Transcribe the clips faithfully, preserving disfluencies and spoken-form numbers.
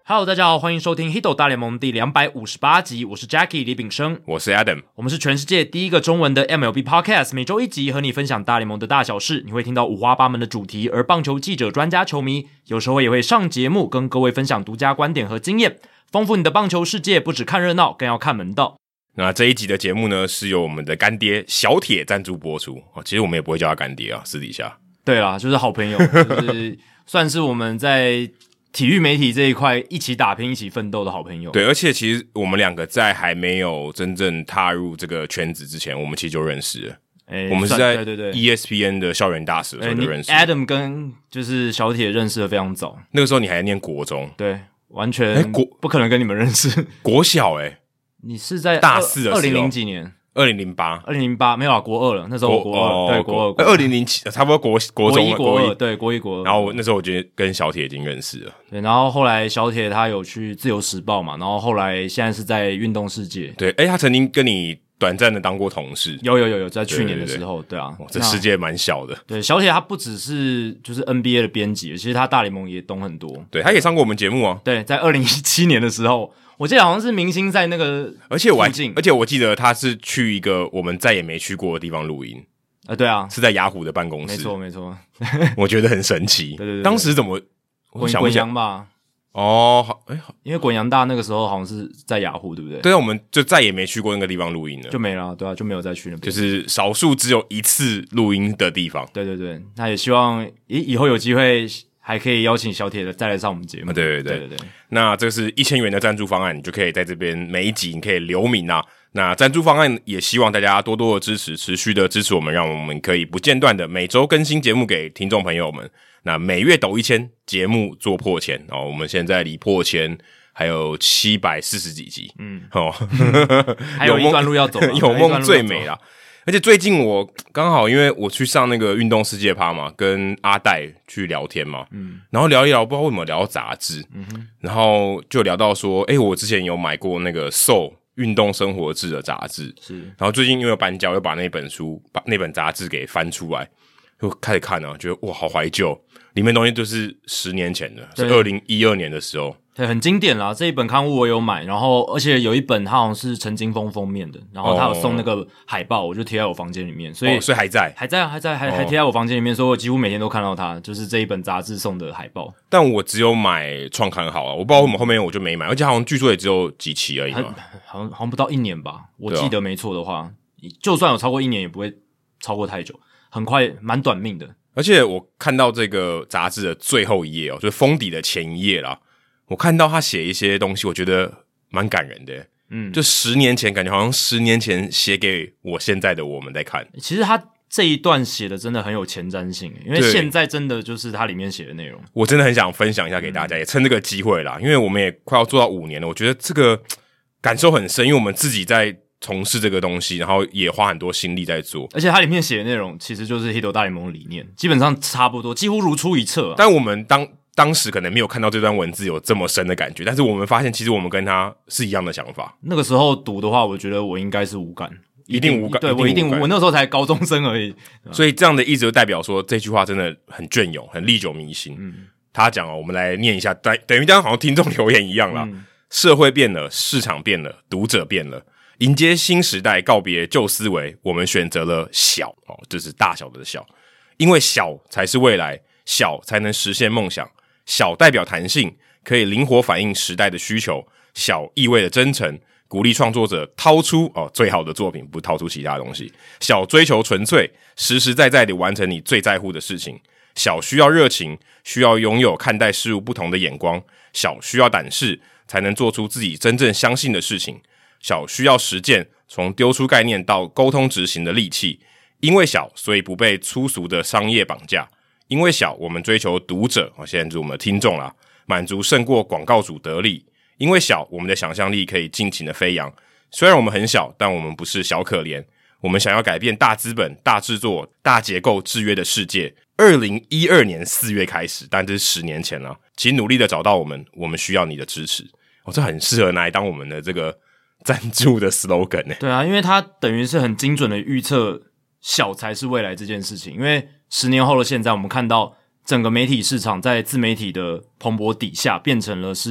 Hello， 大家好，欢迎收听《Hito 大联盟》第两百五十八集，我是 Jackie 李炳生， 我是 Adam， 我们是全世界第一个中文的 M L B Podcast， 每周一集和你分享大联盟的大小事，你会听到五花八门的主题，而棒球记者、专家、球迷有时候也会上节目，跟各位分享独家观点和经验，丰富你的棒球世界，不只看热闹，更要看门道。 那这一集的节目呢，是由我们的干爹小铁赞助播出。其实我们也不会叫他干爹啊，私底下。 对啦，就是好朋友，就是算是我们在体育媒体这一块一起打拼、一起奋斗的好朋友。 对，而且其实我们两个在还没有真正踏入这个圈子之前，我们其实就认识了。欸、我们是在 E S P N 的校园大使的时候就认识。 欸、Adam 跟就是小铁认识的非常早， 那个时候你还念国中， 对，完全国不可能跟你们认识。 国小哎、欸， 你是在大四的时候， 二零零几年？ 二零零八， 二零零八没有啊，国二了。那时候我国二， 哦、 对国二， 二零零七差不多国国中国一国二，对国一国二。 然后那时候我觉得跟小铁已经认识了， 对。然后后来小铁他有去自由时报嘛，然后后来现在是在运动世界。 对，哎，他曾经跟你短暂的当过同事， 有有有有，在去年的时候，对, 对, 对, 对啊， 这世界蛮小的。 对，小铁他不只是就是 N B A 的编辑，其实他大联盟也懂很多。 对，他也上过我们节目啊。 对，在二零一七年的时候。我记得好像是明星在那个， 而且我还，而且我记得他是去一个我们再也没去过的地方录音。 啊，对啊， 是在雅虎的办公室。 没错，没错。 我觉得很神奇。 对对 对, 对， 当时怎么滚滚阳吧？ 哦，好，哎， 因为滚阳大那个时候好像是在雅虎，对不对？ 对啊，我们就再也没去过那个地方录音了， 就没了，对啊，就没有再去那边， 就是少数只有一次录音的地方。 对对对，那也希望以以后有机会。还可以邀请小铁的再来上我们节目。 啊、对对对对对。那这是一千元的赞助方案，你就可以在这边每一集你可以留名啊。那赞助方案也希望大家多多的支持，持续的支持我们，让我们可以不间断的每周更新节目给听众朋友们。那每月抖一千，节目做破千哦。我们现在离破千还有七百四十几集，嗯，哦， 还有一段路要走， 有梦最美啦。而且最近我刚好因为我去上那个运动世界趴嘛，跟阿戴去聊天嘛，嗯，然后聊一聊，不知道为什么聊到杂志，嗯哼，然后就聊到说，诶、欸，我之前有买过那个 Soul 运动生活志的杂志，是，然后最近因为搬家，我又把那本书、把那本杂志给翻出来，就开始看啊，觉得哇，好怀旧，里面东西都是十年前的，是二零一二年的时候。 对，很经典啦。这一本刊物我有买，然后而且有一本它好像是陈金锋封面的，然后他有送那个海报，我就贴在我房间里面，所以、 哦、所以还在， 还在，还在，还、哦、还贴在我房间里面，所以我几乎每天都看到它，就是这一本杂志送的海报。 但我只有买创刊号啊，我不知道为什么后面我就没买，而且好像据说也只有几期而已嘛， 好像好像不到一年吧，我记得没错的话，啊、就算有超过一年，也不会超过太久，很快，蛮短命的。 而且我看到这个杂志的最后一页哦，就是封底的前一页啦。我看到他写一些东西，我觉得蛮感人的。嗯，就十年前，感觉好像十年前写给我现在的我们在看。 其实他这一段写的真的很有前瞻性，因为现在真的就是他里面写的内容。 我真的很想分享一下给大家，嗯、也趁这个机会啦，因为我们也快要做到五年了，我觉得这个感受很深，因为我们自己在从事这个东西，然后也花很多心力在做。 而且它里面写的内容其实就是 Hito 大联盟的理念，基本上差不多，几乎如出一辙、啊。 但我们当当时可能没有看到这段文字有这么深的感觉，但是我们发现其实我们跟他是一样的想法。 那个时候读的话，我觉得我应该是无感， 一定无感， 对，我一定，我那时候才高中生而已。 所以这样的意思就代表说这句话真的很隽永，很历久弥新。嗯，他讲哦，我们来念一下，等等于这样好像听众留言一样啦。嗯、社会变了，市场变了，读者变了，迎接新时代，告别旧思维，我们选择了小哦，这是大小的小，因为小才是未来，小才能实现梦想。小代表弹性，可以灵活反映时代的需求。小意味着真诚，鼓励创作者掏出哦最好的作品，不掏出其他东西。小追求纯粹，实实在在地完成你最在乎的事情。小需要热情，需要拥有看待事物不同的眼光。小需要胆识，才能做出自己真正相信的事情。小需要实践，从丢出概念到沟通执行的力气。因为小，所以不被粗俗的商业绑架。因为小，我们追求读者，现在是我们的听众啦，满足胜过广告主得利。因为小，我们的想象力可以尽情的飞扬。虽然我们很小，但我们不是小可怜。我们想要改变大资本、大制作、大结构制约的世界。二零一二年四月开始，但这是十年前了。请努力的找到我们，我们需要你的支持。哦，这很适合拿来当我们的这个赞助的 slogan 呢。 对啊，因为它等于是很精准的预测小才是未来这件事情。因为十年后的现在，我们看到整个媒体市场在自媒体的蓬勃底下，变成了是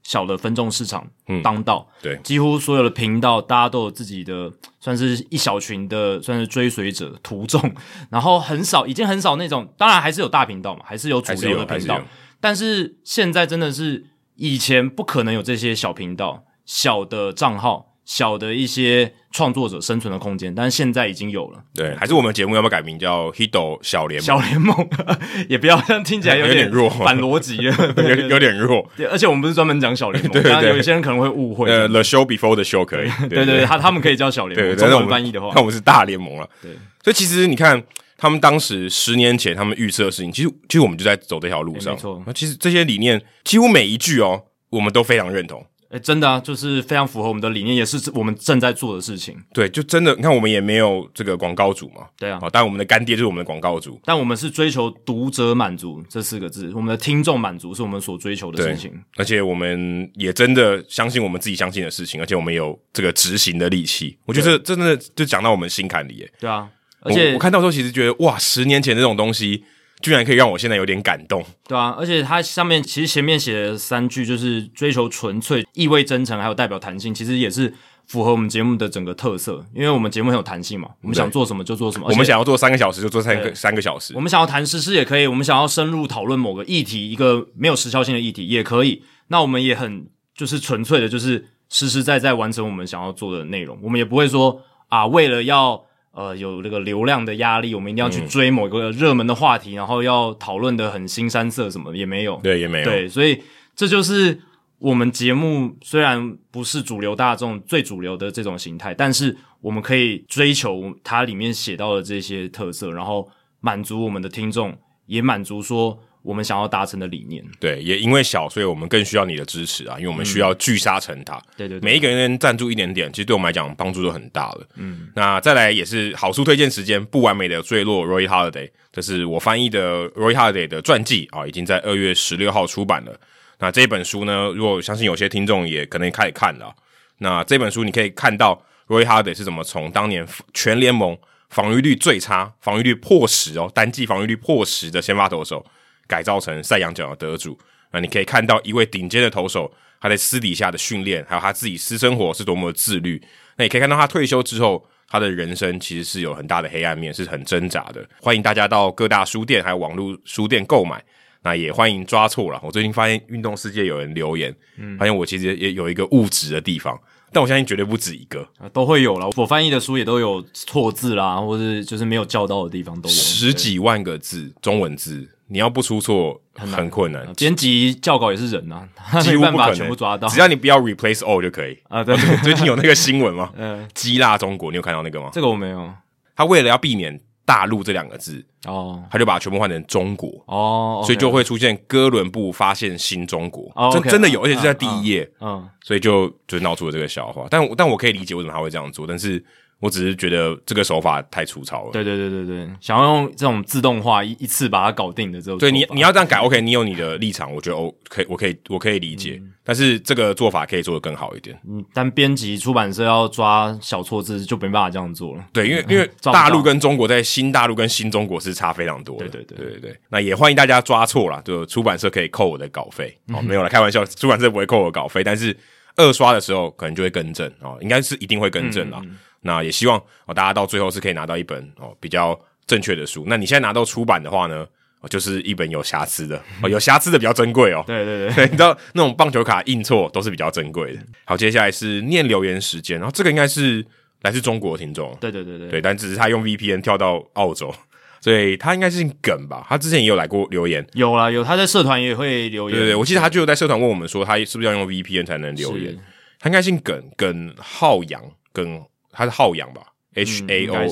小的分众市场当道， 嗯、对， 几乎所有的频道大家都有自己的，算是一小群的，算是追随者徒众，然后很少，已经很少那种，当然还是有大频道嘛，还是有主流的频道，但是现在真的是以前不可能有这些小频道、小的账号、小的一些创作者生存的空间，但是现在已经有了。 对，还是我们节目要不要改名叫 Hito 小联盟？ 小联盟也不要这样听起来有点弱，反逻辑了， 有有点弱。 对，而且我们不是专门讲小联盟， 对对对， 有一些人可能会误会。 呃 ，The show before the show 可以， 对对 对, 对，他他们可以叫小联盟，对对对，中文翻译的话， 那我们是大联盟了。 对， 所以其实你看，他们当时十年前他们预测的事情，其实其实我们就在走这条路上。 没错， 那其实这些理念几乎每一句哦，我们都非常认同。 诶，真的啊，就是非常符合我们的理念，也是我们正在做的事情。 对，就真的，你看我们也没有这个广告主嘛， 对啊， 但我们的干爹就是我们的广告主， 但我们是追求读者满足这四个字，我们的听众满足是我们所追求的事情。 而且我们也真的相信我们自己相信的事情，而且我们有这个执行的力气。我觉得这真的就讲到我们心坎里耶。 对啊，而且我, 我看到时候其实觉得哇，十年前这种东西居然可以让我现在有点感动。 对啊，而且它上面其实前面写的三句就是追求纯粹、意味真诚，还有代表弹性，其实也是符合我们节目的整个特色。因为我们节目很有弹性嘛，我们想做什么就做什么。 我们想要做三个小时就做三个三个小时， 我们想要谈时事也可以，我们想要深入讨论某个议题，一个没有时效性的议题也可以。那我们也很就是纯粹的，就是实实在在完成我们想要做的内容。我们也不会说啊，为了要呃，有那个流量的压力，我们一定要去追某个热门的话题，嗯、然后要讨论的很腥膻色什么也没有， 对，也没有， 对，所以这就是我们节目虽然不是主流大众最主流的这种形态，但是我们可以追求它里面写到的这些特色，然后满足我们的听众，也满足说我们想要达成的理念。 对，也因为小，所以我们更需要你的支持啊，因为我们需要聚沙成塔。嗯、 对对对， 每一个人赞助一点点，其实对我们来讲帮助都很大了。嗯，那再来也是好书推荐时间，不完美的坠落 Roy Holiday， 这是我翻译的 Roy Holiday 的传记啊，已经在二月十六号出版了。那这本书呢，如果相信有些听众也可能开始看了，那这本书你可以看到 Roy Holiday 是怎么从当年全联盟防御率最差、防御率破十哦，单季防御率破十的先发投手，改造成赛扬奖的得主。那你可以看到一位顶尖的投手，他在私底下的训练，还有他自己私生活是多么的自律。那也可以看到他退休之后，他的人生其实是有很大的黑暗面，是很挣扎的。欢迎大家到各大书店还有网络书店购买。那也欢迎抓错了。我最近发现运动世界有人留言，嗯，发现我其实也有一个误植的地方，但我相信绝对不止一个， 啊、都会有啦。我翻译的书也都有错字啦，或是就是没有教到的地方都有。 十几万个字中文字，你要不出错很, 很困难。 编辑校稿也是人啊，他没办法全部抓到。 只要你不要 replace all 就可以啊。对， 最近有那个新闻吗？嗯，激辣中国，你有看到那个吗？ 这个我没有。 他为了要避免大陆这两个字哦， 他就把它全部换成中国哦， okay. 所以就会出现哥伦布发现新中国， 哦、 真 okay, 真的有，而且是在第一页， 嗯，嗯所以就就闹出了这个笑话。但但我可以理解为什么他会这样做，但是我只是觉得这个手法太粗糙了。 对对对对对，想要用这种自动化一一次把它搞定的这种， 对你你要这样改 ，OK， 你有你的立场，我觉得我可以，我可以我可以理解、嗯，但是这个做法可以做得更好一点。 嗯，但编辑出版社要抓小错字就没办法这样做了。 对，因为因为大陆跟中国在新大陆跟新中国是差非常多的。 对对对对对对，那也欢迎大家抓错啦，就出版社可以扣我的稿费、嗯、哦，没有啦，开玩笑，出版社不会扣我的稿费，但是二刷的时候可能就会更正哦，应该是一定会更正啦。嗯嗯那也希望哦，大家到最后是可以拿到一本哦比较正确的书。那你现在拿到出版的话呢，哦、就是一本有瑕疵的哦，有瑕疵的比较珍贵哦。 对对对, 对，你知道那种棒球卡印错都是比较珍贵的。好，接下来是念留言时间，然后这个应该是来自中国的听众， 对对对对， 对，但只是他用 V P N 跳到澳洲，所以他应该是姓耿吧？他之前也有来过留言， 有啦有，他在社团也会留言。 对对对，我记得他就有在社团问我们说，他是不是要用 V P N 才能留言？他应该姓耿，耿浩洋，耿他是浩洋吧？ H A O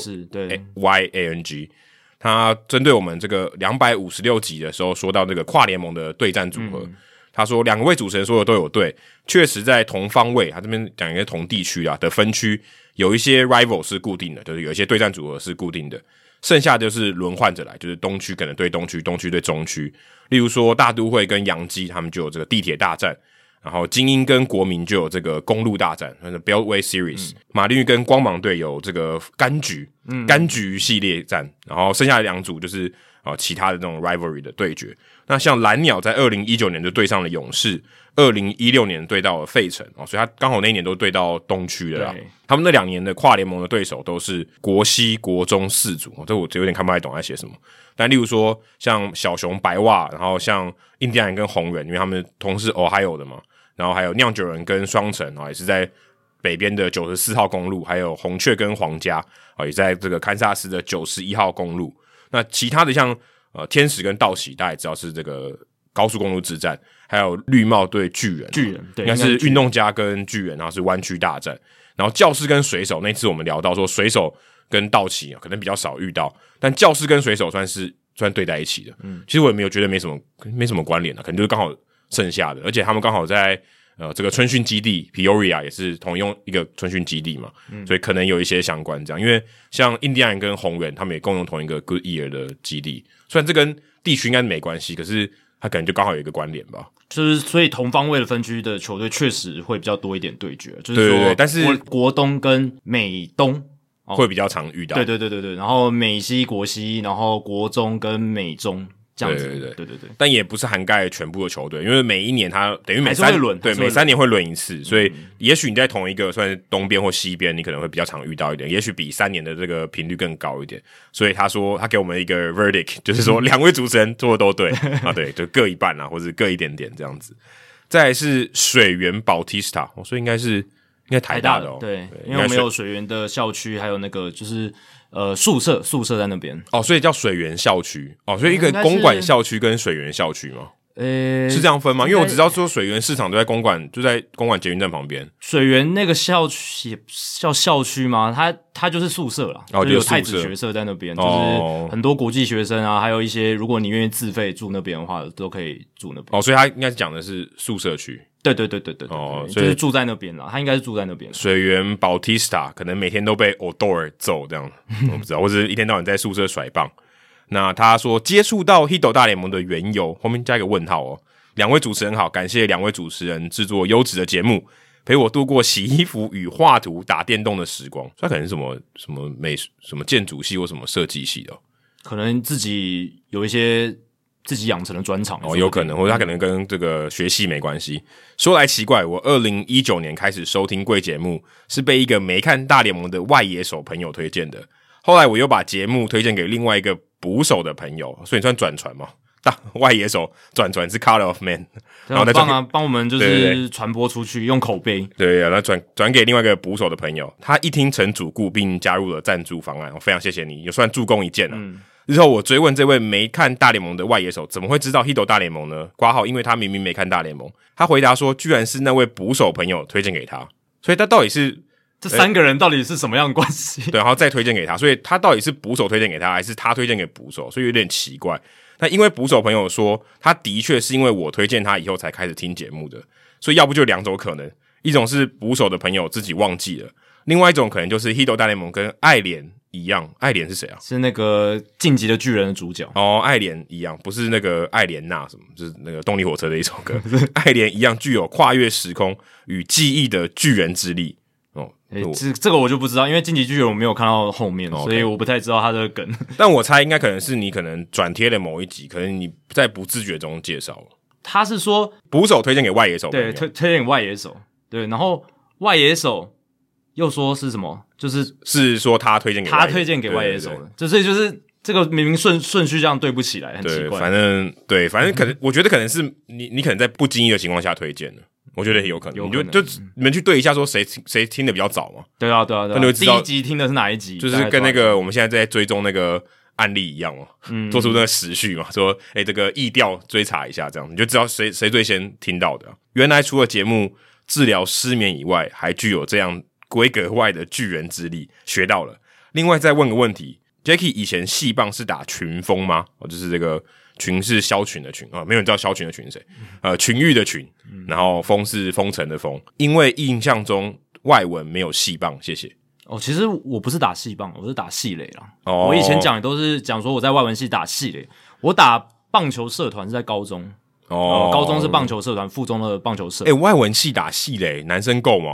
Y A N G， 他针对我们这个两百五十六集的时候说到这个跨联盟的对战组合、嗯、他说两位主持人说的都有对，确实在同方位，他这边讲一个同地区啊的分区有一些 rival 是固定的，就是有一些对战组合是固定的，剩下就是轮换着来，就是东区可能对东区，东区对中区，例如说大都会跟洋基他们就有这个地铁大战，然后精英跟国民就有这个公路大战 Beltway Series、嗯、马林鱼跟光芒队有这个柑橘、嗯、柑橘系列战，然后剩下的两组就是啊其他的这种 rivalry 的对决。那像蓝鸟在二零一九年就对上了勇士，二零一六年对到了费城哦，所以他刚好那一年都对到东区的啦。他们那两年的跨联盟的对手都是国西、国中四组，哦、这我有点看不太懂在写什么。但例如说像小熊、白袜，然后像印第安人跟红人，因为他们同是 Ohio 的嘛，然后还有酿酒人跟双城啊、哦，也是在北边的九十四号公路，还有红雀跟皇家啊、哦，也在这个堪萨斯的九十一号公路。那其他的像呃天使跟道奇，大家也知道是这个高速公路之战，还有绿帽对巨人， 巨人对， 应该是运动家跟巨人，然后是湾区大战。然后教士跟水手那次我们聊到说，水手跟道奇可能比较少遇到，但教士跟水手算是算对在一起的。嗯，其实我也没有觉得没什么没什么关联的，可能就是刚好剩下的，而且他们刚好在呃这个春训基地 Peoria 也是同用一个春训基地嘛，嗯，所以可能有一些相关这样。因为像印第安人跟红人，他们也共用同一个 Goodyear 的基地，虽然这跟地区应该没关系，可是它可能就刚好有一个关联吧。 就是所以同方位的分区的球队确实会比较多一点对决，就是说， 对对对，但是国东跟美东会比较常遇到。 对对对对对，然后美西、国西，然后国中跟美中这样子。 对对对对对对， 但也不是涵盖全部的球队，因为每一年它等于每三轮对每三年会轮一次，所以也许你在同一个算是东边或西边，你可能会比较常遇到一点，也许比三年的这个频率更高一点。所以他说他给我们一个 verdict， 就是说两位主持人做的都对啊，对，就各一半啊，或者各一点点这样子。再来是水源 Bautista， 所以应该是应该台大的哦， 对，对因为我们有水源的校区，还有那个就是呃宿舍，宿舍在那边哦，所以叫水源校区哦，所以一个公馆校区跟水源校区吗？ 呃， 是这样分吗？因为我只知道说水源市场都在公馆，就在公馆捷运站旁边。 水源那个校区也叫校区吗？它它就是宿舍啦， 哦， 就有太子学社在那边，哦，就是很多国际学生啊，还有一些如果你愿意自费住那边的话，都可以住那边。 哦，所以他应该讲的是宿舍区。 对对对对对对，哦，所以就是住在那边啦，他应该是住在那边。 水源 Bautista 可能每天都被 Odor 揍这样，我不知道，或者一天到晚在宿舍甩棒。那他说接触到 Hito 大联盟的缘由，后面加一个问号哦。两位主持人好，感谢两位主持人制作优质的节目，陪我度过洗衣服与画图、打电动的时光。他可能是什么什么美什么建筑系或什么设计系的，哦， 可能自己有一些自己养成的专长哦，有可能，或者他可能跟这个学系没关系。说来奇怪，我二零一九年开始收听贵节目，是被一个没看大联盟的外野手朋友推荐的。后来我又把节目推荐给另外一个捕手的朋友，所以你算转传吗？大外野手转传是 Color of Man， 然后再帮啊帮我们就是传播出去，用口碑。 对，然后转转给另外一个捕手的朋友，他一听成主顾，并加入了赞助方案，我非常谢谢你，也算助攻一件了。嗯，日后我追问这位没看大联盟的外野手怎么会知道 Hito 大联盟呢？括号因为他明明没看大联盟，他回答说居然是那位捕手朋友推荐给他，所以他到底是这三个人到底是什么样的关系？ 对，然后再推荐给他，所以他到底是捕手推荐给他，还是他推荐给捕手？所以有点奇怪。那因为捕手朋友说，他的确是因为我推荐他以后才开始听节目的，所以要不就两种可能，一种是捕手的朋友自己忘记了，另外一种可能就是 Hito 大联盟跟爱莲一样，爱莲是谁啊？ 是那个晋级的巨人的主角哦，爱莲一样，不是那个艾莲娜什么，就是那个动力火车的一首歌，爱莲一样具有跨越时空与记忆的巨人之力。哦， 欸、这这个我就不知道，因为晋级巨人我没有看到后面， okay. 所以我不太知道他的梗。 但我猜应该可能是你可能转贴了某一集，可能你在不自觉中介绍了。 他是说捕手推荐给外野手， 对，推推荐给外野手，对，然后外野手又说是什么？就是是说他推荐给外野他推荐给外野手的，就所以就是这个明明顺顺序这样对不起来，很奇怪。 反正对，反正可能我觉得可能是你你可能在不经意的情况下推荐的。我觉得有可能， 有可能你就就你们去对一下，说谁谁听的比较早嘛？ 对啊，对啊，对啊。 那你会知道第一集听的是哪一集？ 就是跟那个我们现在在追踪那个案例一样嘛，嗯，做出那个时序嘛，说哎、欸，这个疫调追查一下，这样你就知道谁谁最先听到的。原来除了节目治疗失眠以外，还具有这样规格外的巨人之力，学到了。另外再问个问题 ，Jackie 以前系棒是打群锋吗？哦，就是这个。群是萧群的群啊，没有人知道萧群的群是谁？呃，群玉的群，然后风是风尘的风。因为印象中外文没有细棒，谢谢。 哦，其实我不是打细棒，我是打系垒啦。哦，我以前讲的都是讲说我在外文系打系垒，我打棒球社团是在高中。哦，呃、高中是棒球社团，附中的棒球社。 诶、欸，外文系打系垒，男生够吗？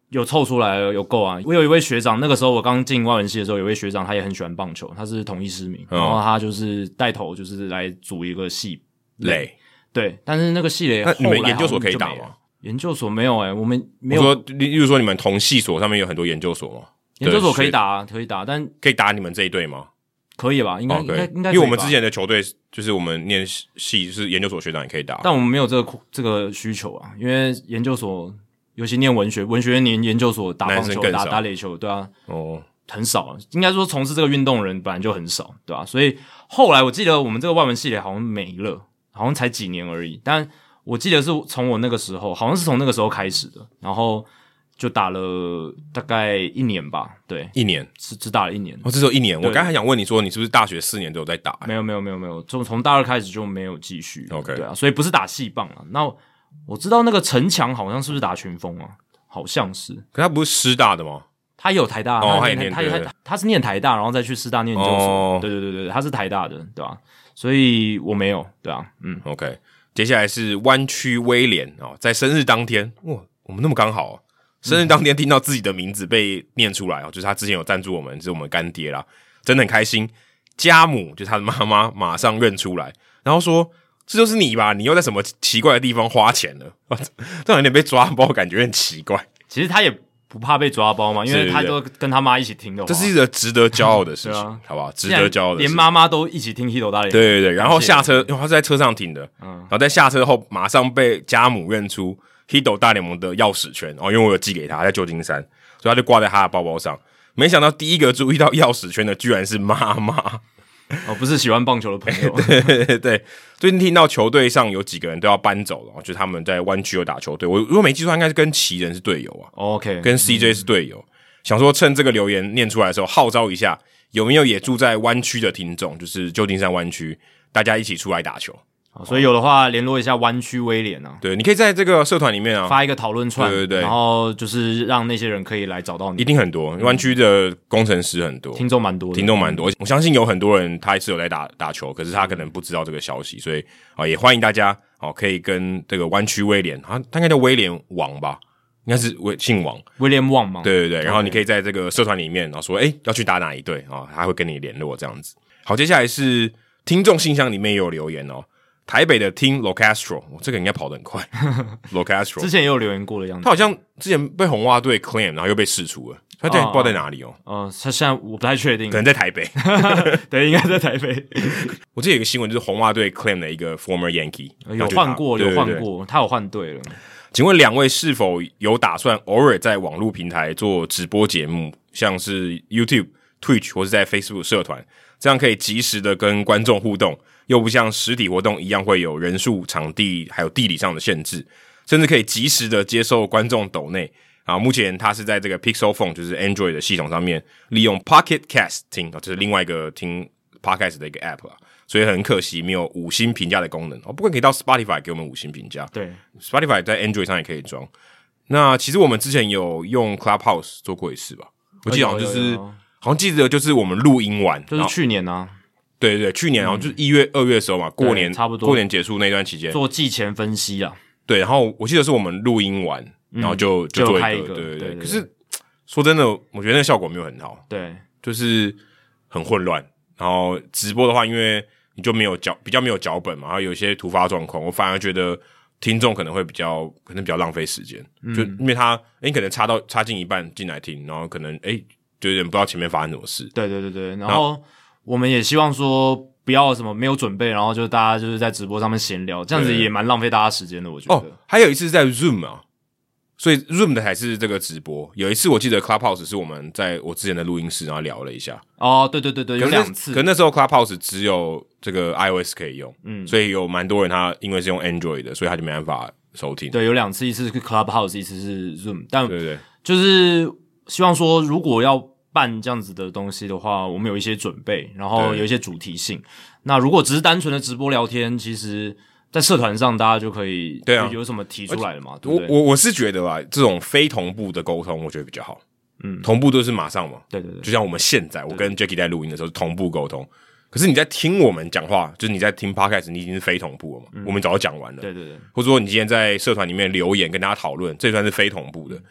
有凑出来了，有够啊！我有一位学长，那个时候我刚进外文系的时候，有一位学长他也很喜欢棒球，他是统一狮迷，嗯、然后他就是带头就是来组一个系垒， 对，但是那个系垒， 那你们研究所可以打吗？ 研究所没有诶、欸，我们没有。 我说，例如说你们同系所上面有很多研究所吗？ 研究所可以打、啊，可以打，但可以打你们这一队吗？ 可以吧？应该、哦、应该应该， 因为我们之前的球队就是我们念系，就是研究所学长也可以打， 但我们没有这个这个需求啊，因为研究所。尤其念文学，文学院念研究所打棒球、打打垒球，对啊， 哦， 很少。应该说从事这个运动的人本来就很少，对吧、啊？所以后来我记得我们这个外文系列好像没了，好像才几年而已。但我记得是从我那个时候，好像是从那个时候开始的，然后就打了大概一年吧，对， 一年只只打了一年。 哦，只有一年。我刚才想问你说，你是不是大学四年都有在打、欸？ 没有，没有，没有，没有，从从大二开始就没有继续。 OK， 对啊，所以不是打系棒啊。那我知道那个陈强好像是不是打群锋啊？好像是， 可他不是师大的吗？ 他也有台大， 哦， 他也念， 他他他他是念台大，然后再去师大念研究所。哦、对对对对，他是台大的，对吧、啊？所以我没有，对啊，嗯 ，OK。接下来是湾区威廉哦，在生日当天，哇，我们那么刚好、哦，生日当天听到自己的名字被念出来哦，就是他之前有赞助我们，是我们干爹啦，真的很开心。家母就是他的妈妈，马上认出来，然后说。这就是你吧？你又在什么奇怪的地方花钱了？这有点被抓包，感觉很奇怪。 其实他也不怕被抓包嘛，因为他都跟他妈一起听的话。 这是一个值得骄傲的事情，啊、好不好？值得骄傲的事情。 连妈妈都一起听 Hito 大联盟。 对对对，然后下车，因为他是在车上听的，嗯，然后在下车后马上被家母认出 Hito 大联盟的钥匙圈哦，因为我有寄给他，在旧金山，所以他就挂在他的包包上。没想到第一个注意到钥匙圈的，居然是妈妈。 哦，不是喜欢棒球的朋友。 对对对对，最近听到球队上有几个人都要搬走了，就是他们在湾区有打球队。我如果没记错，应该是跟奇人是队友啊。 Oh, OK， 跟 C J 是队友。嗯、想说趁这个留言念出来的时候，号召一下有没有也住在湾区的听众，就是旧金山湾区，大家一起出来打球。 所以有的话联络一下湾区威廉啊， 对，你可以在这个社团里面啊发一个讨论串， 对对对， 然后就是让那些人可以来找到你， 一定很多，湾区的工程师很多， 听众蛮多的， 听众蛮多，我相信有很多人他是有在打打球，可是他可能不知道这个消息，所以啊、哦、也欢迎大家哦可以跟这个湾区威廉，他他应该叫威廉王吧，应该是威姓王， 威廉王吗？ 对对对，然后你可以在这个社团里面然后说，哎，要去打哪一队啊、哦，他会跟你联络这样子。好，接下来是听众信箱里面也有留言哦。台北的听 Locastro， 这个应该跑得很快。Locastro 之前也有留言过的样子， 他好像之前被红袜队 claim， 然后又被释出了。他现在不知道在哪里哦。 呃，他现在我不太确定， 可能在台北。 对，应该在台北。 我记得有一个新闻，就是红袜队 claim 的一个 former Yankee， 有换过，有换过，他有换队了。 请问两位是否有打算偶尔在网络平台做直播节目，像是 YouTube、Twitch 或是在 Facebook 社团，这样可以及时的跟观众互动？又不像实体活动一样会有人数、场地还有地理上的限制，甚至可以及时的接受观众抖内啊。目前它是在这个 Pixel Phone 就是 Android 的系统上面利用 Pocket Cast 听啊，这是另外一个听 Podcast 的一个 App 啊，所以很可惜没有五星评价的功能哦。不过可以到 Spotify 给我们五星评价， 对 ，Spotify 在 Android 上也可以装。那其实我们之前有用 Clubhouse 做过一次吧，我记得好像就是好像记得就是我们录音完， 就是去年啊。 对对对，去年然后就是一月、二月的时候嘛，过年差不多， 过年结束那段期间做季前分析啊。 对，然后我记得是我们录音完，然后就、嗯、就做一个， 一个对对 对, 对, 对, 对。 可是说真的，我觉得那个效果没有很好， 对， 就是很混乱。然后直播的话，因为你就没有脚，比较没有脚本嘛，然后有一些突发状况，我反而觉得听众可能会比较，可能比较浪费时间，嗯、就因为他，诶，可能插到插进一半进来听，然后可能诶就有点不知道前面发生什么事。 对对对对，然后我们也希望说。不要什么没有准备，然后就大家就是在直播上面闲聊，这样子也蛮浪费大家时间的，我觉得。哦， 还有一次在 Zoom 啊，所以 Zoom 的才是这个直播。有一次我记得 Clubhouse 是我们在我之前的录音室，然后聊了一下。 哦，对对对对，有两次。 可那时候 Clubhouse 只有这个 iOS 可以用，嗯，所以有蛮多人他因为是用 Android 的，所以他就没办法收听。 对，有两次，一次是 Clubhouse， 一次是 Zoom， 但对对， 就是希望说如果要办这样子的东西的话，我们有一些准备，然后有一些主题性。那如果只是单纯的直播聊天，其实在社团上大家就可以对啊有什么提出来了嘛？对不对？ 我我我是觉得吧，这种非同步的沟通，我觉得比较好。嗯，同步都是马上嘛。 对对对， 就像我们现在，我跟 Jacky 在录音的时候是同步沟通。可是你在听我们讲话，就是你在听 Podcast， 你已经是非同步了嘛？嗯、我们早就讲完了。 对对对， 或者说你今天在社团里面留言跟大家讨论，这算是非同步的。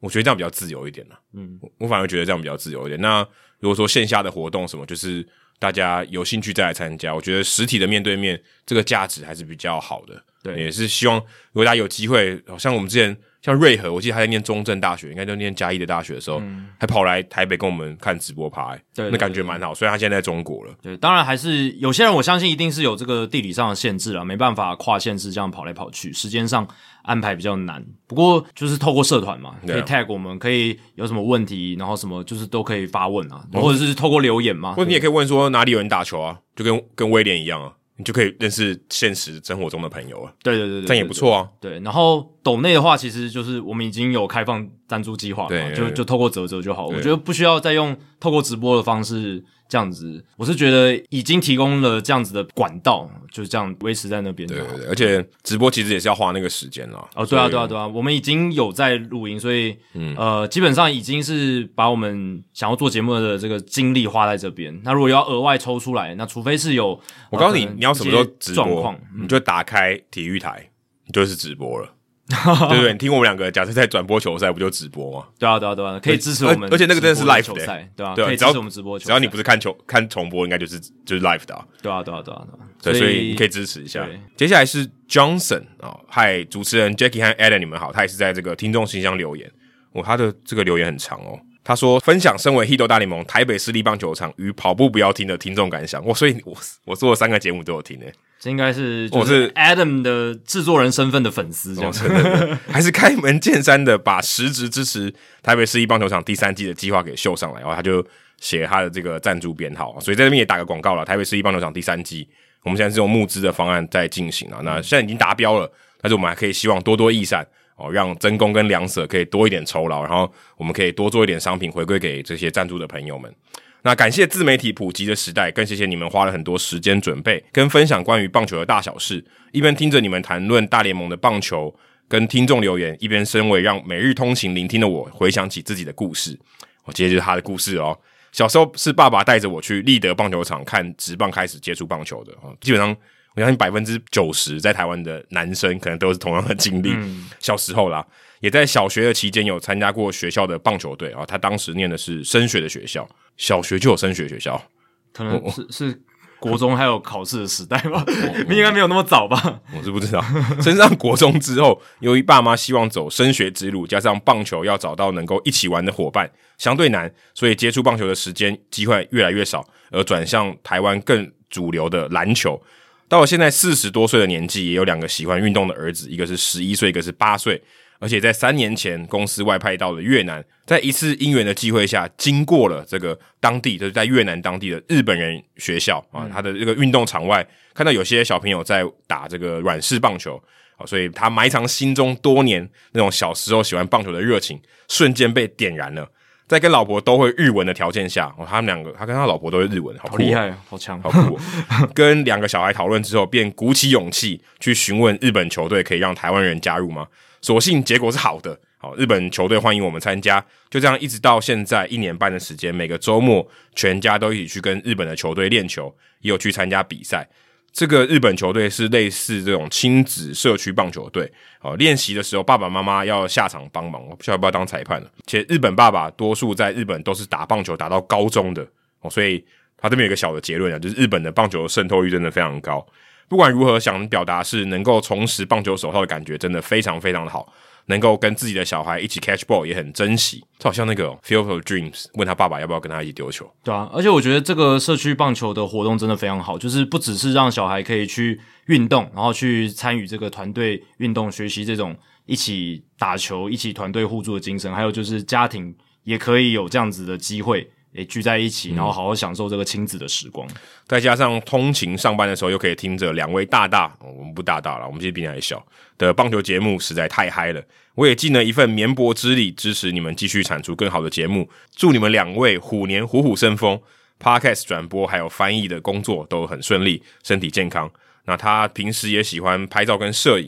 我觉得这样比较自由一点啦。嗯，我反而觉得这样比较自由一点。那如果说线下的活动什么，就是大家有兴趣再来参加，我觉得实体的面对面这个价值还是比较好的。对，也是希望如果大家有机会，好像我们之前像瑞和，我记得他在念中正大学，应该就念嘉义的大学的时候，嗯、还跑来台北跟我们看直播趴、欸，对，那感觉蛮好。虽然他现在在中国了， 对，当然还是有些人，我相信一定是有这个地理上的限制啦，没办法跨县市这样跑来跑去，时间上安排比较难。不过就是透过社团嘛，可以 tag 我们，可以有什么问题，然后什么就是都可以发问啊，或者是透过留言嘛。 或者你也可以问说哪里有人打球啊，就跟跟威廉一样啊。你就可以认识现实生活中的朋友了。 对对对对， 这样也不错啊。 对，然后斗内的话，其实就是我们已经有开放赞助计划了嘛，就就透过嘖嘖就好。我觉得不需要再用透过直播的方式这样子。我是觉得已经提供了这样子的管道，就这样维持在那边就好。 对对对，而且直播其实也是要花那个时间啦。 哦，对啊对啊对啊，我们已经有在录音，所以、嗯、呃，基本上已经是把我们想要做节目的这个精力花在这边。那如果要额外抽出来，那除非是有， 我告诉你，你要什么时候直播？ 嗯、 你就打开体育台，你就是直播了，对不对？你听我们两个，假设在转播球赛，不就直播吗？ 对啊，对啊，对啊，可以支持我们， 而且那个真的是 live 球赛，对啊， 对啊， 可以支持我们直播球赛。 只要你不是看球看重播，应该就是就是 live 的、啊。 对啊，对啊，对啊，对啊。 对，所以你可以支持一下。接下来是 Johnson 啊、哦，嗨，主持人 Jackie 和 Adam， 你们好，他也是在这个听众信箱留言，哦，他的这个留言很长哦。他说分享身为 Hito 大联盟台北市立棒球场与跑步不要听的听众感想。我所以我我做了三个节目都有听诶、欸， 这应该是我是 Adam 的制作人身份的粉丝这样子、 哦，还是开门见山的把实质支持台北市立棒球场第三季的计划给秀上来，然后他就写他的这个赞助编号，所以在这边也打个广告了。台北市立棒球场第三季，我们现在是用募资的方案在进行啊，那现在已经达标了，但是我们还可以希望多多益善。哦，让真公跟良舍可以多一点酬劳，然后我们可以多做一点商品回归给这些赞助的朋友们。那感谢自媒体普及的时代，更谢谢你们花了很多时间准备跟分享关于棒球的大小事，一边听着你们谈论大联盟的棒球跟听众留言，一边身为让每日通勤聆听的我回想起自己的故事。我接着就是他的故事哦。小时候是爸爸带着我去立德棒球场看职棒开始接触棒球的，基本上我相信百分之九十在台湾的男生可能都是同样的经历。嗯、小时候啦，也在小学的期间有参加过学校的棒球队啊。他当时念的是升学的学校，小学就有升学学校， 可能是、哦、是国中还有考试的时代吧，应该没有那么早吧？ 我是不知道。升上国中之后，由于爸妈希望走升学之路，加上棒球要找到能够一起玩的伙伴相对难，所以接触棒球的时间机会越来越少，而转向台湾更主流的篮球。到了现在四十多岁的年纪，也有两个喜欢运动的儿子，一个是十一岁，一个是八岁。而且在三年前，公司外派到了越南，在一次因缘的机会下，经过了这个当地，就是在越南当地的日本人学校啊，他的这个运动场外，看到有些小朋友在打这个软式棒球，所以他埋藏心中多年那种小时候喜欢棒球的热情，瞬间被点燃了。在跟老婆都会日文的条件下，哦，他们两个，他跟他老婆都会日文，好酷， 好厉害，好强， 好酷、哦。跟两个小孩讨论之后，便鼓起勇气去询问日本球队可以让台湾人加入吗？所幸结果是好的，好，日本球队欢迎我们参加，就这样一直到现在一年半的时间，每个周末全家都一起去跟日本的球队练球，也有去参加比赛。这个日本球队是类似这种亲子社区棒球队，哦，练习的时候爸爸妈妈要下场帮忙，我不晓得要不要当裁判了。且日本爸爸多数在日本都是打棒球打到高中的，哦，所以他这边有一个小的结论啊，就是日本的棒球渗透率真的非常高。不管如何，想表达是能够重拾棒球手套的感觉，真的非常非常的好。能够跟自己的小孩一起 catch ball 也很珍惜，这好像那个 Field of Dreams 问他爸爸要不要跟他一起丢球。 对啊，而且我觉得这个社区棒球的活动真的非常好，就是不只是让小孩可以去运动，然后去参与这个团队运动，学习这种一起打球、一起团队互助的精神，还有就是家庭也可以有这样子的机会。诶，聚在一起，然后好好享受这个亲子的时光。嗯、 再加上通勤上班的时候，又可以听着两位大大，哦、我们不大大了，我们其实比你还小的棒球节目，实在太嗨了。我也尽了一份绵薄之力，支持你们继续产出更好的节目。祝你们两位虎年虎虎生风 ，Podcast 转播还有翻译的工作都很顺利，身体健康。那他平时也喜欢拍照跟摄影，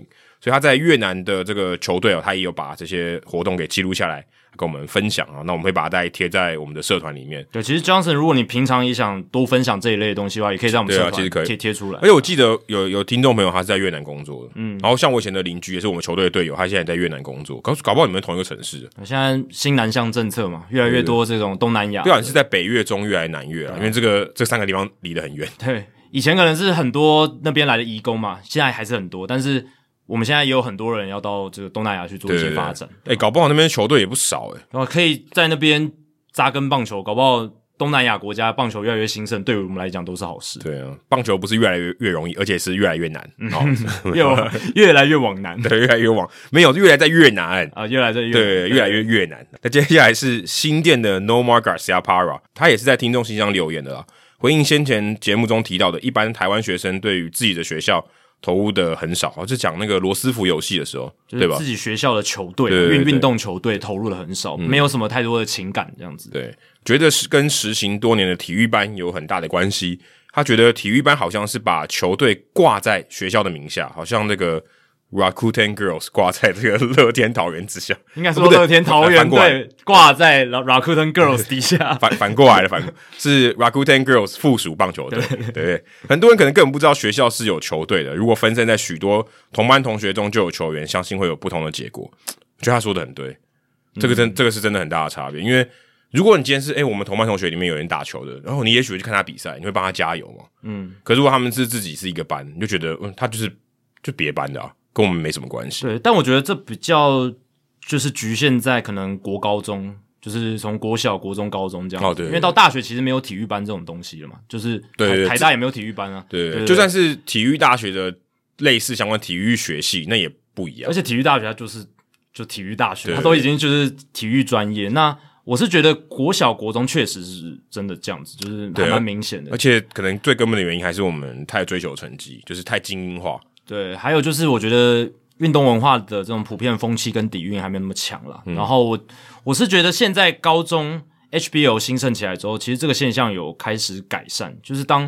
所以他在越南的这个球队哦，他也有把这些活动给记录下来，跟我们分享啊。那我们会把它再贴在我们的社团里面。 对，其实 Johnson， 如果你平常也想多分享这一类的东西的话，也可以在我们社团贴贴出来。 而且我记得有有听众朋友他是在越南工作的，嗯，然后像我以前的邻居也是我们球队的队友，他现在在越南工作，搞搞不好你们同一个城市。 现在新南向政策嘛，越来越多这种东南亚， 不管是在北越、中越还是南越啊，因为这个这三个地方离得很远。 对，以前可能是很多那边来的移工嘛，现在还是很多，但是我们现在也有很多人要到这个东南亚去做一些发展。 哎、欸，搞不好那边球队也不少哎、欸， 然后可以在那边扎根棒球，搞不好东南亚国家棒球越来越兴盛，对于我们来讲都是好事。 对啊，棒球不是越来越越容易，而且是越来越难， 嗯哦、越越来越往南。 对，越来越往没有，越来在越南啊，越来在越南对，越来越越南。那接下来是新店的 Nomar Garcia Parra， 他也是在听众信箱留言的啦，回应先前节目中提到的，一般台湾学生对于自己的学校投入的很少，就讲那个罗斯福游戏的时候， 就是对吧？ 自己学校的球队运运动球队投入的很少、嗯，没有什么太多的情感这样子。 对，觉得是跟实行多年的体育班有很大的关系。他觉得体育班好像是把球队挂在学校的名下，好像那个 Rakuten Girls 挂在这个乐天桃园之下， 应该说乐天桃园队挂在 Rakuten Girls 底下， 反反过来了，反是 Rakuten Girls 附属棒球队。对对对，很多人可能根本不知道学校是有球队的，如果分散在许多同班同学中就有球员，相信会有不同的结果。我觉得他说的很对，这个真、嗯、这个是真的很大的差别，因为如果你今天是哎、欸，我们同班同学里面有人打球的，然后你也许会去看他比赛，你会帮他加油嘛？嗯。可是如果他们是自己是一个班，你就觉得嗯，他就是就别班的啊，跟我们没什么关系。 对，但我觉得这比较就是局限在可能国高中，就是从国小、国中、高中这样子。哦，对对对，因为到大学其实没有体育班这种东西了嘛，就是台对对对， 台大也没有体育班啊。 对 对, 对, 对, 对， 就算是体育大学的类似相关体育学系，那也不一样。 而且体育大学它就是就体育大学，对对对，它都已经就是体育专业。那我是觉得国小国中确实是真的这样子，就是还蛮明显的。 而且可能最根本的原因还是我们太追求成绩，就是太精英化。 对，还有就是我觉得运动文化的这种普遍风气跟底蕴还没有那么强啦、嗯、然后我我是觉得现在高中 H B L 兴盛起来之后，其实这个现象有开始改善，就是当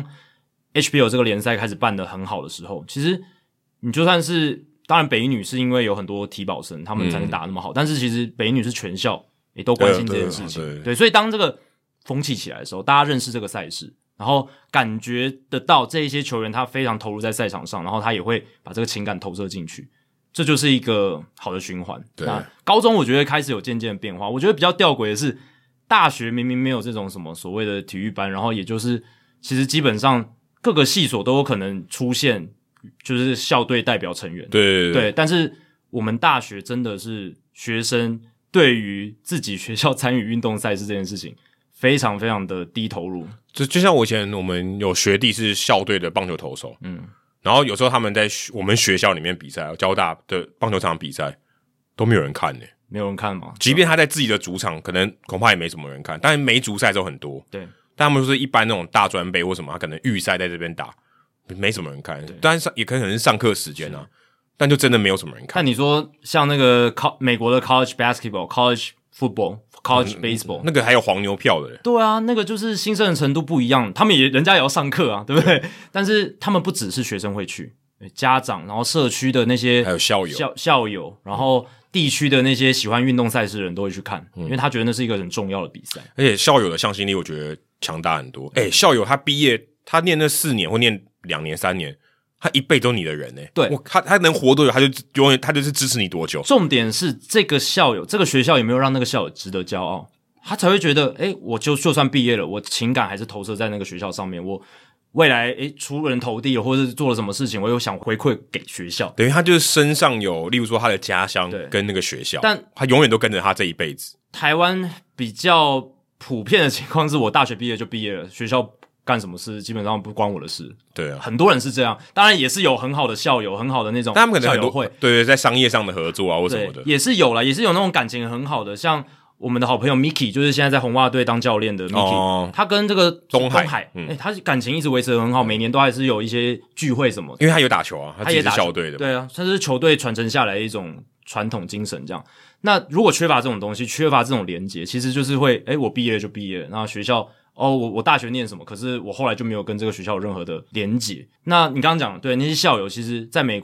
H B L 这个联赛开始办得很好的时候，其实你就算是当然北一女是因为有很多体保生他们才能打那么好、嗯、但是其实北一女是全校也都关心这件事情。 对, 对, 对, 对，所以当这个风气起来的时候，大家认识这个赛事，然后感觉得到这一些球员他非常投入在赛场上，然后他也会把这个情感投射进去，这就是一个好的循环。 对， 那高中我觉得开始有渐渐的变化，我觉得比较吊诡的是大学明明没有这种什么所谓的体育班，然后也就是其实基本上各个系所都有可能出现就是校队代表成员。 对对 对, 对，但是我们大学真的是学生对于自己学校参与运动赛事这件事情非常非常的低投入。 就就像我以前我们有学弟是校队的棒球投手，嗯，然后有时候他们在我们学校里面比赛，交大的棒球场比赛都没有人看呢、欸， 没有人看吗？ 即便他在自己的主场，可能恐怕也没什么人看。当然梅竹赛都很多， 对， 但他们就是一般那种大专杯或什么，他可能预赛在这边打，没什么人看。当然也可能是上课时间啊，但就真的没有什么人看。 但你说像那个美国的 college basketball、college football、college baseball、嗯、 那个还有黄牛票的人， 对啊，那个就是兴盛的程度不一样，他们也人家也要上课啊，对不对？但是他们不只是学生会去，家长，然后社区的那些还有校友、 校校友，然后地区的那些喜欢运动赛事的人都会去看、嗯，因为他觉得那是一个很重要的比赛。 而且校友的向心力，我觉得强大很多。诶、欸，校友他毕业，他念那四年或念两年、三年。他一辈都你的人呢、欸， 对， 我他他能活多久，他就永远他就是支持你多久。 重点是这个校友，这个学校有没有让那个校友值得骄傲，他才会觉得，哎、欸，我就就算毕业了，我情感还是投射在那个学校上面，我未来哎、欸、出人头地了，或者是做了什么事情，我又想回馈给学校。 等于他就是身上有，例如说他的家乡跟那个学校， 但他永远都跟着他这一辈子。 台湾比较普遍的情况是我大学毕业就毕业了，学校干什么事基本上不关我的事。 对啊， 很多人是这样，当然也是有很好的校友，很好的那种校友会， 但他们可能很多对对，在商业上的合作啊或什么的， 也是有啦，也是有那种感情很好的，像我们的好朋友 Mickey， 就是现在在红袜队当教练的 Mickey，、哦、他跟这个东海， 东海嗯欸、他感情一直维持得很好，每年都还是有一些聚会什么的， 因为他有打球啊，他也是校队的， 对啊，他是球队传承下来的一种传统精神这样。那如果缺乏这种东西，缺乏这种连结，其实就是会，诶、欸、我毕业了就毕业了，那学校哦，我我大学念什么？可是我后来就没有跟这个学校有任何的连结。那你刚刚讲，对那些校友，其实在美国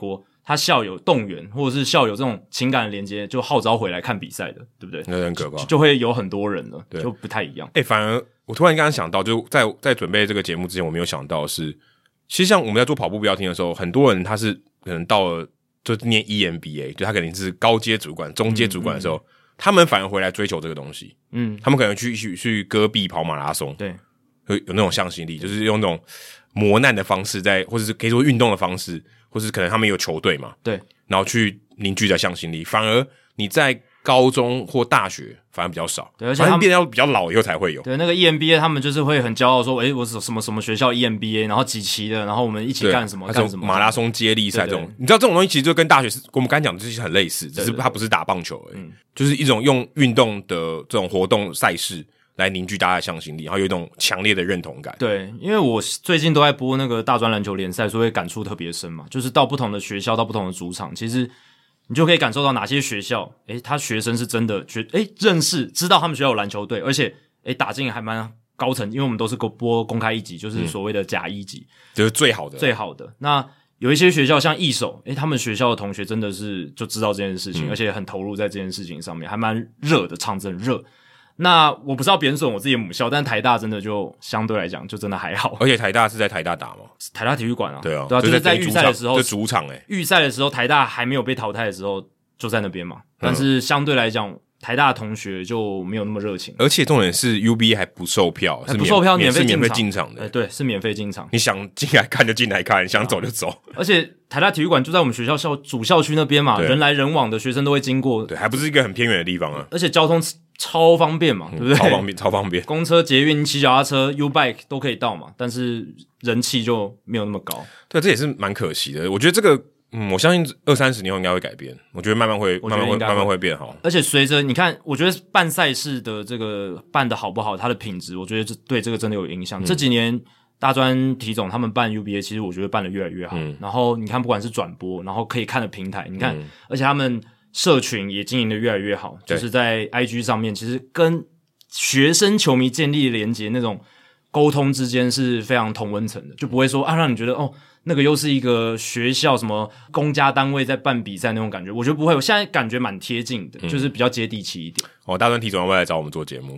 他校友动员，或者是校友这种情感的连接，就号召回来看比赛的，对不对？ 那很可怕， 就, 就会有很多人了，就不太一样。 哎、欸，反而我突然刚刚想到，就在在准备这个节目之前，我没有想到的是，其实像我们在做跑步标听的时候，很多人他是可能到了就念 E M B A， 就他肯定是高阶主管、中阶主管的时候，嗯嗯，他们反而回来追求这个东西。嗯，他们可能去去去戈壁跑马拉松， 对， 有有那种向心力，就是用那种磨难的方式在，或者是可以说运动的方式，或是可能他们有球队嘛， 对， 然后去凝聚的向心力。反而你在高中或大学反而比较少， 对，而且他们变得要比较老以后才会有。 对，那个 E M B A 他们就是会很骄傲说，诶，我是什么什么学校 E M B A， 然后几期的，然后我们一起干什么干什么， 马拉松接力赛这种，你知道这种东西其实就跟大学跟我们刚才讲的这些很类似，只是它不是打棒球而已，嗯，就是一种用运动的这种活动赛事来凝聚大家的向心力，然后有一种强烈的认同感。 对，因为我最近都在播那个大专篮球联赛，所以感触特别深嘛，就是到不同的学校，到不同的主场，其实你就可以感受到哪些学校，诶，他学生是真的觉诶认识，知道他们学校有篮球队，而且诶打进还蛮高层，因为我们都是播公开一级，就是所谓的甲一级， 嗯，就是最好的， 最好的。那有一些学校像一手，诶，他们学校的同学真的是就知道这件事情，嗯，而且很投入在这件事情上面，还蛮热的，场子很热。那我不知道贬损我自己的母校，但台大真的就相对来讲就真的还好， 而且台大是在台大打嘛， 台大体育馆啊， 对啊， 对啊，就是在预赛的时候， 就主场诶，欸， 预赛的时候台大还没有被淘汰的时候就在那边嘛，但是相对来讲，台大的同学就没有那么热情， 而且重点是 U B A 还不售票，是不售票， 免费免费进场的， 欸，对，是免费进场， 你想进来看就进来看，想走就走， 啊，而且台大体育馆就在我们学校校主校区那边嘛，人来人往的，学生都会经过， 对，还不是一个很偏远的地方啊， 而且交通超方便嘛，嗯，对不对？ 超方便，超方便， 公车、捷运、骑脚踏车、U-Bike 都可以到嘛，但是人气就没有那么高。 对，这也是蛮可惜的。我觉得这个，嗯，我相信二三十年后应该会改变。我觉得慢慢会，慢慢会，慢慢会变好。 而且随着你看，我觉得办赛事的这个办的好不好，它的品质，我觉得这对这个真的有影响。嗯，这几年大专体总他们办 U B A， 其实我觉得办的越来越好。嗯，然后你看，不管是转播，然后可以看的平台，你看，嗯，而且他们社群也经营的越来越好，就是在 I G 上面，其实跟学生球迷建立连结那种沟通之间是非常同温层的，就不会说啊让你觉得哦那个又是一个学校什么公家单位在办比赛那种感觉，我觉得不会，我现在感觉蛮贴近的，嗯，就是比较接地气一点。 哦，大专体总要不要来找我们做节目，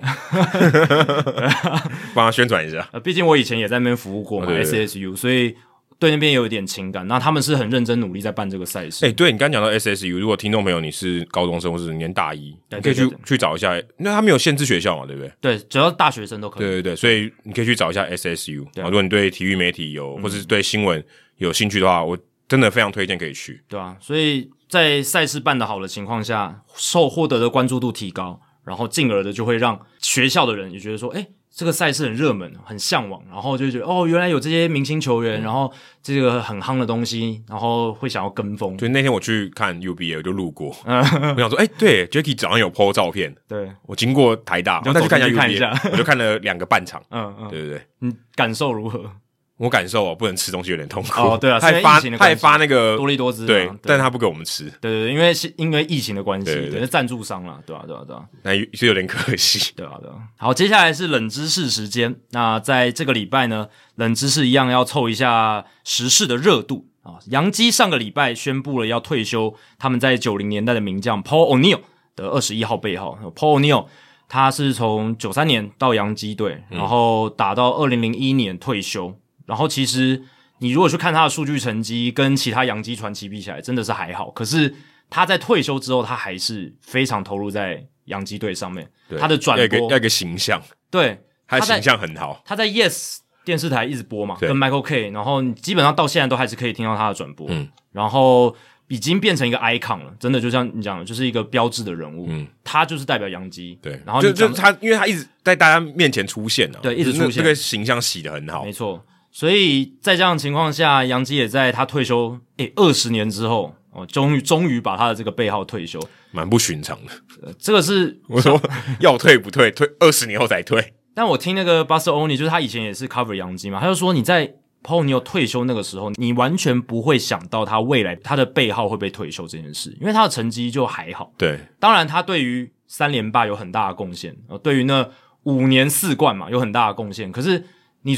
帮他宣传一下？ 呃，毕竟我以前也在那边服务过嘛，哦，对对对 S S U， 所以对那边也有一点情感，那他们是很认真努力在办这个赛事。 诶，欸，对，你刚讲到 S S U， 如果听众朋友你是高中生或是念大一，你可以去去找一下，那他没有限制学校嘛，对不对？ 对，只要大学生都可以。 对对对，所以你可以去找一下 S S U， 然后如果你对体育媒体有，嗯，或是对新闻有兴趣的话，我真的非常推荐可以去。 对啊，所以在赛事办得好的情况下，受获得的关注度提高，然后进而的就会让学校的人也觉得说，诶，这个赛事很热门，很向往，然后就觉得哦，原来有这些明星球员，嗯，然后这个很夯的东西，然后会想要跟风。 所以那天我去看 U B A， 我就路过，我想说，诶，对 ，Jacky 早上有 po 照片， 对， 我经过台大，我再去看一下 U B A， 看一下我就看了两个半场， 嗯嗯， 对对对， 你感受如何？ 我感受哦，不能吃东西有点痛苦。 哦，对啊， 他还发他还发那个多利多汁， 对，但是他不给我们吃。 对对对，因为因为疫情的关系， 对对对， 是赞助商啦，对啊对啊对啊， 那是有点可惜。 对啊对啊。好，接下来是冷知识时间。那在这个礼拜呢，冷知识一样要凑一下时事的热度啊。洋基上个礼拜宣布了要退休，他们在九零年代的名将 Paul O'Neill 的二十一号背号 ，Paul O'Neill。他是从九三年到洋基队，然后打到二零零一年退休。然后其实你如果去看他的数据成绩，跟其他洋基传奇比起来，真的是还好。可是他在退休之后，他还是非常投入在洋基队上面。他的转播要一个要一个形象， 对， 他的形象很好。 他在 Yes 电视台一直播嘛，跟 Michael Kay， 然后基本上到现在都还是可以听到他的转播。嗯，然后已经变成一个 icon 了，真的就像你讲的，就是一个标志的人物。嗯，他就是代表洋基。 对， 然后就就他，因为他一直在大家面前出现啊， 对，一直出现， 这个形象洗得很好。 没错。所以在这样的情况下，洋基也在他退休诶二十年之后，哦，终于终于把他的这个背号退休， 蛮不寻常的。 呃、这个是我说要退不退，退二十年后才退。 但我听那个 Buster Olney， 就是他以前也是 cover 洋基嘛，他就说你在 Paul O'Neill 退休那个时候，你完全不会想到他未来他的背号会被退休这件事，因为他的成绩就还好。 对， 当然他对于三连霸有很大的贡献，呃，对于那五年四冠嘛有很大的贡献。可是你说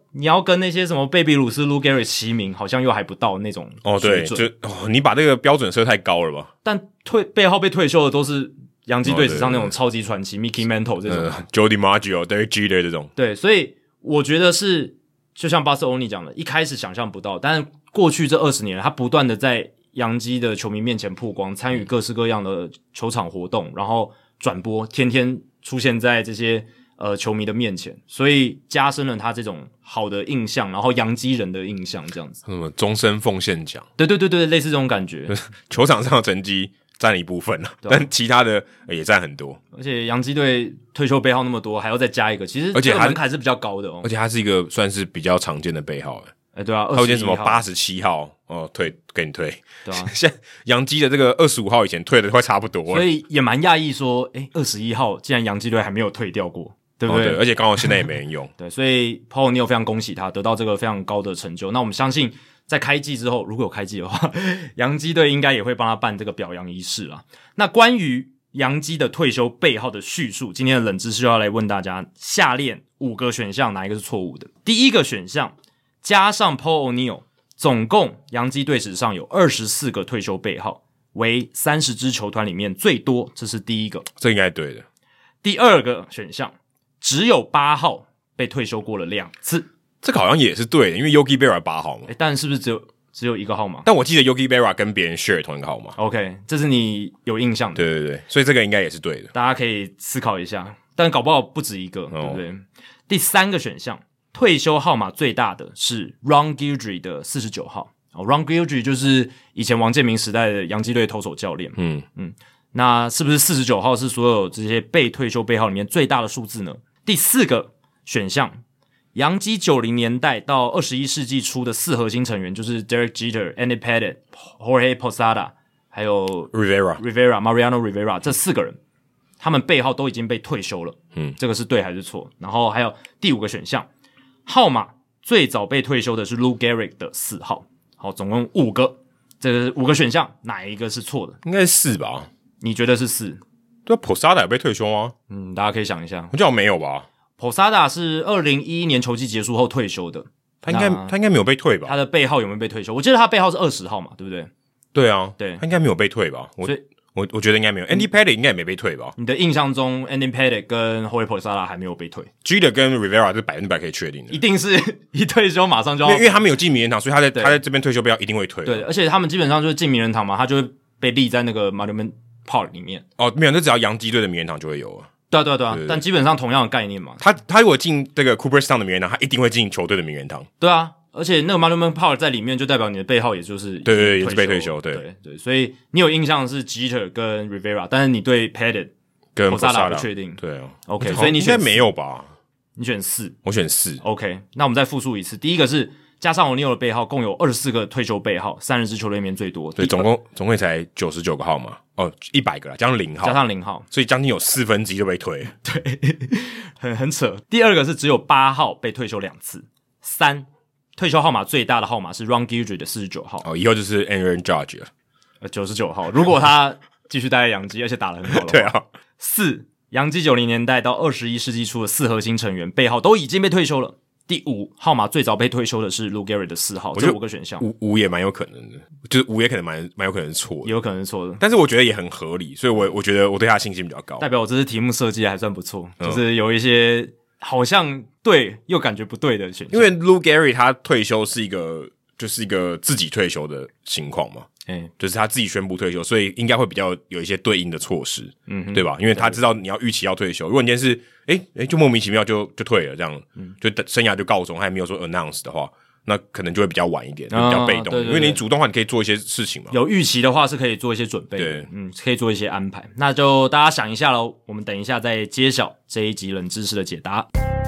你要跟那些什么贝比鲁斯、Lou Gehrig 齐名，好像又还不到那种水准。 哦，对，就哦，你把这个标准设太高了吧？ 但退背号被退休的都是洋基队史上那种超级传奇、哦、Mickey Mantle 这种、呃、 ，Joe DiMaggio、Derek Jeter 这种。 对，所以我觉得是就像巴斯欧尼讲的，一开始想象不到，但是过去这二十年，他不断的在洋基的球迷面前曝光，参与各式各样的球场活动，然后转播，天天出现在这些。呃，球迷的面前，所以加深了他这种好的印象，然后洋基人的印象，这样子。 什么终身奉献奖？ 对对对对，类似这种感觉。 球场上的成绩占了一部分了，但其他的也占很多。 而且洋基队退休背号那么多，还要再加一个，其实而且门槛是比较高的哦。 而且它是一个算是比较常见的背号， 哎，对啊， 还有件什么八十七号哦，退给你退， 对啊。 现在洋基的这个二十五号以前退的快差不多了， 所以也蛮讶异说，哎，二十一号竟然洋基队还没有退掉过。对不对？ 哦、对，而且刚好现在也没人用。 对，所以 Paul O'Neill 非常恭喜他得到这个非常高的成就。那我们相信，在开季之后，如果有开季的话，洋基队应该也会帮他办这个表扬仪式啦。那关于洋基的退休背号的叙述，今天的冷知识就要来问大家：下列五个选项哪一个是错误的？第一个选项加上 Paul O'Neill， 总共洋基队史上有二十四个退休背号，为三十支球团里面最多，这是第一个。 这应该对的。 第二个选项。只有八号被退休过了两次， 这个好像也是对的，因为 Yogi Berra 八号嘛。 诶，但是不是只有只有一个号码？ 但我记得 Yogi Berra 跟别人 share 同一个号码。 OK， 这是你有印象的。 对对对，所以这个应该也是对的。 大家可以思考一下，但搞不好不止一个，哦、对不对？第三个选项，退休号码最大的是 Ron Guidry 的四十九号。哦 Ron Guidry 就是以前王建民时代的洋基队投手教练。嗯嗯，那是不是四十九号是所有这些被退休背号里面最大的数字呢？第四个选项，洋基九零年代到二十一世纪初的四核心成员就是 Derek Jeter、Andy Pettitte、Jorge Posada， 还有 Rivera、Rivera、Mariano Rivera 这四个人，他们背号都已经被退休了。嗯，这个是对还是错？然后还有第五个选项，号码最早被退休的是 Lou Gehrig 的四号。好，总共五个，这个五个选项哪一个是错的？ 应该是四吧？ 你觉得是四？ 对 ，Posada 有被退休吗？ 嗯，大家可以想一下， 我觉得没有吧。 Posada 是二零一一年球季结束后退休的， 他应该他应该没有被退吧？ 他的背号有没有被退休？我记得他背号是二十号嘛，对不对？ 对啊， 对， 他应该没有被退吧？我所以我我觉得应该没有。Andy Pettitte 应该也没被退吧？ 你的印象中 ，Andy Pettitte 跟 Jorge Posada 还没有被退 ，Jeter 跟 Rivera 是百分之百可以确定的， 一定是一退休马上就要， 因为他没有进名人堂，所以他在他在这边退休背号一定会退。 对，而且他们基本上就是进名人堂嘛，他就会被立在那个 Monument Park 里面。 哦，没有，那只要洋基队的名人堂就会有了。 对啊，对啊，对啊，但基本上同样的概念嘛。 他他如果进这个 Cooperstown 的名人堂，他一定会进球队的名人堂。 对啊，而且那个 Monument Park 在里面，就代表你的背号也就是对对对，也是被退休。对对对，所以你有印象是 Jeter 跟 Rivera， 但是你对 Pettitte 跟 Posada 不确定。 对啊 ，OK， 所以你选应该没有吧？ 你选四， 我选四。 OK， 那我们再复述一次，第一个是。加上O'Neill的背号，共有二十四个退休背号，三十支球队里面最多。 对，总共总共才九十九个号码哦，一百个啦，加上零号， 加上零号， 所以将近有四分之一就被退了。 对，很很扯。第二个是只有八号被退休两次。三，退休号码最大的号码是 Ron Guidry 的四十九号。 哦，以后就是 Aaron Judge 了。 呃，九十九号，如果他继续待在洋基，而且打得很好的话。 对啊。 四，洋基九零年代到二十一世纪初的四核心成员背号都已经被退休了。第五号码最早被退休的是 Lou Gehrig 的四号，这五个选项， 五五也蛮有可能的，就是五也可能蛮蛮有可能是错的， 也有可能是错的， 但是我觉得也很合理，所以我我觉得我对他信心比较高， 代表我这次题目设计还算不错，嗯、就是有一些好像对又感觉不对的选项， 因为 Lou Gehrig 他退休是一个就是一个自己退休的情况嘛。 欸、 就是他自己宣布退休，所以应该会比较有一些对应的措施，嗯，对吧？因为他知道你要预期要退休，如果你今天是诶诶、欸、就莫名其妙就就退了，这样，嗯，就生涯就告终，他还没有说 announce 的话，那可能就会比较晚一点，就比较被动， 啊、对对对， 因为你主动的话，你可以做一些事情嘛。 有预期的话是可以做一些准备， 对， 嗯，可以做一些安排。那就大家想一下咯，我们等一下再揭晓这一集冷知识的解答。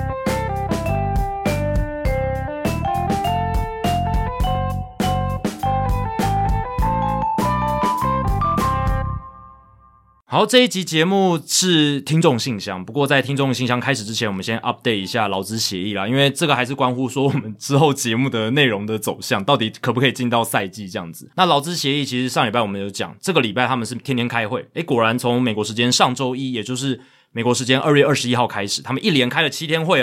好，这一集节目是听众信箱，不过在听众信箱开始之前，我们先 update 一下劳资协议啦，因为这个还是关乎说我们之后节目的内容的走向，到底可不可以进到赛季这样子。那劳资协议其实上礼拜我们有讲，这个礼拜他们是天天开会，诶，果然从美国时间上周一，也就是美国时间二月二十一号开始，他们一连开了七天会哦。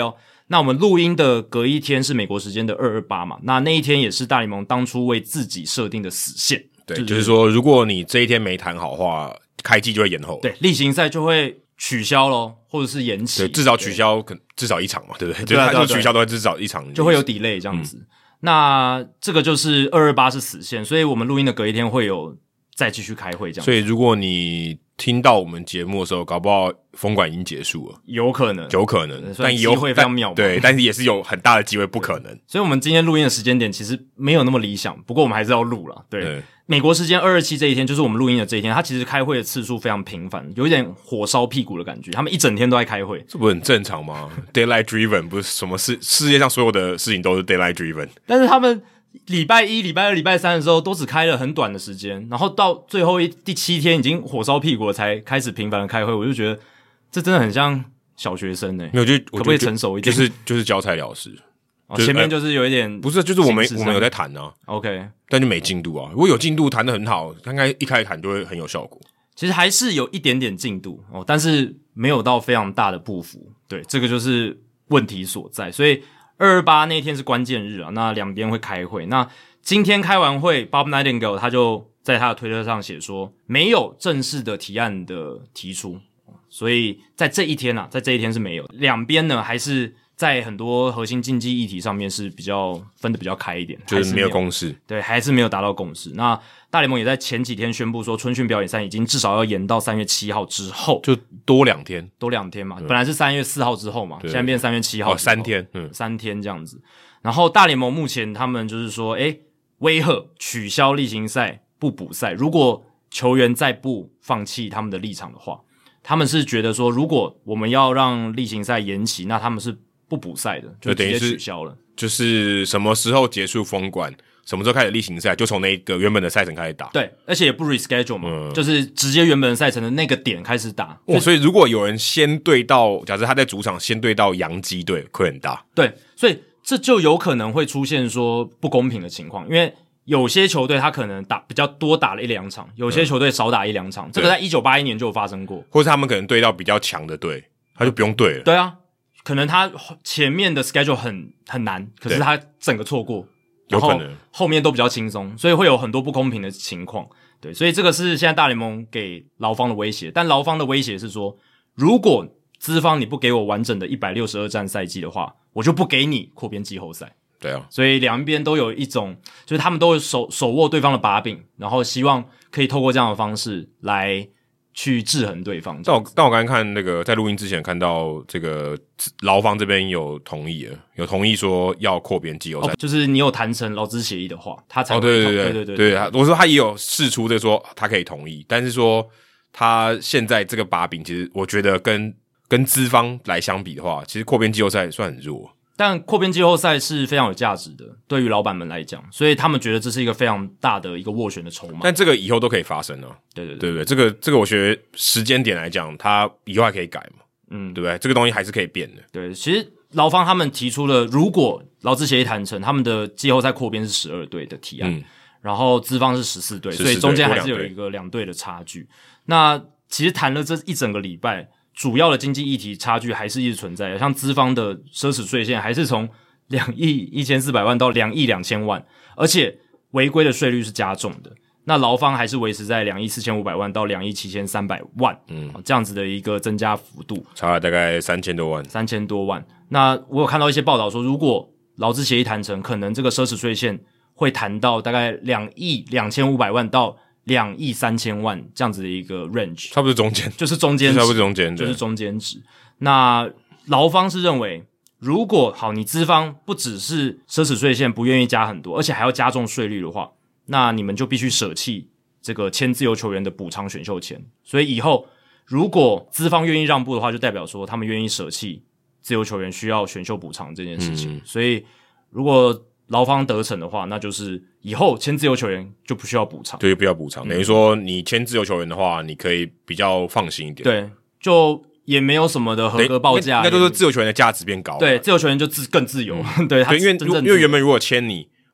那我们录音的隔一天是美国时间的二二八嘛，那那一天也是大联盟当初为自己设定的死线。 对， 就是、 就是说如果你这一天没谈好的话，开季就会延后。 对，例行赛就会取消咯，或者是延期。 对，至少取消可至少一场嘛，对不对？ 对啊， 就是他说取消都会至少一场， 就会有 delay 这样子。嗯、那这个就是二二八是死线，所以我们录音的隔一天会有再继续开会这样子。 所以如果你听到我们节目的时候，搞不好封馆已经结束了， 有可能， 有可能，但机会非常渺茫， 对，但是也是有很大的机会不可能。 所以，我们今天录音的时间点其实没有那么理想，不过我们还是要录了。对，对美国时间二二七这一天，就是我们录音的这一天，他其实开会的次数非常频繁，有一点火烧屁股的感觉。他们一整天都在开会， 这不很正常吗？Daylight driven 不是什么事，世界上所有的事情都是 Daylight driven， 但是他们礼拜一、礼拜二、礼拜三的时候都只开了很短的时间，然后到最后一第七天已经火烧屁股了，才开始频繁的开会。我就觉得这真的很像小学生诶、欸， 没有就可不可以成熟一点？ 就是就是交差了事、 哦就是，前面就是有一点、呃、 不是，就是我们我们有在谈啊 ，OK， 但就没进度啊。如果有进度谈得很好，应该一开始谈就会很有效果。 其实还是有一点点进度哦，但是没有到非常大的步幅。对，这个就是问题所在，所以。二二八那天是关键日啊，那两边会开会。那今天开完会 ，Bob Nightingale 他就在他的推特上写说，没有正式的提案的提出，所以在这一天啊，在这一天是没有。两边呢还是在很多核心竞技议题上面是比较分得比较开一点， 就是没有共识， 对，还是没有达到共识。那大联盟也在前几天宣布说，春训表演赛已经至少要延到三月七号之后， 就多两天， 多两天嘛。本来是三月四号之后嘛，现在变三月七号， 哦，三天，嗯， 三天这样子。然后大联盟目前他们就是说，诶，威吓取消例行赛不补赛，如果球员再不放弃他们的立场的话，他们是觉得说，如果我们要让例行赛延期，那他们是不补赛的，就直接取消了。 就是什么时候结束封馆，什么时候开始例行赛，就从那个原本的赛程开始打。 对，而且也不 reschedule 嘛、嗯，就是直接原本的赛程的那个点开始打。 哦，所以如果有人先对到，假设他在主场先对到洋基队，亏很大。 对，所以这就有可能会出现说不公平的情况，因为有些球队他可能打比较多打了一两场，有些球队少打一两场、嗯，这个在一九八一年就有发生过， 或是他们可能对到比较强的队，他就不用对了。 对啊。可能他前面的 schedule 很很难，可是他整个错过，然后后面都比较轻松，所以会有很多不公平的情况。对，所以这个是现在大联盟给劳方的威胁，但劳方的威胁是说，如果资方你不给我完整的一百六十二战赛季的话，我就不给你扩编季后赛。 对啊， 所以两边都有一种，就是他们都手手握对方的把柄，然后希望可以透过这样的方式来去制衡对方。 但我但我刚才看那个在录音之前看到这个劳方这边有同意了，有同意说要扩编季后赛、 哦，就是你有谈成劳资协议的话，他才会哦对对对对对对对对，我说他也有释出这个说他可以同意，但是说他现在这个把柄，其实我觉得跟跟资方来相比的话，其实扩编季后赛算很弱。 但扩编季后赛是非常有价值的，对于老板们来讲，所以他们觉得这是一个非常大的一个斡旋的筹码。 但这个以后都可以发生啊， 对对对对对，这个这个我觉得时间点来讲，它以后还可以改嘛，嗯，对不对？这个东西还是可以变的。 对，其实劳方他们提出了，如果劳资协议谈成，他们的季后赛扩编是十二队的提案，嗯、然后资方是十四队，所以中间还是有一个两队的差距。那其实谈了这一整个礼拜。主要的经济议题差距还是一直存在的，像资方的奢侈税线还是从两亿一千四百万到两亿两千万，而且违规的税率是加重的。那劳方还是维持在两亿四千五百万到两亿七千三百万，嗯，这样子的一个增加幅度， 差了大概三千多万， 三千多万。那我有看到一些报道说，如果劳资协议谈成，可能这个奢侈税线会谈到大概两亿两千五百万到两亿三千万这样子的一个 range， 差不多中间， 就是中间值， 差不多中间， 就是中间值。那劳方是认为，如果好，你资方不只是奢侈税线不愿意加很多，而且还要加重税率的话，那你们就必须舍弃这个签自由球员的补偿选秀权。所以以后如果资方愿意让步的话，就代表说他们愿意舍弃自由球员需要选秀补偿这件事情。嗯、所以如果劳方得逞的话，那就是以后签自由球员就不需要补偿， 对，不要补偿、嗯。等于说你签自由球员的话，你可以比较放心一点。 对，就也没有什么的合格报价， 应该都是自由球员的价值变高了。 对，自由球员就自更自由。嗯、对，他对，因为因为原本如果签你，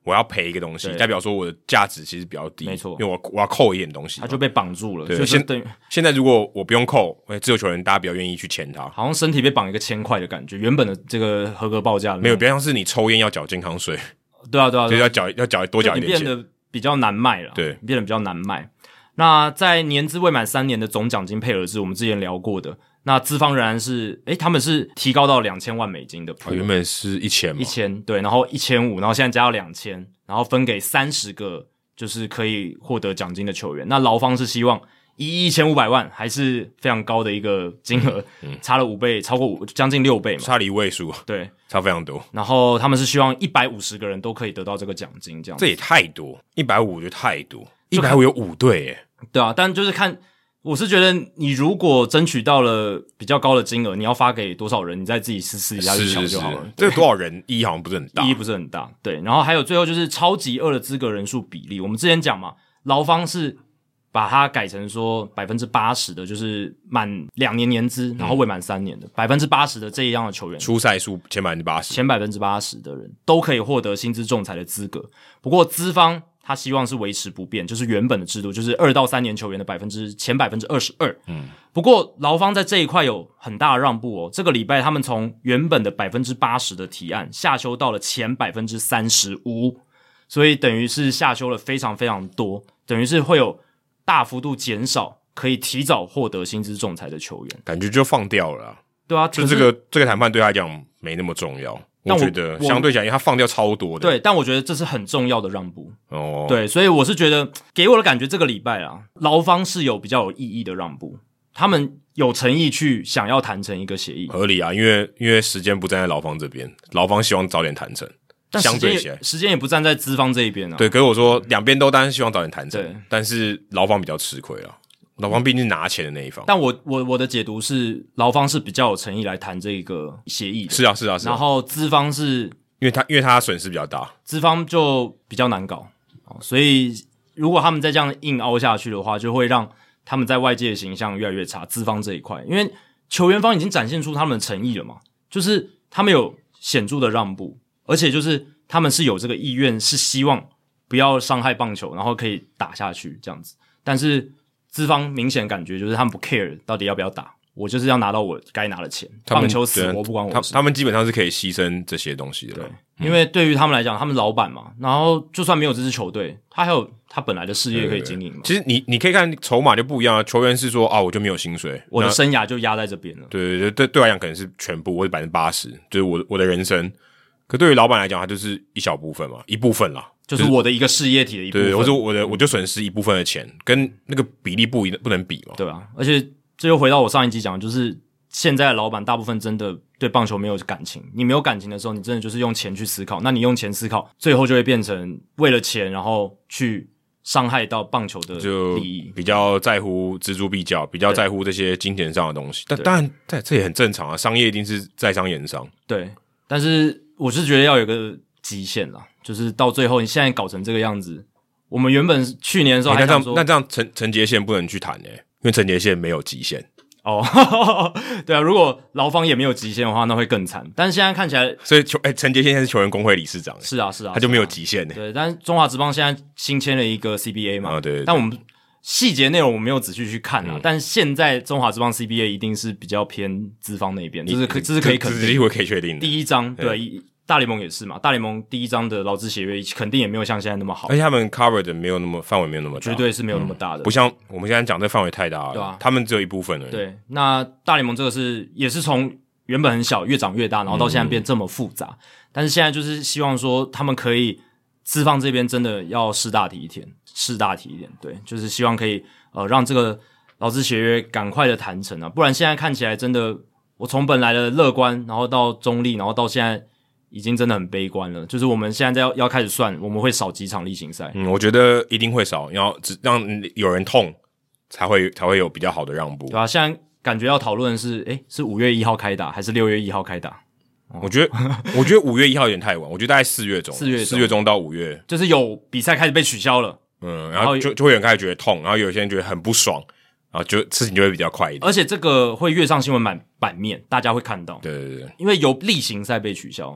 我要赔一个东西，代表说我的价值其实比较低， 没错， 因为我我要扣一点东西， 他就被绑住了。 对， 就是等于现在如果我不用扣，自由球员大家比较愿意去签他， 好像身体被绑一个千块的感觉。原本的这个合格报价没有，比较像是你抽烟要缴健康税， 对啊对啊， 所以要缴要缴多缴一点钱， 变得比较难卖了， 对， 变得比较难卖。那在年资未满三年的总奖金配额制，我们之前聊过的。那资方仍然是，诶，他们是提高到两千万美金的哦，原本是一千嘛， 一千对，然后一千五，然后现在加到两千，然后分给三十个就是可以获得奖金的球员。那劳方是希望一亿一千五百万，还是非常高的一个金额，嗯、差了五倍，超过五将近六倍嘛， 差了一位数， 对， 差非常多。 然后他们是希望一百五十个人都可以得到这个奖金，这样子这也太多，一百五我觉得太多，一百五有五队耶， 对啊，但就是看。我是觉得，你如果争取到了比较高的金额，你要发给多少人，你再自己私私底下去瞧就好了。 是是是这个多少人意义好像不是很大， 意义不是很大。对，然后还有最后就是超级二的资格人数比例，我们之前讲嘛，劳方是把它改成说百分之八十的，就是满两年年资，然后未满三年的百分之八十的这一样的球员， 出赛数前百分之八十， 前百分之八十的人都可以获得薪资仲裁的资格。不过资方他希望是维持不变，就是原本的制度，就是二到三年球员的百分之前百分之二十二。嗯，不过劳方在这一块有很大的让步哦。这个礼拜他们从原本的百分之八十的提案下修到了前百分之三十五，所以等于是下修了非常非常多，等于是会有大幅度减少可以提早获得薪资仲裁的球员， 感觉就放掉了啦。 对啊， 就这个这个谈判对他来讲没那么重要。我, 我觉得相对讲，因为他放掉超多的。 对，但我觉得这是很重要的让步。 哦， 对，所以我是觉得，给我的感觉，这个礼拜啊，劳方是有比较有意义的让步，他们有诚意去想要谈成一个协议， 合理啊，因为因为时间不站在劳方这边，劳方希望早点谈成， 但相对起来， 时间也不站在资方这一边啊。 对，可是我说两边都当然希望早点谈成， 对， 但是劳方比较吃亏啊。劳方毕竟是拿钱的那一方， 但我我我的解读是，劳方是比较有诚意来谈这个协议的， 是啊是啊是啊。 然后资方是因为他因为他损失比较大， 资方就比较难搞，所以如果他们再这样硬凹下去的话，就会让他们在外界的形象越来越差。资方这一块，因为球员方已经展现出他们的诚意了嘛，就是他们有显著的让步，而且就是他们是有这个意愿，是希望不要伤害棒球，然后可以打下去这样子，但是。资方明显感觉就是他们不 care 到底要不要打，我就是要拿到我该拿的钱，棒球死活不关我事。 他们基本上是可以牺牲这些东西的， 对，因为对于他们来讲，他们老板嘛，然后就算没有这支球队，他还有他本来的事业可以经营嘛。 其实你你可以看筹码就不一样啊，球员是说啊，我就没有薪水， 我的生涯就压在这边了。 对对对，对对我来讲可能是全部，或者百分之八十，就是我我的人生。可对于老板来讲，他就是一小部分嘛，一部分啦。 就是我的一个事业体的一部分， 对，或者我的我就损失一部分的钱，跟那个比例不一不能比嘛。 对啊，而且这又回到我上一集讲，就是现在的老板大部分真的对棒球没有感情，你没有感情的时候，你真的就是用钱去思考，那你用钱思考，最后就会变成为了钱，然后去伤害到棒球的利益， 比较在乎锱铢必较，比较在乎这些金钱上的东西。但当然，这这也很正常啊，商业一定是在商言商。 对，但是我是觉得要有个极限啦。就是到最后，你现在搞成这个样子，我们原本去年的时候还想说， 欸、那这样那这样陈陈杰宪不能去谈诶、欸，因为陈杰宪没有极限。 哦，对啊，如果劳方也没有极限的话，那会更惨。但是现在看起来， 所以球诶，陈杰宪现在是球员工会理事长、欸， 是啊是啊， 他就没有极限、欸。 对，但是中华职棒现在新签了一个 C B A 嘛， 啊对, 对, 对， 但我们细节内容我没有仔细去看啊、嗯。但是现在中华职棒 C B A 一定是比较偏资方那边，这是可这是可以肯定， 这是可以确定的。 第一章对。对大联盟也是嘛，大联盟第一章的劳资协约肯定也没有像现在那么好， 而且他们 cover 的没有那么范围没有那么大， 绝对是没有那么大的，嗯、 不像我们现在讲这范围太大了， 对啊， 他们只有一部分而已。 对，那大联盟这个是也是从原本很小越长越大，然后到现在变这么复杂，嗯、但是现在就是希望说他们可以资方这边真的要识大体一点，识大体一点，对，就是希望可以呃让这个劳资协约赶快的谈成啊，不然现在看起来真的，我从本来的乐观，然后到中立，然后到现在。已经真的很悲观了，就是我们现在要要开始算，我们会少几场例行赛。 嗯，我觉得一定会少，要只让有人痛，才会才会有比较好的让步。 对啊，现在感觉要讨论的是，诶，是五月一号开打还是六月一号开打？ 哦、我觉得，我觉得五月一号有点太晚，我觉得大概四月中， 四月四月中到五月， 就是有比赛开始被取消了， 嗯，然后就就会有人开始觉得痛，然后有些人觉得很不爽。然后就事情就会比较快一点， 而且这个会跃上新闻版版面，大家会看到。 对对对， 因为有例行赛被取消。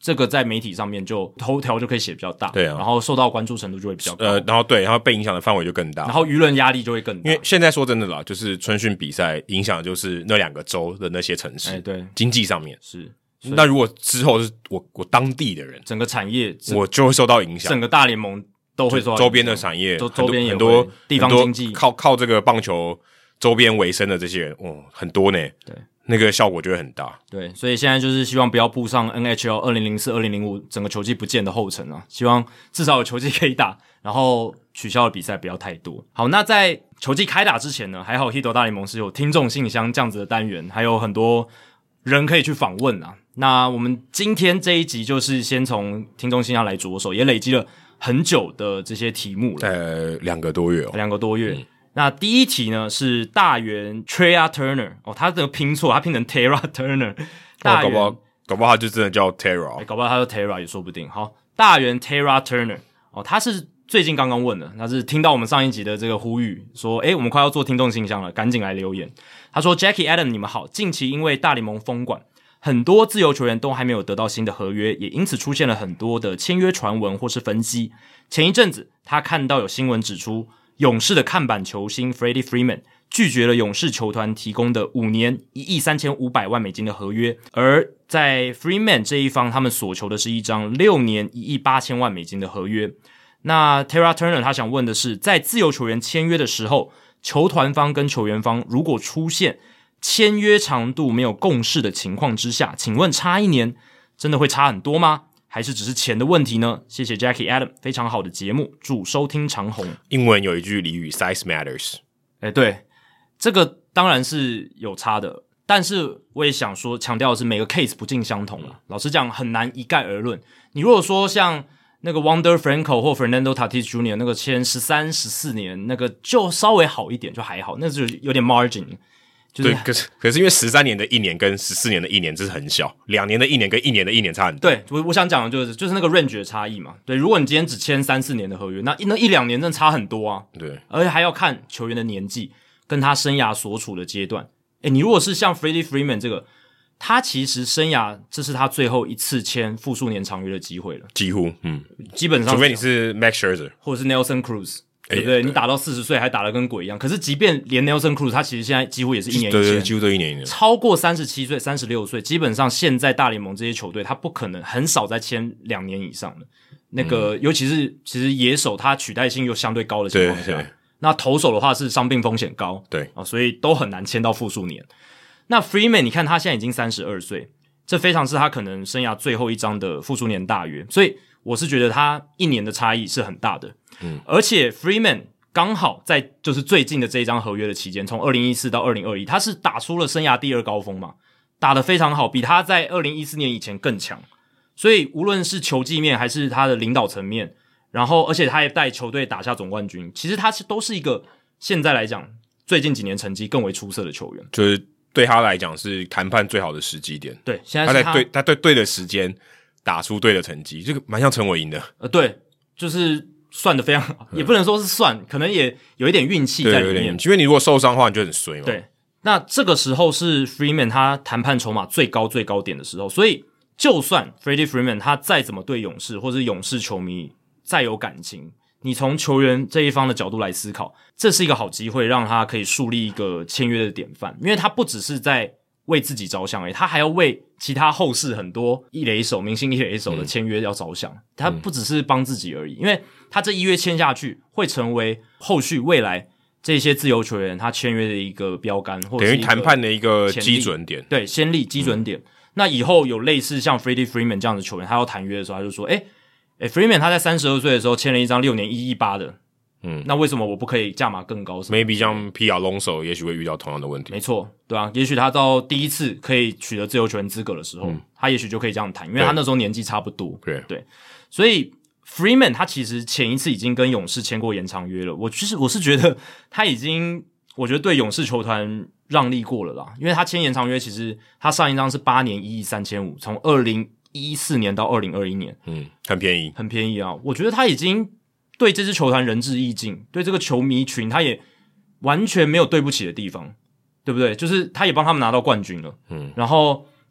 这个在媒体上面就头条就可以写比较大， 对啊， 然后受到关注程度就会比较高， 呃，然后对，然后被影响的范围就更大， 然后舆论压力就会更大。 因为现在说真的啦，就是春训比赛影响的就是那两个州的那些城市， 哎，对， 经济上面是。 那如果之后是我我当地的人， 整个产业我就会受到影响， 整个大联盟都会受到周边的产业， 周周边也很多地方经济靠靠这个棒球周边为生的这些人，哦，很多呢。 对， 那个效果就会很大。 对，所以现在就是希望不要步上 N H L 二零零四 二零零五整个球季不见的后尘啊，希望至少有球季可以打，然后取消的比赛不要太多。好，那在球季开打之前呢，还好 Hito 大联盟是有听众信箱这样子的单元，还有很多人可以去访问啊。那我们今天这一集就是先从听众信箱来着手，也累积了很久的这些题目了， 呃，两个多月哦， 两个多月。嗯，那第一题呢是大原 Trea Turner 哦，他这个拼错，他拼成 Tera Turner， 大原、 哦、搞不好搞不好他就真的叫 Tera，、 欸、搞不好他叫 Tera 也说不定。好，大原 Tera Turner 哦，他是最近刚刚问的，他是听到我们上一集的这个呼吁，说诶我们快要做听众信箱了，赶紧来留言。他说 Jackie Adam 你们好，近期因为大联盟封管，很多自由球员都还没有得到新的合约，也因此出现了很多的签约传闻或是分析。前一阵子他看到有新闻指出，勇士的看板球星 Freddie Freeman 拒绝了勇士球团提供的五年一亿三千五百万美金的合约，而在 Freeman 这一方，他们所求的是一张六年一亿八千万美金的合约。那 Tera Turner 他想问的是，在自由球员签约的时候，球团方跟球员方如果出现签约长度没有共识的情况之下，请问差一年真的会差很多吗？还是只是钱的问题呢？谢谢 Jackie Adam， 非常好的节目，祝收听长虹。 英文有一句俚语 Size matters， 诶对，这个当然是有差的，但是我也想说强调的是每个 case 不尽相同啦，老实讲很难一概而论。你如果说像那个 Wander Franco 或 Fernando Tatis Junior 那个签十三、十四年，那个就稍微好一点，就还好，那就有点 margin。就是、 对，可是可是因为十三年的一年跟十四年的一年这是很小，两年的一年跟一年的一年差很多。 对，我我想讲的就是就是那个 range 的差异嘛。对，如果你今天只签三四年的合约，那那一两年真的差很多啊。 对， 而且还要看球员的年纪跟他生涯所处的阶段。诶，你如果是像 Freddie Freeman 这个，他其实生涯这是他最后一次签复数年长约的机会了， 几乎，嗯， 基本上除非你是 Max Scherzer 或者是 Nelson Cruz。对不对？你打到四十岁还打得跟鬼一样。可是即便连 Nelson Cruz 他其实现在几乎也是一年一签， 对对，几乎都一年一年。 超过三十七岁、三十六岁，基本上现在大联盟这些球队他不可能很少再签两年以上的。那个、嗯、尤其是其实野手他取代性又相对高的情况下，那投手的话是伤病风险高， 对啊，所以都很难签到复数年。那 Freeman 你看他现在已经三十二岁，这非常是他可能生涯最后一张的复数年大约，所以我是觉得他一年的差异是很大的。嗯，而且 Freeman 刚好在就是最近的这一张合约的期间，从二零一四到二零二一，他是打出了生涯第二高峰嘛，打得非常好，比他在二零一四年以前更强。所以无论是球技面还是他的领导层面，然后而且他也带球队打下总冠军，其实他是都是一个现在来讲最近几年成绩更为出色的球员， 就是对他来讲是谈判最好的时机点。 对，现在是他他在对他对对的时间打出对的成绩，这个蛮像陈伟霆的。 呃，对，就是算得非常好，也不能说是算，可能也有一点运气在里面。 因为你如果受伤的话，你就很衰嘛。 对，那这个时候是 Freeman 他谈判筹码最高最高点的时候，所以就算 Freddie Freeman 他再怎么对勇士或是勇士球迷再有感情，你从球员这一方的角度来思考，这是一个好机会，让他可以树立一个签约的典范，因为他不只是在为自己着想而已，他还要为其他后世很多一垒手、明星一垒手的签约要着想，嗯、他不只是帮自己而已，因为他这一约签下去，会成为后续未来这些自由球员他签约的一个标杆，或者等于谈判的一个基准点， 对，先例基准点。嗯、那以后有类似像 Freddie Freeman 这样的球员，他要谈约的时候，他就说：“诶诶 Freeman 他在三十二岁的时候签了一张六年一亿八的。”嗯，那为什么我不可以价码更高 ？Maybe 像 P. Alonso 也许会遇到同样的问题。 没错，对啊，也许他到第一次可以取得自由球员资格的时候，嗯、他也许就可以这样谈，因为他那时候年纪差不多。 对对，所以 Freeman 他其实前一次已经跟勇士签过延长约了。我其实我是觉得他已经，我觉得对勇士球团让利过了啦，因为他签延长约，其实他上一张是八年一亿三千五，从二零一四年到二零二一年， 嗯，很便宜， 很便宜啊！我觉得他已经对这支球团仁至义尽，对这个球迷群他也完全没有对不起的地方，对不对？就是他也帮他们拿到冠军了，嗯，然后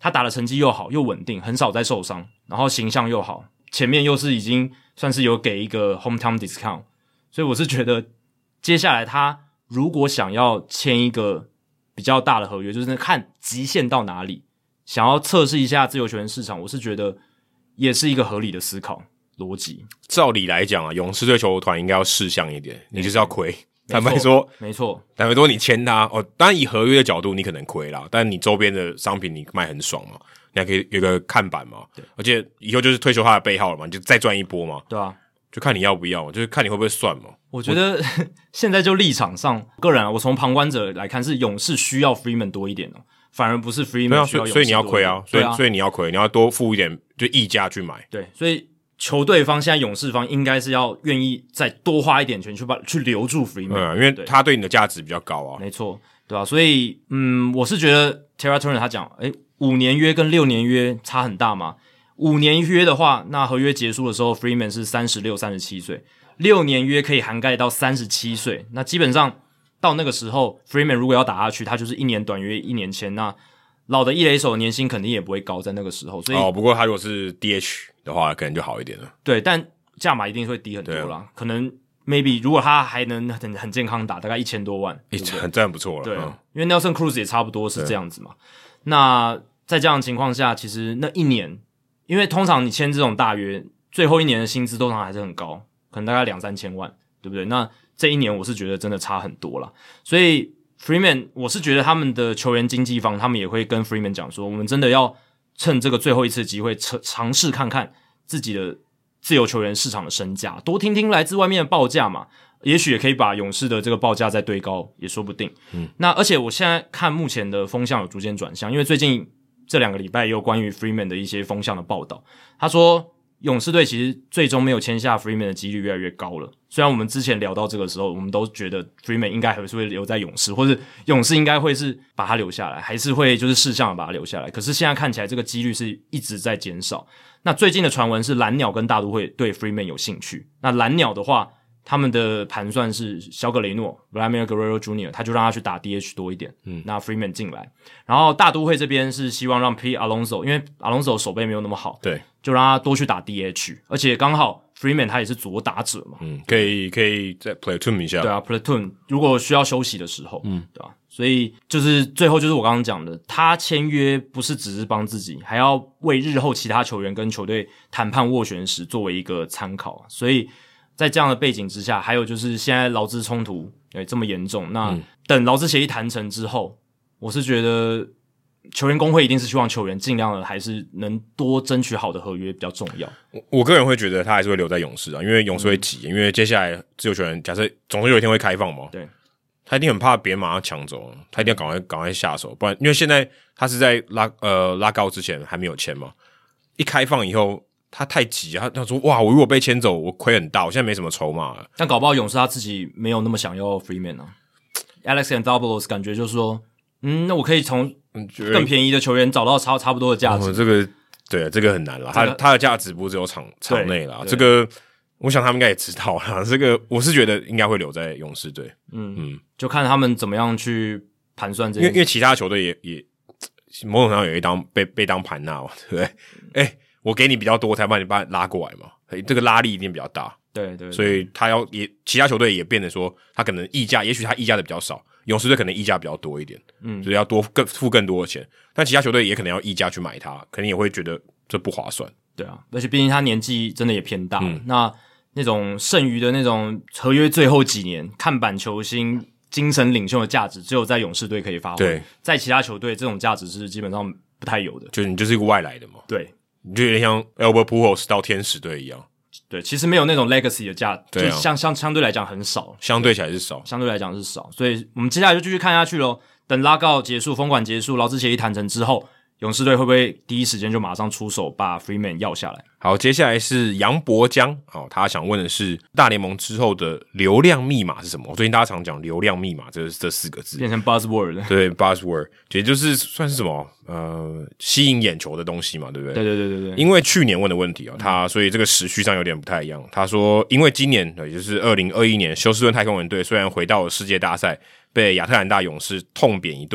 他打的成绩又好又稳定，很少在受伤，然后形象又好，前面又是已经算是有给一个 hometown discount， 所以我是觉得接下来他如果想要签一个比较大的合约，就是看极限到哪里，想要测试一下自由球员市场，我是觉得也是一个合理的思考逻辑。 照理来讲啊，勇士队球团应该要识相一点，你就是要亏。坦白说， 没错， 坦白说，你签他哦，当然以合约的角度，你可能亏啦，但你周边的商品你卖很爽嘛，你还可以有一个看板嘛，对，而且以后就是退休他的背号了嘛，你就再赚一波嘛， 对啊， 就看你要不要，就是看你会不会算嘛。 我觉得现在就立场上，个人啊，我从旁观者来看，是勇士需要 Freeman 多一点哦，反而不是 Freeman 需要勇士多一点， 所以你要亏啊，所以、 啊、 所以你要亏，你要多付一点就溢价去买， 对，所以。球队方现在勇士方应该是要愿意再多花一点钱去把去留住 Freeman， 嗯，因为他对你的价值比较高啊， 没错，对吧、啊？所以，嗯，我是觉得 Terry Turner 他讲，诶，五年约跟六年约差很大嘛。五年约的话，那合约结束的时候 ，Freeman 是三十六、三十七岁，六年约可以涵盖到三十七岁。那基本上到那个时候 ，Freeman 如果要打下去，他就是一年短约一年签。那老的一垒手年薪肯定也不会高，在那个时候。所以哦，不过他如果是 D H 的话，可能就好一点了。 对，但价码一定会低很多啦。可能 maybe 如果他还能很很健康打，大概一千多万， 对很这样不错了。 对、 嗯， 因为 Nelson Cruz 也差不多是这样子嘛。那在这样的情况下，其实那一年，因为通常你签这种大约，最后一年的薪资通常还是很高，可能大概两三千万，对不对？那这一年我是觉得真的差很多啦。所以Freeman， 我是觉得他们的球员经纪方，他们也会跟 Freeman 讲说，我们真的要趁这个最后一次机会，尝试看看自己的自由球员市场的身价，多听听来自外面的报价嘛，也许也可以把勇士的这个报价再堆高，也说不定。嗯，那而且我现在看目前的风向有逐渐转向，因为最近这两个礼拜也有关于 Freeman 的一些风向的报道，他说勇士队其实最终没有签下 Freeman 的几率越来越高了。虽然我们之前聊到这个时候，我们都觉得 Freeman 应该还是会留在勇士，或者勇士应该会是把他留下来，还是会就是适当的把他留下来。可是现在看起来这个几率是一直在减少。那最近的传闻是蓝鸟跟大都会对 Freeman 有兴趣。那蓝鸟的话，他们的盘算是小葛雷诺 Vladimir Guerrero Junior 他就让他去打 D H 多一点，嗯，那 Freeman 进来。然后大都会这边是希望让 Pete Alonso， 因为 Alonso 手背没有那么好，对，就让他多去打 D H， 而且刚好 Freeman 他也是左打者嘛， 嗯，可以可以再 platoon 一下， 对啊 platoon 如果需要休息的时候，嗯，对吧、啊？所以就是最后就是我刚刚讲的，他签约不是只是帮自己，还要为日后其他球员跟球队谈判斡旋时作为一个参考，所以在这样的背景之下，还有就是现在劳资冲突对这么严重，那、嗯、等劳资协议谈成之后，我是觉得球员工会一定是希望球员尽量的还是能多争取好的合约比较重要。 我我个人会觉得他还是会留在勇士啊，因为勇士会急、嗯，因为接下来自由球员假设总是有一天会开放嘛，对，他一定很怕别人马上抢走，他一定要赶快赶快下手，不然因为现在他是在拉呃拉高之前还没有签嘛，一开放以后。他太急啊！他说：“哇，我如果被签走，我亏很大。我现在没什么筹码了。” 但搞不好勇士他自己没有那么想要 Freeman 啊。Alex Anthopoulos 感觉就是说，嗯，那我可以从更便宜的球员找到差差不多的价值。 哦、这个对，这个很难啦。他他的价值不只有场场内啦。这个我想他们应该也知道啦。这个我是觉得应该会留在勇士队。 嗯嗯，就看他们怎么样去盘算这个。因为因为其他球队也也某种程度上有一当被被当盘拿嘛，对不对？哎、欸。我给你比较多，我才把你把你拉过来嘛，这个拉力一定比较大。 对 对, 对， 所以他要也其他球队也变得说，他可能溢价，也许他溢价的比较少，勇士队可能溢价比较多一点，嗯，所以要多更付更多的钱。但其他球队也可能要溢价去买他，可能也会觉得这不划算。 对啊，而且毕竟他年纪真的也偏大，嗯、那那种剩余的那种合约最后几年看板球星、精神领袖的价值，只有在勇士队可以发挥。对，在其他球队这种价值是基本上不太有的。 就是你就是一个外来的嘛。 对。 你就有点像 Albert Pujols 到天使队一样， 对，其实没有那种 legacy 的价，对、啊，就相相相对来讲很少， 相对起来是少， 相对来讲是少，所以我们接下来就继续看下去咯。等拉告结束，封管结束，劳资协议谈成之后，勇士队会不会第一时间就马上出手把 Freeman 要下来？ 好，接下来是杨博江，哦，他想问的是大联盟之后的流量密码是什么？最近大家常讲流量密码，这这四个字变成 buzzword， 对 buzzword， 也就是算是什么呃吸引眼球的东西嘛，对不对？ 对对对对对。 因为去年问的问题啊、哦，他所以这个时序上有点不太一样。他说，因为今年也就是二零二一年，休斯顿太空人队虽然回到了世界大赛，被亚特兰大勇士痛扁一顿。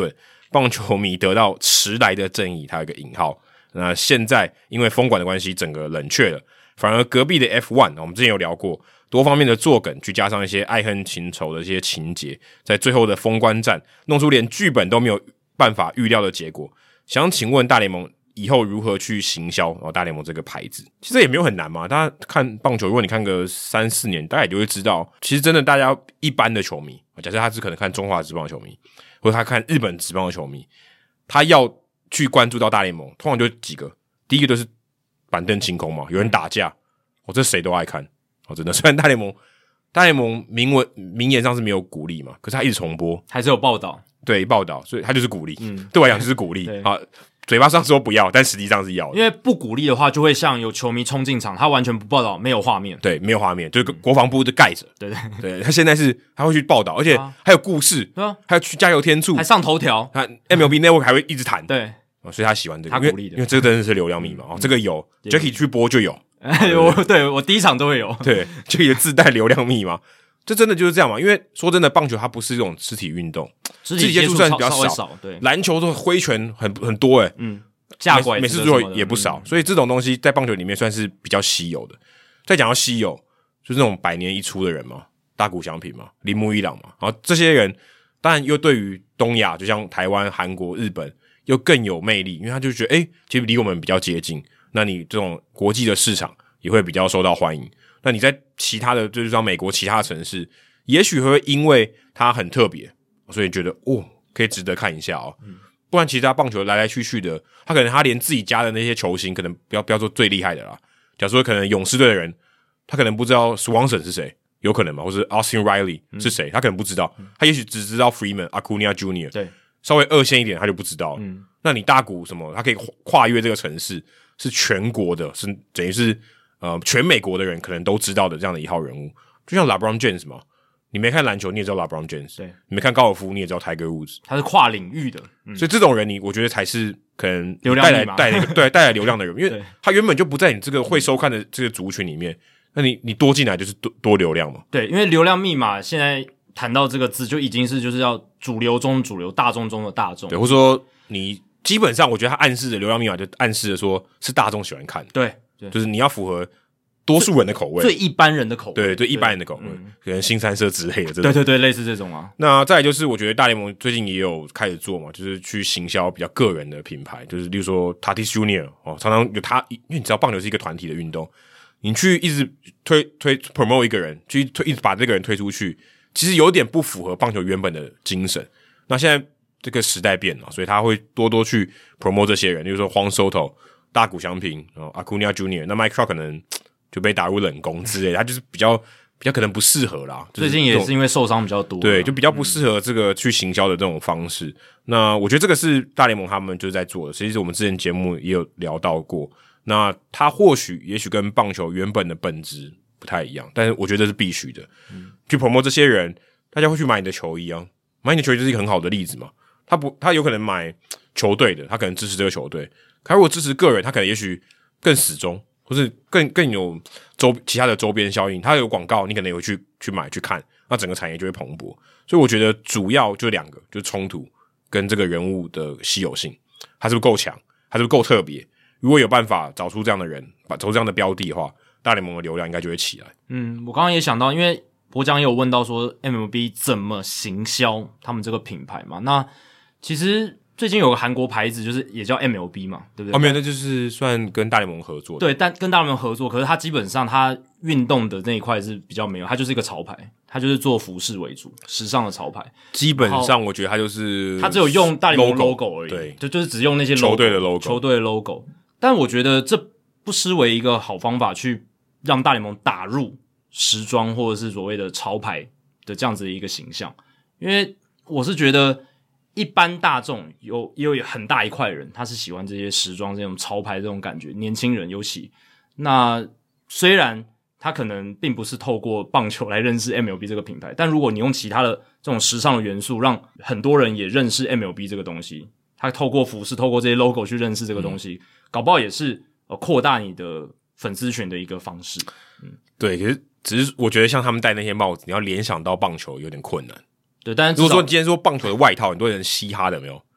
棒球迷得到迟来的正义，它有一个引号。那现在因为封管的关系，整个冷却了，反而隔壁的 F 一 我们之前有聊过，多方面的作梗，去加上一些爱恨情仇的一些情节，在最后的封关战，弄出连剧本都没有办法预料的结果。想请问大联盟以后如何去行销然后大联盟这个牌子？其实也没有很难嘛，大家看棒球，如果你看个三四年，大家也就会知道，其实真的大家一般的球迷，假设他是可能看中华职棒的球迷，或者他看日本职棒的球迷，他要去关注到大联盟，通常就几个，第一个就是板凳清空嘛，有人打架，哦，这谁都爱看，哦，真的。虽然大联盟大联盟明文明言上是没有鼓励嘛，可是他一直重播， 还是有报道， 对，报道，所以他就是鼓励，嗯，对我来讲就是鼓励啊。嘴巴上说不要，但实际上是要的。 因为不鼓励的话，就会像有球迷冲进场，他完全不报道，没有画面。 对，没有画面，就是国防部就盖着。 对对对，他现在是他会去报道，而且还有故事， 对啊， 还有去加油添醋， 还上头条。 他 M L B Network 还会一直谈。 对， 哦，所以他喜欢这个， 他鼓励的， 因为这个真的是流量密码哦。这个有 Jackie 去播就有， 我对我第一场都会有。 对，就也自带流量密码。这真的就是这样嘛？因为说真的，棒球它不是这种肢体运动， 肢体接触算比较少。少对， 篮球的挥拳很很多诶、欸， 嗯。架拐美式足球也不少、嗯，所以这种东西在棒球里面算是比较稀有的。再讲到稀有，就是那种百年一出的人嘛，大谷翔平嘛，铃木一朗嘛，然后这些人当然又对于东亚，就像台湾、韩国、日本又更有魅力，因为他就觉得，哎、欸，其实离我们比较接近，那你这种国际的市场也会比较受到欢迎。那你在其他的，就是说美国其他的城市，也许会因为它很特别，所以觉得哦，可以值得看一下哦。嗯，不然其他棒球来来去去的，他可能他连自己家的那些球星，可能不要不要说最厉害的啦。假如说可能勇士队的人，他可能不知道 Swanson 是谁，有可能嘛，或是 Austin Riley 是谁、嗯，他可能不知道，嗯、他也许只知道 Freeman、Acuna Junior 对， 稍微二线一点他就不知道。嗯，那你大谷什么，他可以跨越这个城市，是全国的，是等于是呃全美国的人可能都知道的这样的一号人物，就像 LeBron James 嘛。你没看篮球，你也知道 LeBron James。对，你没看高尔夫，你也知道 Tiger Woods。 他是跨领域的， 嗯、所以这种人你，你我觉得才是可能流量带来带来一个对带来流量的人，因为他原本就不在你这个会收看的这个族群里面，那你你多进来就是多多流量嘛。 对，因为流量密码现在谈到这个字，就已经是就是要主流中主流、大众中的大众。 对，或者说你基本上，我觉得他暗示的流量密码就暗示的说是大众喜欢看的。 对，对就是你要符合多数人的口味， 最一般人的口味， 对对，一般人的口味，嗯、可能新三社之类的这种， 对对对，类似这种啊。 那再来就是，我觉得大联盟最近也有开始做嘛，就是去行销比较个人的品牌，就是例如说 Tatis Junior 哦，常常有他，因为你知道棒球是一个团体的运动，你去一直推推 promote 一个人，去推一直把这个人推出去，其实有点不符合棒球原本的精神。那现在这个时代变了，所以他会多多去 promote 这些人，例如说荒 Soto、大谷翔平、哦 Acuna Junior 那 Mike Trout 可能就被打入冷宫之类的，他就是比较比较可能不适合啦。就是、 最近也是因为受伤比较多， 对，就比较不适合这个去行销的这种方式。嗯、那我觉得这个是大联盟他们就是在做的，其实我们之前节目也有聊到过。那他或许也许跟棒球原本的本质不太一样，但是我觉得这是必须的。嗯、去 promote 这些人，大家会去买你的球衣啊，买你的球衣就是一个很好的例子嘛。他不，他有可能买球队的，他可能支持这个球队；他如果支持个人，他可能也许更死忠。或是更更有周其他的周边效应，它有广告，你可能也会去去买去看，那整个产业就会蓬勃。所以我觉得主要就两个，就是冲突跟这个人物的稀有性，他是不是够强，他是不是够特别。如果有办法找出这样的人，把找出这样的标的的话，大联盟的流量应该就会起来。 嗯，我刚刚也想到，因为博江也有问到说 M L B 怎么行销他们这个品牌嘛，那其实最近有个韩国牌子，就是也叫 M L B 嘛，对不对？ 哦，没有，那就是算跟大联盟合作的。 对，但跟大联盟合作，可是它基本上它运动的那一块是比较没有，它就是一个潮牌，它就是做服饰为主，时尚的潮牌。 基本上我觉得它就是它只有用大联盟 logo 而已， 对， 就就是只用那些 logo, 球队的 logo， 球队的 logo。但我觉得这不失为一个好方法，去让大联盟打入时装或者是所谓的潮牌的这样子的一个形象，因为我是觉得。一般大众有也有很大一块人，他是喜欢这些时装这种潮牌这种感觉，年轻人尤其。那虽然他可能并不是透过棒球来认识 M L B 这个品牌，但如果你用其他的这种时尚的元素，让很多人也认识 M L B 这个东西，他透过服饰、透过这些 logo 去认识这个东西，嗯、搞不好也是呃扩大你的粉丝群的一个方式。嗯， 对，可是只是我觉得像他们戴那些帽子，你要联想到棒球有点困难。 对，但是如果说你今天说棒球的外套，很多人嘻哈的有没有？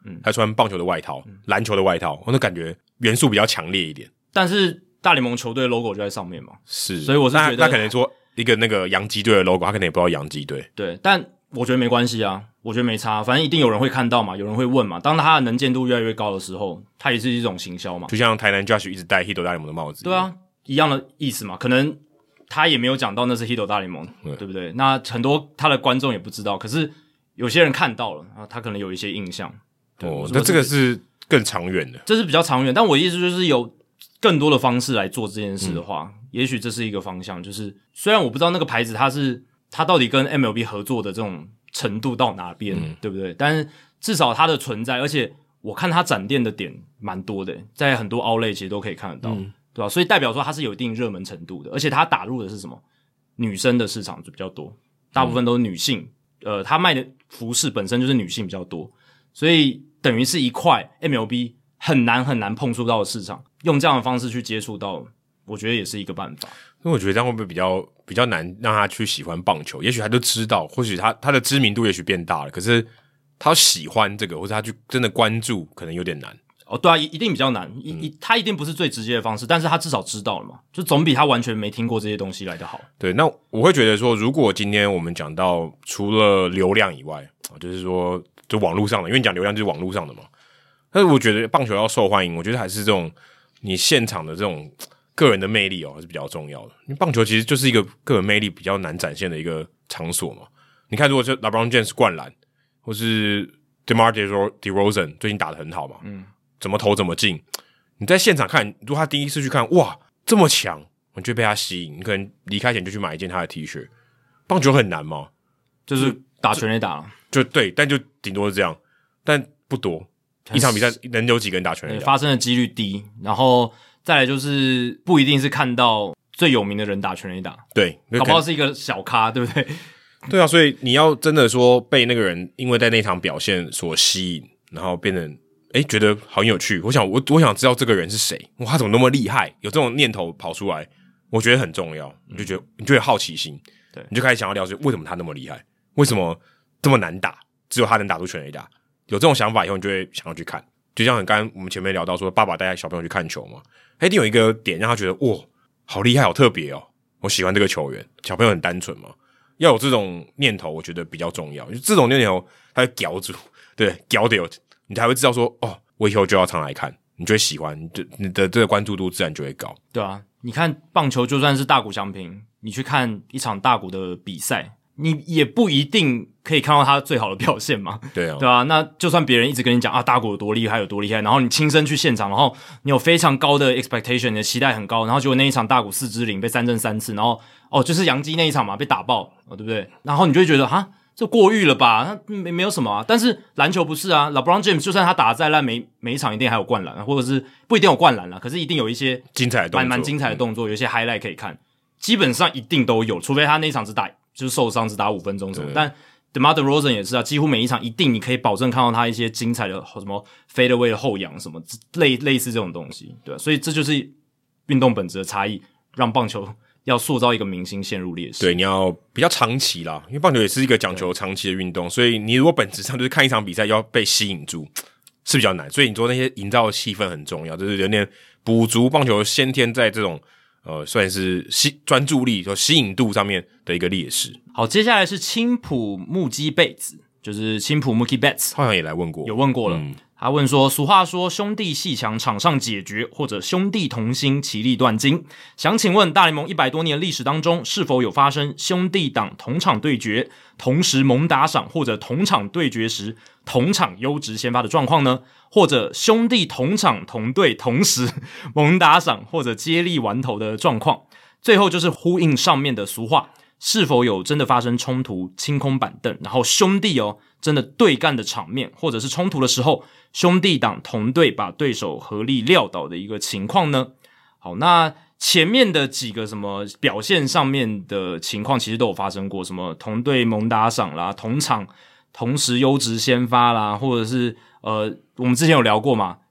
嗯，他穿棒球的外套、篮、嗯、球的外套，我那感觉元素比较强烈一点。 但是大联盟球队 logo 就在上面嘛， 是， 所以我是觉得那可能说一个那个洋基队的 logo， 他可能也不知道洋基队。 对，但我觉得没关系啊，我觉得没差，反正一定有人会看到嘛，有人会问嘛。当他的能见度越来越高的时候，它也是一种行销嘛。 就像台南 Josh 一直戴 Hito 大联盟的帽子， 对啊，一样的意思嘛。可能他也没有讲到那是 Hito 大联盟，对, 对不对？那很多他的观众也不知道，可是有些人看到了啊，他可能有一些印象。 哦，那这个是更长远的， 这是比较长远。但我的意思就是有更多的方式来做这件事的话，嗯、也许这是一个方向。就是虽然我不知道那个牌子它是它到底跟 M L B 合作的这种程度到哪边，嗯、对不对？但是至少它的存在，而且我看它展店的点蛮多的，在很多 outlet 其实都可以看得到，嗯、对吧？所以代表说它是有一定热门程度的，而且它打入的是什么？女生的市场就比较多，大部分都是女性。嗯、呃，它卖的服饰本身就是女性比较多，所以等于是一块 M L B 很难很难碰触到的市场，用这样的方式去接触到，我觉得也是一个办法。 因为我觉得这样会不会比较比较难让他去喜欢棒球？也许他就知道，或许他他的知名度也许变大了，可是他喜欢这个，或者他去真的关注，可能有点难。 哦，对啊，一定比较难，一、嗯、他一定不是最直接的方式，但是他至少知道了嘛，就总比他完全没听过这些东西来得好。 对，那我会觉得说，如果今天我们讲到除了流量以外，就是说就网络上的，因为你讲流量就是网络上的嘛。但是我觉得棒球要受欢迎，我觉得还是这种你现场的这种个人的魅力哦，还是比较重要的。因为棒球其实就是一个个人魅力比较难展现的一个场所嘛。你看，如果是 LeBron James 灌篮，或是 DeMar DeRozan 最近打得很好嘛，嗯，怎么投怎么进，你在现场看，如果他第一次去看，哇，这么强，你就被他吸引，你可能离开前就去买一件他的 T 恤。棒球很难嘛， 就是打全垒打了， 就对，但就顶多是这样，但不多。一场比赛能有几个人打全垒打？ 发生的几率低，然后再来就是不一定是看到最有名的人打全垒打， 对， 搞不好是一个小咖，对不对？ 对啊，所以你要真的说被那个人因为在那场表现所吸引，然后变成诶觉得很有趣，我想我我想知道这个人是谁，哇，他怎么那么厉害？有这种念头跑出来，我觉得很重要，你就觉得你就有好奇心，对，你就开始想要了解为什么他那么厉害，为什么这么难打，只有他能打出全垒打。有这种想法以后，你就会想要去看。就像刚刚我们前面聊到说，爸爸带小朋友去看球嘛，他一定有一个点让他觉得哇，好厉害，好特别哦，我喜欢这个球员。小朋友很单纯嘛，要有这种念头，我觉得比较重要。就这种念头，他会叼住，对，叼得有，你才会知道说，哦，我以后就要常来看，你就会喜欢，你的你的这个关注度自然就会高。 对啊，你看棒球就算是大谷翔平，你去看一场大谷的比赛，你也不一定可以看到他最好的表现嘛， 对啊， 对啊，那就算别人一直跟你讲啊，大谷有多厉害，有多厉害，然后你亲身去现场，然后你有非常高的 expectation， 你的期待很高，然后结果那一场大谷四支零被三振三次，然后哦，就是洋基那一场嘛，被打爆，哦，对不对？然后你就会觉得哈，这过誉了吧？那没没有什么啊。但是篮球不是啊 ，LeBron James 就算他打得再烂，每每一场一定还有灌篮，或者是不一定有灌篮啦，可是一定有一些精彩的动作， 蛮蛮精彩的动作，有一些 highlight 可以看，基本上一定都有，除非他那一场只打就是受伤只打五分钟什么，但 DeMar DeRozan 也是啊，几乎每一场一定你可以保证看到他一些精彩的什么 fadeaway 的后仰什么类类似这种东西，对吧？所以这就是运动本质的差异，让棒球要塑造一个明星陷入劣势。 对，你要比较长期啦，因为棒球也是一个讲求长期的运动，所以你如果本质上就是看一场比赛要被吸引住是比较难，所以你说那些营造的气氛很重要，就是有点补足棒球先天在这种呃，算是吸专注力和吸引度上面的一个劣势。 好，接下来是青浦木基贝子，就是青浦 Mookie Betts， 好像也来问过， 有问过了。嗯、他问说，俗话说兄弟阋墙场上解决，或者兄弟同心其利断金。想请问大联盟一百多年历史当中，是否有发生兄弟党同场对决，同时猛打赏，或者同场对决时同场优质先发的状况呢？或者兄弟同场同队同时猛打赏或者接力完投的状况？最后就是呼应上面的俗话，是否有真的发生冲突、清空板凳，然后兄弟哦真的对干的场面，或者是冲突的时候，兄弟党同队把对手合力撂倒的一个情况呢？好，那前面的几个什么表现上面的情况，其实都有发生过，什么同队猛打赏啦，同场同时优质先发啦，或者是呃，我们之前有聊过嘛，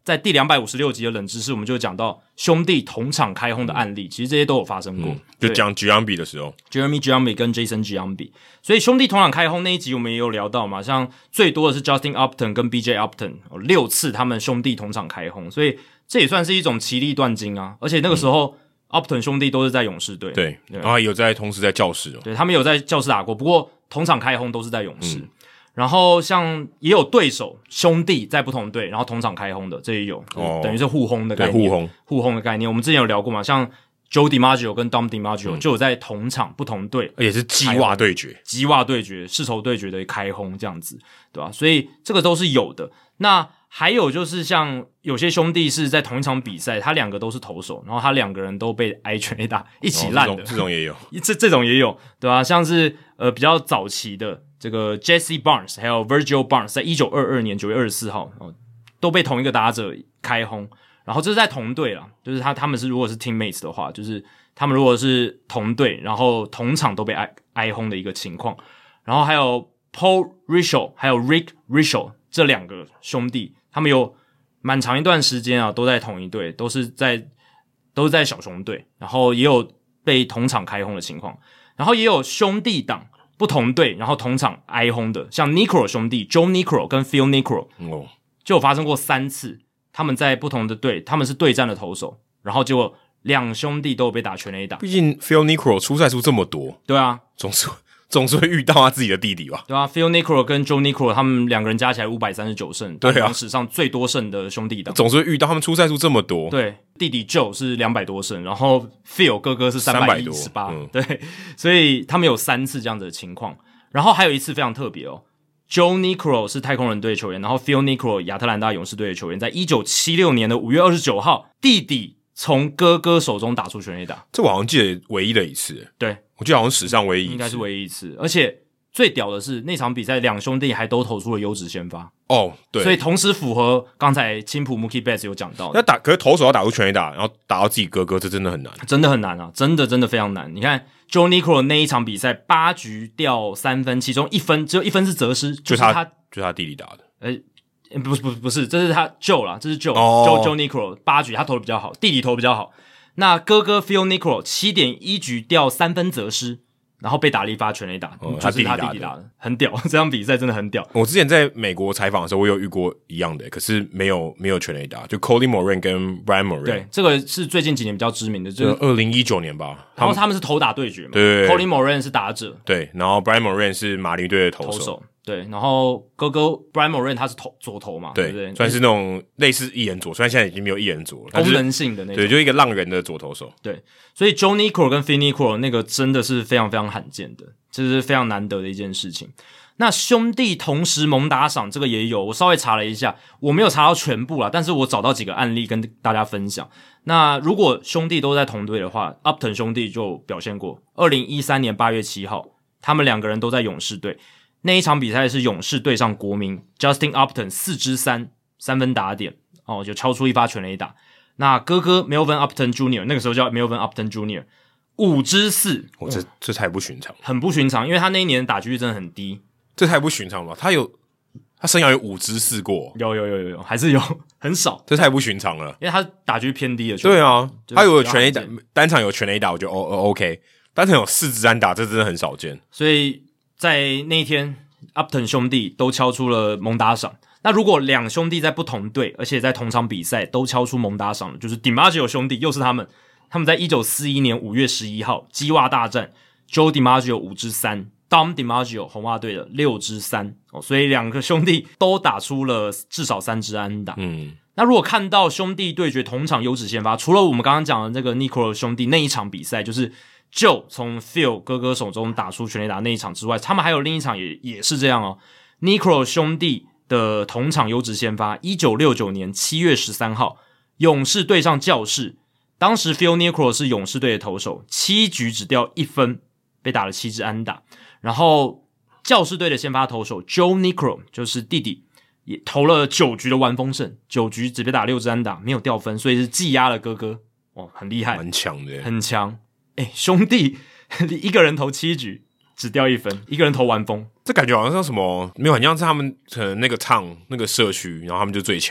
在第两百五十六集的冷知识，我们就讲到兄弟同场开轰的案例，嗯、其实这些都有发生过。嗯、 就讲 Giambi 的时候 ，Jeremy Giambi 跟 Jason Giambi， 所以兄弟同场开轰那一集我们也有聊到嘛，像最多的是 Justin Upton 跟 B J Upton， 六次他们兄弟同场开轰，所以这也算是一种其利断金啊。而且那个时候、嗯、Upton 兄弟都是在勇士队， 对，然后有在同时在教士哦， 对他们有在教士打过，不过同场开轰都是在勇士。嗯然后像也有对手兄弟在不同队，然后同场开轰的，这也有，哦、等于是互轰的概念， 互轰互轰的概念。我们之前有聊过嘛，像 Joe DiMaggio 跟 Dom DiMaggio、嗯、就有在同场不同队， 而且是鸡袜对决， 鸡袜对决、世仇对决的开轰这样子，对吧？所以这个都是有的。那还有就是像有些兄弟是在同一场比赛，他两个都是投手，然后他两个人都被挨全垒打一起烂的、哦这，这种也有， 这这种也有，对吧？像是呃比较早期的。这个 Jesse Barnes 还有 Virgil Barnes 在一九二二年九月二十四号、哦、都被同一个打者开轰，然后这是在同队啦，就是他他们是如果是 teammates 的话，就是他们如果是同队，然后同场都被挨挨轰的一个情况。然后还有 Paul Richel 还有 Rick Richel 这两个兄弟，他们有蛮长一段时间啊都在同一队，都是在都是在小熊队，然后也有被同场开轰的情况，然后也有兄弟档不同队，然后同场挨轰的，像 Niekro 兄弟 Joe Niekro 跟 Phil Niekro、哦、就有发生过三次，他们在不同的队，他们是对战的投手，然后结果两兄弟都有被打全垒打。 毕竟 Phil Niekro 出赛数这么多， 对啊， 总是总是会遇到他自己的弟弟吧？ 对啊 ，Phil Niekro 跟 Joe Niekro 他们两个人加起来五百三十九胜，对啊，史上最多胜的兄弟档， 总是会遇到他们出赛数这么多。 对，弟弟 Joe 是两百多胜，然后 Phil 哥哥是三百一十八，对，所以他们有三次这样子的情况。然后还有一次非常特别哦 ，Joe Niekro 是太空人队的球员，然后 Phil Niekro 亚特兰大勇士队的球员，在一九七六年的五月二十九号，弟弟从哥哥手中打出全垒打， 这我好像记得唯一的一次， 对， 我记得好像史上唯一一次， 应该是唯一一次，而且最屌的是那场比赛两兄弟还都投出了优质先发哦，对， 所以同时符合刚才青浦 Mookie Betts 有讲到的， 那打可是投手要打出全垒打，然后打到自己哥哥，这真的很难， 真的很难啊，真的真的非常难。你看 Joe Niekro 那一场比赛八局掉三分，其中一分只有一分是责失，就是他就是他弟弟打的， 呃。不是不是不是，这是他 Joe 啦，这是 Joe、oh. Joe Joe Niekro 八局他投的比较好，弟弟投的比较好。那哥哥 Phil Niekro 七点一局掉三分责失，然后被打了一发全垒打，哦、就是他弟弟打的，很屌。这场比赛真的很屌。 我之前在美国采访的时候，我有遇过一样的，可是没有没有全垒打，就 Colin Moran 跟 Brian Moran。 对，这个是最近几年比较知名的，就是二零一九年吧。 然后他们是投打对决嘛， 对 ，Colin Moran 是打者， 对，然后 Brian Moran 是马林队的投手。 投手对，然后哥哥 Brian Moran 他是投左投嘛，对不对？ 算是那种类似一人左，虽然现在已经没有一人左了， 功能性的那种， 对，就一个浪人的左投手。 对，所以 Joe Niekro 跟 Phil Niekro 那个真的是非常非常罕见的，这是非常难得的一件事情。那兄弟同时猛打赏这个也有，我稍微查了一下，我没有查到全部啦，但是我找到几个案例跟大家分享。那如果兄弟都在同队的话 ，Upton 兄弟就表现过，二零一三年八月七号，他们两个人都在勇士队。那一场比赛是勇士对上国民 ，Justin Upton 四支三三分打点哦，就敲出一发全垒打。那哥哥 Melvin Upton Junior 那个时候叫 Melvin Upton Junior 五支四， 哦，这这太不寻常， 很不寻常，因为他那一年打击率真的很低， 这太不寻常了。他有他生涯有五支四过， 有有有有有，还是有很少， 这太不寻常了， 因为他打击率偏低的。 对啊，他有全垒打，单场有全垒打，我觉得 O OK， 单场有四支安打，这真的很少见， 所以。在那一天 Upton 兄弟都敲出了猛打赏，那如果两兄弟在不同队而且在同场比赛都敲出猛打赏，就是 DiMaggio 兄弟又是他们他们在一九四一年五月十一号鸡袜大战 Joe DiMaggio 五支三 Dom DiMaggio 红袜队的六支三、哦、所以两个兄弟都打出了至少三支安打。嗯，那如果看到兄弟对决同场优质先发，除了我们刚刚讲的那个 Niekro 兄弟那一场比赛就是Joe 从 Phil 哥哥手中打出全垒打那一场之外，他们还有另一场也也是这样哦。Niekro 兄弟的同场优质先发，一九六九年七月十三号，勇士对上教士，当时 Phil Niekro 是勇士队的投手，七局只掉一分，被打了七支安打。然后教士队的先发投手 Joe Niekro 就是弟弟，也投了九局的完封胜，九局只被打六支安打，没有掉分，所以是技压了哥哥，哦，很厉害， 蛮强的， 很强。哎，兄弟一个人投七局只掉一分，一个人投完封， 这感觉好像像什么没有，很像是他们可能那个唱那个社区，然后他们就最强的，然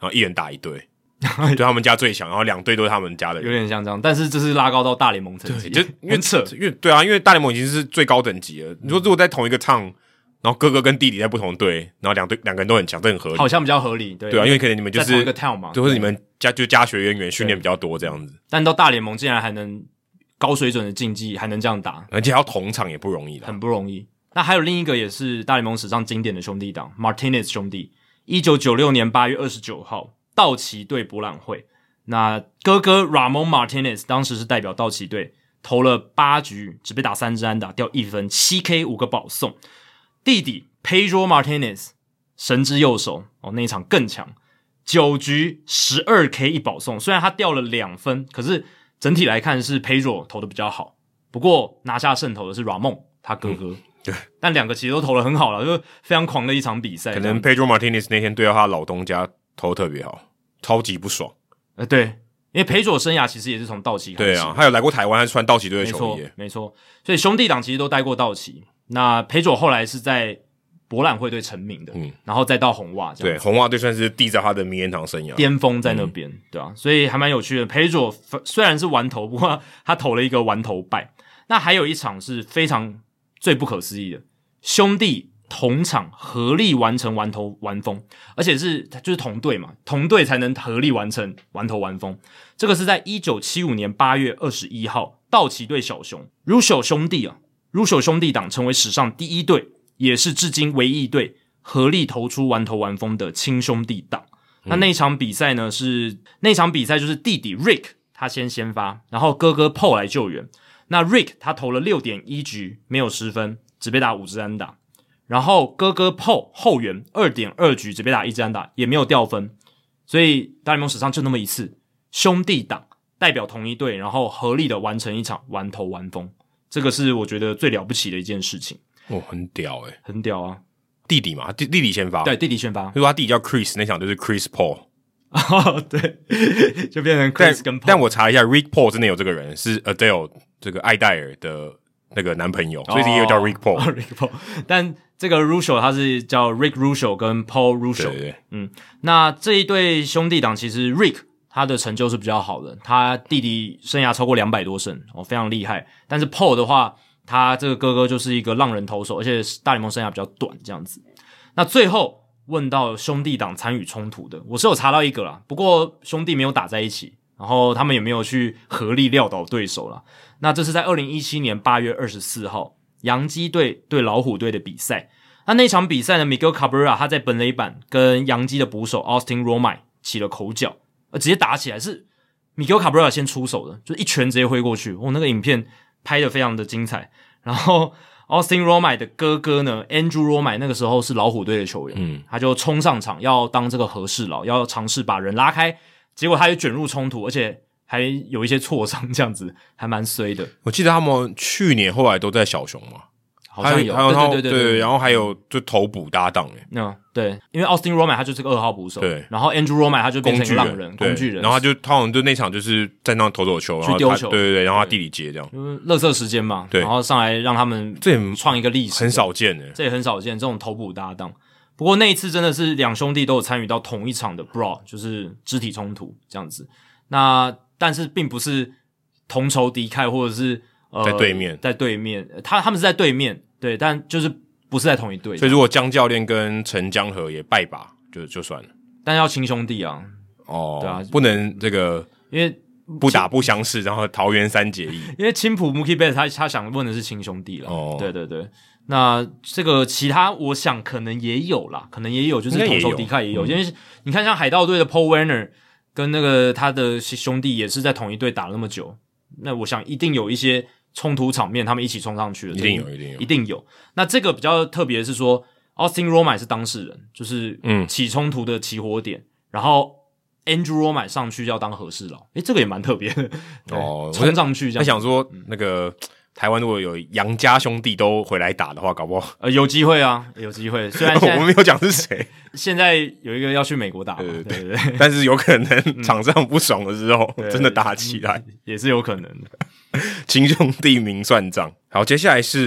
然后一人打一队，就他们家最强，然后两队都是他们家的人， 有点像这样，但是这是拉高到大联盟层级， 就很扯， 因为对啊，因为大联盟已经是最高等级了。你说如果在同一个场，然后哥哥跟弟弟在不同队，然后两队两个人都很强，这很合理， 好像比较合理，对对啊，因为可能你们就是在同一个 town 嘛， 就是你们家就家学渊源，训练比较多这样子。 但到大联盟竟然还能高水准的竞技，还能这样打， 而且还要同场也不容易的， 很不容易。那还有另一个也是大联盟史上经典的兄弟档 ，Martinez 兄弟，一九九六年八月二十九号，道奇对博览会。那哥哥 Ramon Martinez 当时是代表道奇队，投了八局，只被打三支安打，掉一分，七 K 五个保送。弟弟 Pedro Martinez 神之右手哦，那一场更强，九局十二 K 一保送，虽然他掉了两分，可是整体来看是 Pedro 投的比较好。不过拿下胜投的是 Ramon 他哥哥。嗯对， 但两个其实都投得很好了，就非常狂的一场比赛。 可能 Pedro Martinez 那天对到他老东家投特别好，超级不爽。 呃，对，因为Pedro生涯其实也是从道奇开始。 对啊，他有来过台湾，他穿道奇队的球衣。 没错，没错。所以兄弟党其实都待过道奇。那Pedro后来是在博览会队成名的，嗯，然后再到红袜这样。 对，红袜队算是缔造他的名人堂生涯巅峰在那边，嗯、对啊，所以还蛮有趣的。Pedro虽然是完投，不过他投了一个完投败。那还有一场是非常最不可思议的。兄弟同场合力完成完投完封，而且是就是同队嘛，同队才能合力完成完投完封。这个是在一九七五年八月二十一号，道奇对小熊 Russo 兄弟啊 ，Russo 兄弟党成为史上第一队，也是至今唯一一队合力投出完投完封的亲兄弟党。嗯、那那一场比赛呢，是那场比赛就是弟弟 Rick 他先先发，然后哥哥 Paul 来救援。那 Rick 他投了 六点一 局，没有失分。只被打五支安打，然后哥哥 Paul 后援 二点二 局只被打一支安打，也没有掉分，所以大联盟史上就那么一次，兄弟党代表同一队，然后合力的完成一场完投完封，这个是我觉得最了不起的一件事情。 哦，很屌诶、欸、 很屌啊！ 弟弟嘛，弟弟弟先发， 对，弟弟先发， 就说他弟弟叫 Chris， 那场就是 Chris Paul。 哦，对，就变成 Chris 跟 Paul。 但我查一下 ，Rick Paul 真的有这个人，是 Adele 这个艾戴尔的那个男朋友，所以也有叫 Rick Paul、 哦。Rick Paul， 但这个 Russo 他是叫 Rick Russo 跟 Paul Russo。 对对， 嗯，那这一对兄弟党其实 Rick 他的成就是比较好的，他弟弟生涯超过两百多胜，哦，非常厉害。但是 Paul 的话，他这个哥哥就是一个浪人投手，而且大联盟生涯比较短这样子。那最后问到兄弟党参与冲突的，我是有查到一个啦，不过兄弟没有打在一起。然后他们也没有去合力撂倒对手啦。那这是在二零一七年八月二十四号，洋基队对老虎队的比赛。那那场比赛呢 ，Miguel Cabrera 他在本垒板跟洋基的捕手 Austin Romine 起了口角，呃，直接打起来，是 Miguel Cabrera 先出手的，就一拳直接挥过去。哦，那个影片拍得非常的精彩。然后 Austin Romine 的哥哥呢 ，Andrew Romine 那个时候是老虎队的球员，嗯，他就冲上场要当这个和事佬，要尝试把人拉开。结果他也卷入冲突，而且还有一些挫伤，这样子还蛮衰的。 我记得他们去年后来都在小熊嘛， 好像有， 还有对对对 对, 对, 对，然后还有就投捕搭档诶， 嗯，对，因为 Austin Romine 他就是个二号捕手， 对， 然后 Andrew Romine 他就变成一个浪人，工具人， 然后他就他好像就那场就是在那投手球， 去丢球， 对对对，然后他弟弟接这样， 就是垃圾时间嘛， 对， 然后上来让他们这也创一个历史， 很少见诶， 这也很少见这种投捕搭档。不过那一次真的是两兄弟都有参与到同一场的 brawl， 就是肢体冲突这样子。那但是并不是同仇敌忾，或者是呃在对面， 在对面，他他们是在对面，对，但就是不是在同一队。 所以如果江教练跟陈江河也拜把，就就算了。 但要亲兄弟啊， 哦， 对啊， 不能这个， 因为不打不相识，然后桃园三结义。 因为青浦 Mookie Betts 他他想问的是亲兄弟啦， 哦， 对对对。那这个其他我想可能也有啦，可能也有，就是同仇敌忾也有，因为你看像海盗队的 Paul Werner 跟那个他的兄弟也是在同一队打了那么久，那我想一定有一些冲突场面，他们一起冲上去了， 一定有，一定有， 一定有。那这个比较特别的是说 ，Austin Romine 是当事人，就是嗯起冲突的起火点，然后 Andrew Romine 上去要当和事佬，诶，这个也蛮特别的哦，冲上去这样。 他想说那个。嗯台湾如果有杨家兄弟都回来打的话，搞不好呃有机会啊，有机会。虽然我们没有讲是谁， 现在有一个要去美国打嘛， 对对对对， 但是有可能场上不爽的时候，嗯、真的打起来也是有可能的。 亲兄弟明算账。好，接下来是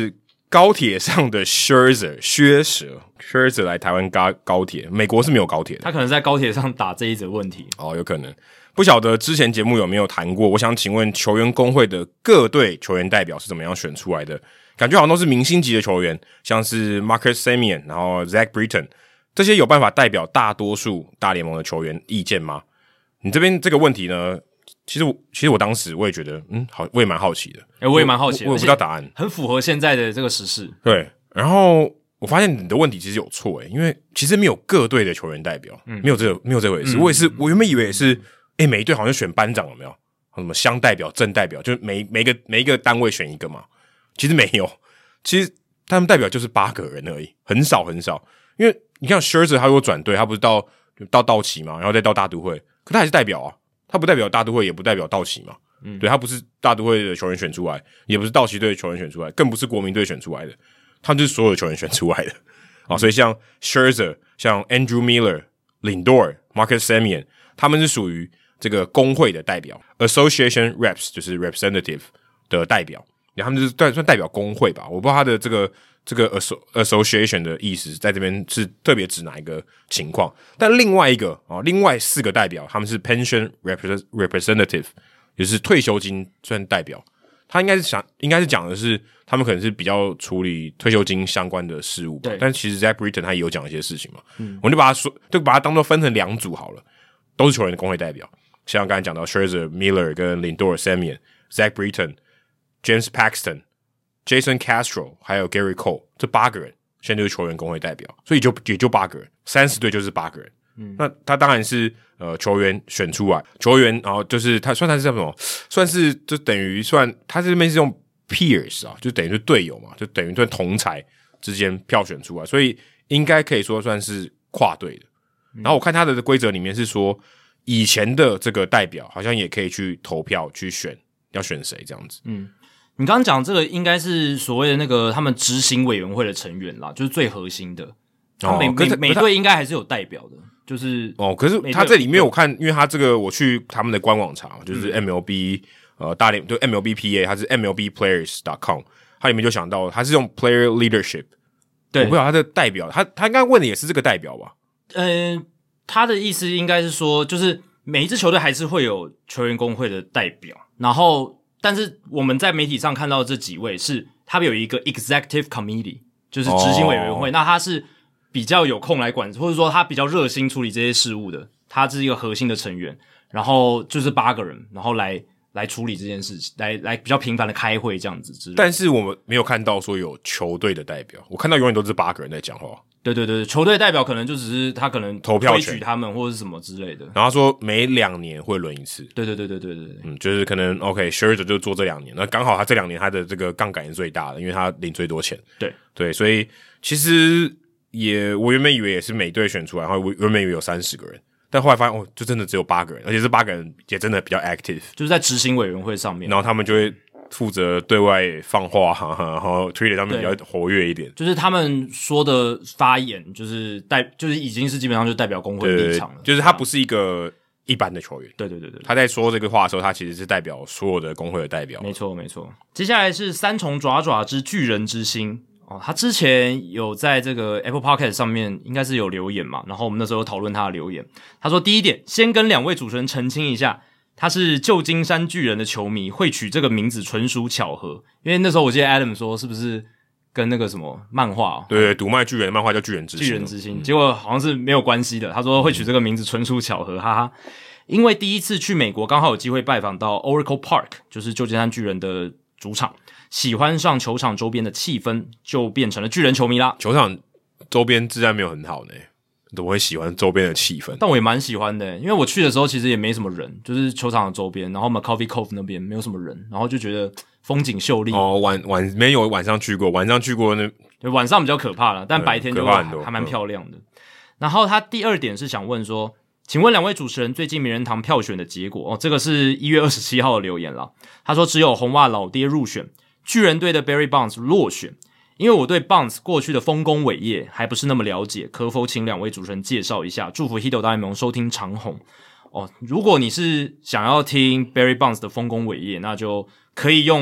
高铁上的 Scherzer 薛蛇 Scherzer 来台湾高高铁，美国是没有高铁的， 他可能在高铁上打这一则问题哦，有可能。不晓得之前节目有没有谈过，我想请问球员工会的各队球员代表是怎么样选出来的？感觉好像都是明星级的球员，像是 Marcus Semien 然后 Zach Britton 这些有办法代表大多数大联盟的球员意见吗？你这边这个问题呢，其实我其实我当时我也觉得嗯好，我也蛮好奇的。 诶、欸、我也蛮好奇的， 我也不知道答案， 很符合现在的这个时事。 对，然后我发现你的问题其实有错诶，因为其实没有各队的球员代表，嗯、没有这个没有这回事。嗯、我也是，我原本以为也是，诶、欸、每一队好像选班长有没有？什么乡代表、镇代表，就每每一个每一个单位选一个嘛。其实没有，其实他们代表就是八个人而已，很少很少。因为你看 Scherzer 他如果转队，他不是到到道奇嘛，然后再到大都会，可他还是代表啊，他不代表大都会，也不代表道奇嘛。嗯，对，他不是大都会的球员选出来，也不是道奇队的球员选出来，更不是国民队选出来的，他们就是所有球员选出来的啊。所以像 Scherzer、像 Andrew Miller、Lindor、Marcus Semien， 他们是属于这个工会的代表 ，Association Reps 就是 Representative 的代表，然后他们就是算算代表工会吧。我不知道他的这个这个 Association 的意思在这边是特别指哪一个情况。但另外一个啊，另外四个代表他们是 Pension Representative， 也就是退休金算代表。他应该是想，应该是讲的是他们可能是比较处理退休金相关的事务吧。但其实 Zach Britton 他也有讲一些事情嘛，嗯、我们就把它说，就把它当做分成两组好了，都是球员的工会代表。像刚才讲到 Scherzer、Miller 跟 Lindor、Semien、Zach Britton、James Paxton、Jason Castro 还有 Gary Cole 这八个人，现在就是球员工会代表，所以就也就八个人，三十队就是八个人。嗯，那他当然是呃球员选出来，球员然后就是他算他是叫什么？算是就等于算他这边是用 peers 啊，就等于是队友嘛，就等于对同才之间票选出来，所以应该可以说算是跨队的。然后我看他的规则里面是说，以前的这个代表好像也可以去投票去选要选谁这样子。 嗯，你刚刚讲这个应该是所谓的那个他们执行委员会的成员啦，就是最核心的。哦，每每每队应该还是有代表的。就是哦，可是他这里面我看，因为他这个我去他们的官网查，就是 M L B、嗯、呃大联就 M L B P A， 它是 M L B Players dot com， 它里面就想到他是用 Player Leadership， 对，我不知道他的代表，他他应该问的也是这个代表吧？ 嗯、呃，他的意思应该是说，就是每一支球队还是会有球员工会的代表，然后但是我们在媒体上看到的这几位是他们有一个 Executive Committee， 就是执行委员会，哦、那他是比较有空来管，或者说他比较热心处理这些事务的，他是一个核心的成员，然后就是八个人，然后来来处理这件事情，来来比较频繁的开会这样子之类的。 但是我们没有看到说有球队的代表，我看到永远都是八个人在讲话。 对对对，球队代表可能就只是他可能投票权推举他们或者是什么之类的。 然后他说每两年会轮一次。 对对对对对对， 嗯，就是可能 OK Scherzer 就做这两年，那刚好他这两年他的这个杠杆是最大的，因为他领最多钱。 对对， 所以其实。也，我原本以为也是每队选出来，然后我原本以为有三十个人，但后来发现哦，就真的只有八个人，而且这八个人也真的比较 active， 就是在执行委员会上面， 然后他们就会负责对外放话，然后 Twitter 上面比较活跃一点， 就是他们说的发言，就是代，就是已经是基本上就代表工会立场了， 就是他不是一个一般的球员， 对对对对， 他在说这个话的时候，他其实是代表所有的工会的代表， 没错没错。接下来是三重爪爪之巨人之星。哦，他之前有在这个 Apple Podcast 上面应该是有留言嘛，然后我们那时候有讨论他的留言。他说第一点，先跟两位主持人澄清一下，他是旧金山巨人的球迷，会取这个名字纯属巧合。因为那时候我记得 Adam 说是不是跟那个什么漫画、哦、 对对，读卖巨人的漫画叫巨人之星， 巨人之星、嗯、结果好像是没有关系的。他说会取这个名字纯属巧合，哈哈。因为第一次去美国刚好有机会拜访到 Oracle Park， 就是旧金山巨人的主场，喜欢上球场周边的气氛，就变成了巨人球迷啦。 球场周边治安没有很好呢，怎么会喜欢周边的气氛？ 但我也蛮喜欢的，因为我去的时候其实也没什么人，就是球场的周边，然后 McCovey Cove 那边没有什么人，然后就觉得风景秀丽。 哦，晚晚没有晚上去过，晚上去过那晚上比较可怕了，但白天就还蛮漂亮的。然后他第二点是想问说，请问两位主持人最近名人堂票选的结果哦，这个是一月二十七号的留言啦。他说只有红袜老爹入选，巨人队的 Barry Bonds 落选。因为我对 Bonds 过去的丰功伟业还不是那么了解，可否请两位主持人介绍一下？祝福 Hito 大联盟收听长红哦。如果你是想要听 Barry Bonds 的丰功伟业，那就可以用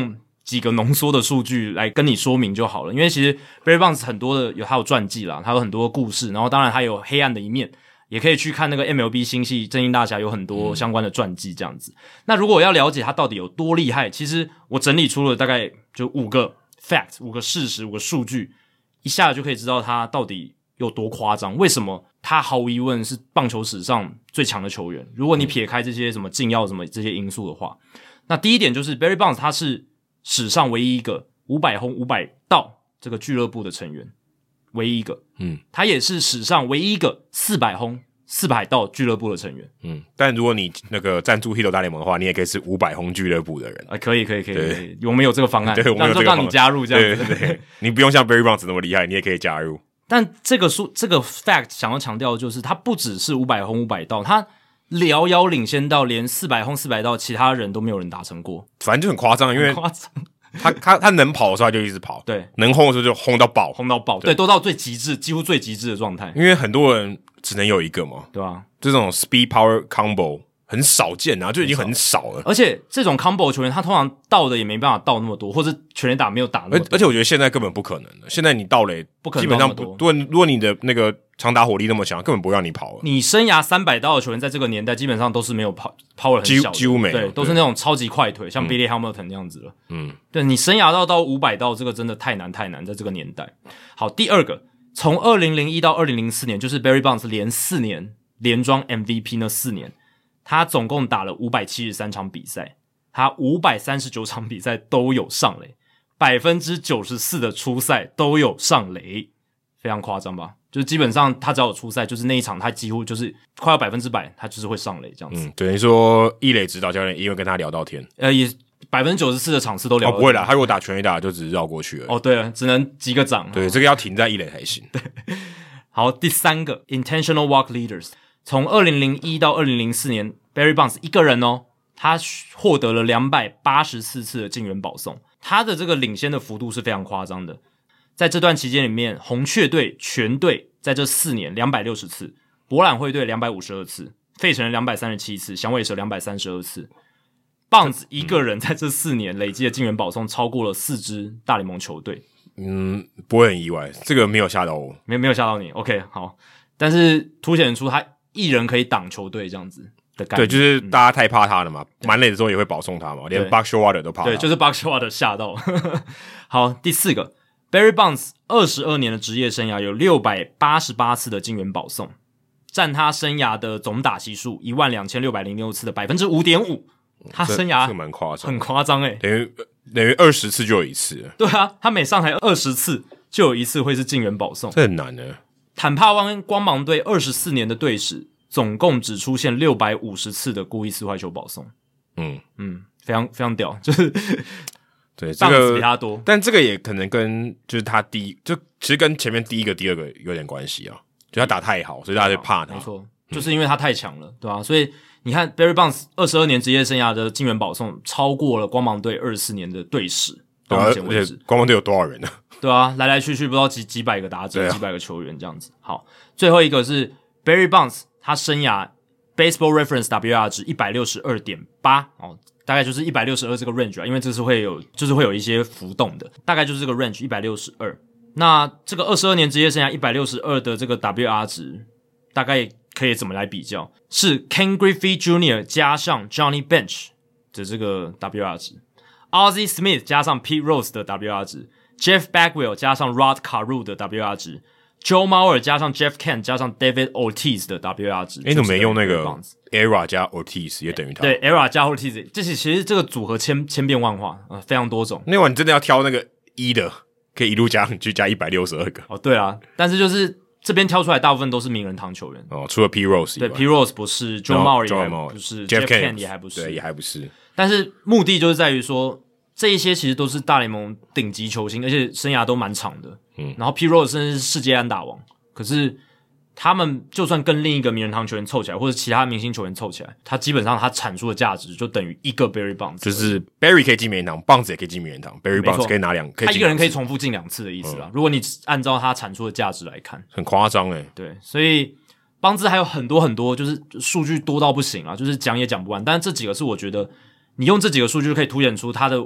几个浓缩的数据来跟你说明就好了，因为其实 Barry Bonds 很多的有他有传记啦，他有很多故事，然后当然还有黑暗的一面，也可以去看那个 M L B 星系正义大侠有很多相关的传记这样子。嗯、那如果我要了解他到底有多厉害，其实我整理出了大概就五个 fact， 五个事实，五个数据，一下就可以知道他到底有多夸张。为什么他毫无疑问是棒球史上最强的球员？如果你撇开这些什么禁药什么这些因素的话，那第一点就是 Barry Bonds 他是史上唯一一个五百轰五百盗这个俱乐部的成员，唯一一个。嗯，他也是史上唯一一个四百轰四百盗俱乐部的成员。 嗯，但如果你那个赞助 Hito 大联盟的话，你也可以是五百轰俱乐部的人。 啊，可以可以可以，可以我们有这个方案， 对，我们有这个方案， 让你加入这样子。 对对对，你不用像 Barry Bonds 那么厉害，你也可以加入。 但这个数这个 fact 想要强调的就是，他不只是五百轰五百盗，他遥遥领先到连四百轰四百盗，其他人都没有人达成过。 反正就很夸张，因为夸张， 他他他能跑的时候他就一直跑， 对， 能轰的时候就轰到爆， 轰到爆，对，都到最极致，几乎最极致的状态。 因为很多人只能有一个嘛， 对吧、啊？ 这种 speed power combo 很少见啊，就已经很少了。 而且这种 combo 球员，他通常到的也没办法到那么多，或者全垒打没有打那么多。 而且我觉得现在根本不可能的，现在你盗垒不可能基本上不，如果如果你的那个长打火力那么强，根本不会让你跑了。 你生涯三百刀的球员，在这个年代基本上都是没有跑 power 很小的， 几乎没有， 对，都是那种超级快腿，像 Billy Hamilton 那样子了。 嗯， 对，你生涯到到五百刀，这个真的太难太难，在这个年代。好，第二个，从二零零一到二零零四年，就是 Barry Bonds 连四年连庄 M V P 那四年，他总共打了五百七十三场比赛，他五百三十九场比赛都有上垒，百分之九十四的出赛都有上垒，非常夸张吧？就是基本上他只要有出赛，就是那一场他几乎就是快要百分之百，他就是会上垒这样子。 嗯，等于说一垒指导教练因为跟他聊到天， 呃，也百分之九十四的场次都聊到天。 哦，不会啦，他如果打全垒打就只是绕过去而已。 哦，对了，只能击个掌。 对，这个要停在一垒才行。 对，好，第三个 intentional walk leaders， 从二零零一到二零零四年 ，Barry Bonds 一个人哦，他获得了两百八十四次的进园保送，他的这个领先的幅度是非常夸张的。在这段期间里面，红雀队全队在这四年两百六十次，博览会队两百五十二次，费城人两百三十七次，响尾蛇两百三十二次。棒子一个人在这四年累积的进园保送超过了四支大联盟球队。 嗯，不会很意外，这个没有吓到我， 没没有吓到你。OK， 好，但是凸显出他一人可以挡球队这样子的概念。 对，就是大家太怕他了嘛，满垒的时候也会保送他嘛，连 Buck Showalter 都怕他。 对，就是 Buck Showalter 吓到。好，第四个 ，Barry Bonds 二十二年的职业生涯有六百八十八次的进园保送，占他生涯的总打席数一万两千六百零六次的百分之五点五。他生涯这个蛮夸张， 很夸张诶， 等于等于二十次就有一次。 对啊，他每上台二十次就有一次会是进园保送， 这很难的。 坦帕湾光芒队二十四年的队史，总共只出现六百五十次的故意四坏球保送。 嗯嗯，非常非常屌，就是对这个比他多， 但这个也可能跟就是他第一，就其实跟前面第一个、第二个有点关系啊，就他打太好，所以大家就怕他。 没错，就是因为他太强了，对吧、啊？所以你看 Barry Bonds 二十二年职业生涯的进园保送超过了光芒队二十四年的队史，到目前为止， 光芒队有多少人呢？ 对啊，来来去去不知道几几百个打者、啊，几百个球员这样子。好，最后一个是 Barry Bonds， 他生涯 Baseball Reference W R 值 一百六十二点八 哦，大概就是一百六十二这个 range 啊，因为这是会有就是会有一些浮动的，大概就是这个 range 一百六十二。那这个二十二年职业生涯一百六十二的这个 W R 值，大概可以怎么来比较？是 Ken Griffey Junior 加上 Johnny Bench 的这个 W R 值 ，Ozzie Smith 加上 Pete Rose 的 W R 值。Jeff Bagwell 加上 Rod Carew 的 W R 值 ，Joe Mauer 加上 Jeff Kent 加上 David Ortiz 的 W R 值。 你怎么没用那个 Era 加 Ortiz 也等于他？ 对 ，Era 加 Ortiz， 这是其实这个组合千千变万化，呃，非常多种。 那晚你真的要挑那个一的，可以一路加上去加一百六十二个。 哦，对啊，但是就是这边挑出来大部分都是名人堂球员哦，除了 P Rose 以外， 对 P Rose 不是 ，Joe Mauer 也不是 ，Jeff Kent 也还不是， 对，也还不是。 但是目的就是在于说。这一些其实都是大联盟顶级球星，而且生涯都蛮长的。嗯，然后 P. Rose 甚至是世界安打王，可是他们就算跟另一个名人堂球员凑起来，或者其他明星球员凑起来，他基本上他产出的价值就等于一个 Barry Bonds， 就是 Barry 可以进名人堂，棒子也可以进名人堂 ，Barry Bonds 可以拿两，可以他一个人可以重复进两次的意思啦。嗯、如果你按照他产出的价值来看， 很夸张诶。 对，所以邦兹还有很多很多，就是数据多到不行啊，就是讲也讲不完。但是这几个是我觉得你用这几个数据就可以凸显出他的。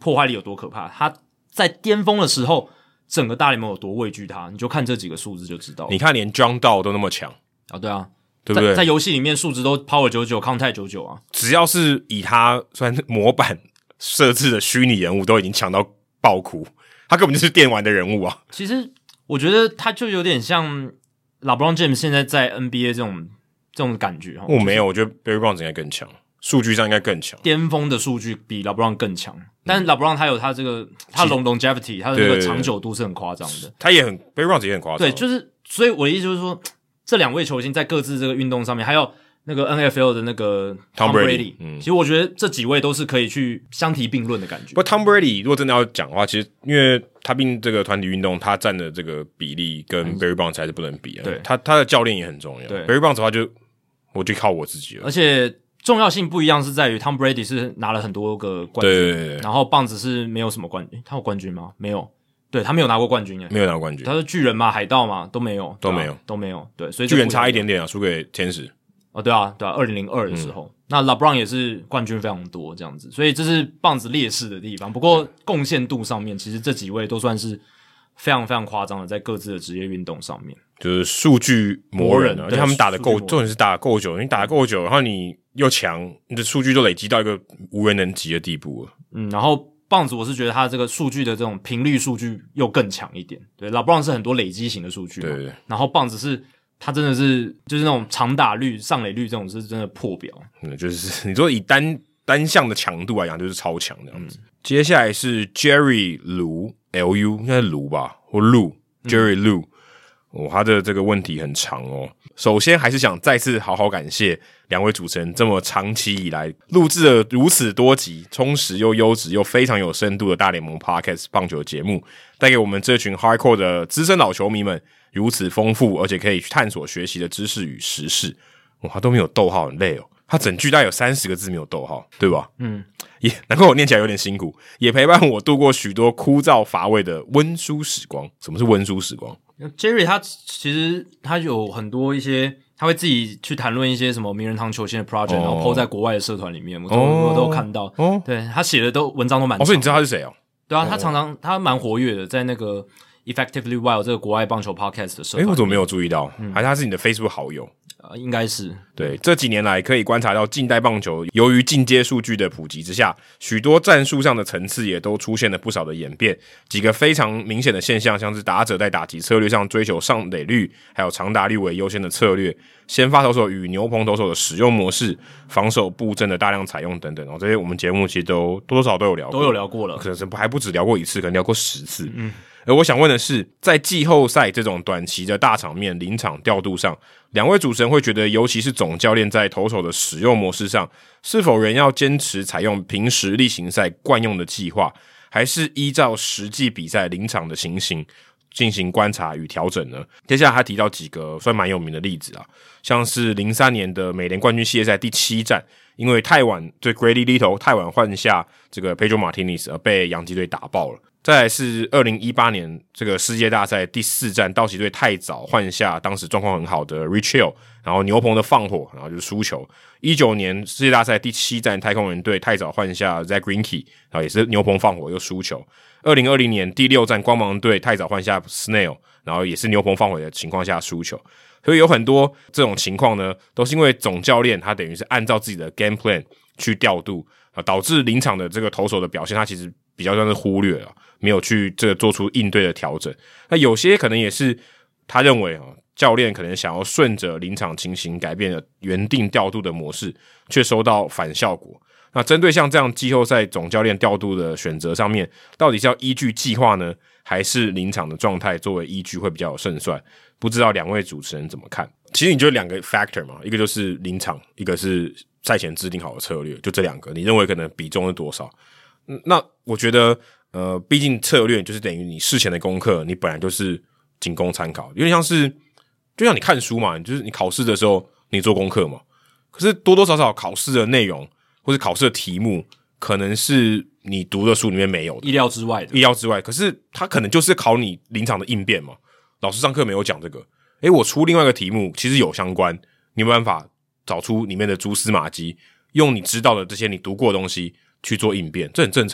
破坏力有多可怕，他在巅峰的时候整个大联盟有多畏惧他，你就看这几个数字就知道了。 你看连 John Doe 都那么强啊，对啊， 对不对？ 在, 在游戏里面数值都 Power 九十九 Contact 九十九啊， 只要是以他算是模板设置的虚拟人物都已经强到爆哭，他根本就是电玩的人物啊。 其实我觉得他就有点像 LeBron James 现在在 N B A 这种这种感觉。 我没有，我觉得 Barry Bonds 应该更强，数据上应该更强， 巅峰的数据比 LeBron 更强。但是 LeBron 他有他这个他 longevity 他的那个长久度是很夸张的， 他也很 Barry Bonds 也很夸张。 对，就是所以我的意思就是说，这两位球星在各自这个运动上面，还有那个 N F L 的那个 Tom Brady，, Brady 嗯，其实我觉得这几位都是可以去相提并论的感觉。 不过 Tom Brady 如果真的要讲的话，其实因为他毕竟这个团体运动，他占的这个比例跟 Barry Bonds 还是不能比啊。 对， 他他的教练也很重要。 对 ，Barry Bonds 的话就我就靠我自己了。 而且重要性不一样，是在于 Tom Brady 是拿了很多个冠军， 对对对， 然后棒子是没有什么冠军，他有冠军吗？没有。对，他没有拿过冠军耶， 没有拿过冠军。 他是巨人嘛，海盗嘛，都没有， 都没有， 都没有。对，所以巨人差一点点啊，输给天使。 哦，对啊，对啊，二零零二的时候，嗯、那 LeBron 也是冠军非常多这样子，所以这是棒子劣势的地方。不过贡献度上面，其实这几位都算是非常非常夸张的，在各自的职业运动上面， 就是数据魔人啊，而且他们打得够，重点是打得够久，你打得够久，然后你又强，你的数据都累积到一个无人能及的地步了。 嗯，然后。棒子我是觉得他这个数据的这种频率数据又更强一点，对 LeBron 是很多累积型的数据嘛， 对对， 然后棒子是他真的是就是那种长打率、上垒率这种是真的破表， 嗯，就是你说以单单项的强度来讲，就是超强这样子。嗯、接下来是 Jerry Lu L U 应该是卢吧，或 Lu Jerry Lu，、嗯、哦，他的这个问题很长哦。首先还是想再次好好感谢两位主持人这么长期以来录制了如此多集充实又优质又非常有深度的大联盟 Podcast 棒球节目，带给我们这群 Hardcore 的资深老球迷们如此丰富而且可以去探索学习的知识与时事。哇，他都没有逗号，很累哦。他整句大概有三十个字没有逗号，对吧？嗯，也难怪我念起来有点辛苦，也陪伴我度过许多枯燥乏味的温书时光。什么是温书时光 ？Jerry 他其实他有很多一些，他会自己去谈论一些什么名人堂球星的 project，、哦、然后 po 在国外的社团里面，我都、哦、我都看到。哦，对他写的都文章都蛮长的。 哦，所以你知道他是谁哦？ 对啊，他常常他蛮活跃的，在那个 Effectively Wild 这个国外棒球 podcast 的社团。 诶，我怎么没有注意到？嗯、还是他是你的 Facebook 好友？ 呃，应该是对。这几年来可以观察到，近代棒球由于进阶数据的普及之下，许多战术上的层次也都出现了不少的演变。几个非常明显的现象，像是打者在打击策略上追求上垒率，还有长打率为优先的策略，先发投手与牛棚投手的使用模式，防守布阵的大量采用等等。哦，这些我们节目其实都多多少少都有聊过， 都有聊过了， 可能是还不止聊过一次，可能聊过十次。嗯。而我想问的是，在季后赛这种短期的大场面临场调度上，两位主持人会觉得，尤其是总教练在投手的使用模式上，是否仍要坚持采用平时例行赛惯用的计划，还是依照实际比赛临场的情形进行观察与调整呢？接下来他提到几个算蛮有名的例子啊，像是零三年的美联冠军系列赛第七战，因为太晚对 Grady Little 太晚换下这个 Pedro Martinez 而被洋基队打爆了。再来是二零一八年这个世界大赛第四战，道奇队太早换下当时状况很好的 Rich Hill， 然后牛棚的放火，然后就是输球。一九年世界大赛第七战，太空人队太早换下 Zach Greinke， 然后也是牛棚放火又输球。二零二零年第六战，光芒队太早换下 Snell， 然后也是牛棚放火的情况下输球。所以有很多这种情况呢，都是因为总教练他等于是按照自己的 game plan 去调度，导致临场的这个投手的表现，他其实比较像是忽略了，没有去这个做出应对的调整。那有些可能也是他认为啊，教练可能想要顺着临场情形改变了原定调度的模式，却收到反效果。那针对像这样季后赛总教练调度的选择上面，到底是要依据计划呢，还是临场的状态作为依据会比较有胜算？不知道两位主持人怎么看？其实你就两个 factor 嘛，一个就是临场，一个是赛前制定好的策略，就这两个，你认为可能比重是多少？那我觉得，呃，毕竟策略就是等于你事前的功课，你本来就是仅供参考，有点像是，就像你看书嘛，就是你考试的时候你做功课嘛。可是多多少少考试的内容或是考试的题目，可能是你读的书里面没有的， 意料之外的， 意料之外。可是它可能就是考你临场的应变嘛。老师上课没有讲这个，诶，我出另外一个题目，其实有相关，你有办法找出里面的蛛丝马迹，用你知道的这些你读过的东西去做应变，这很正常嘛。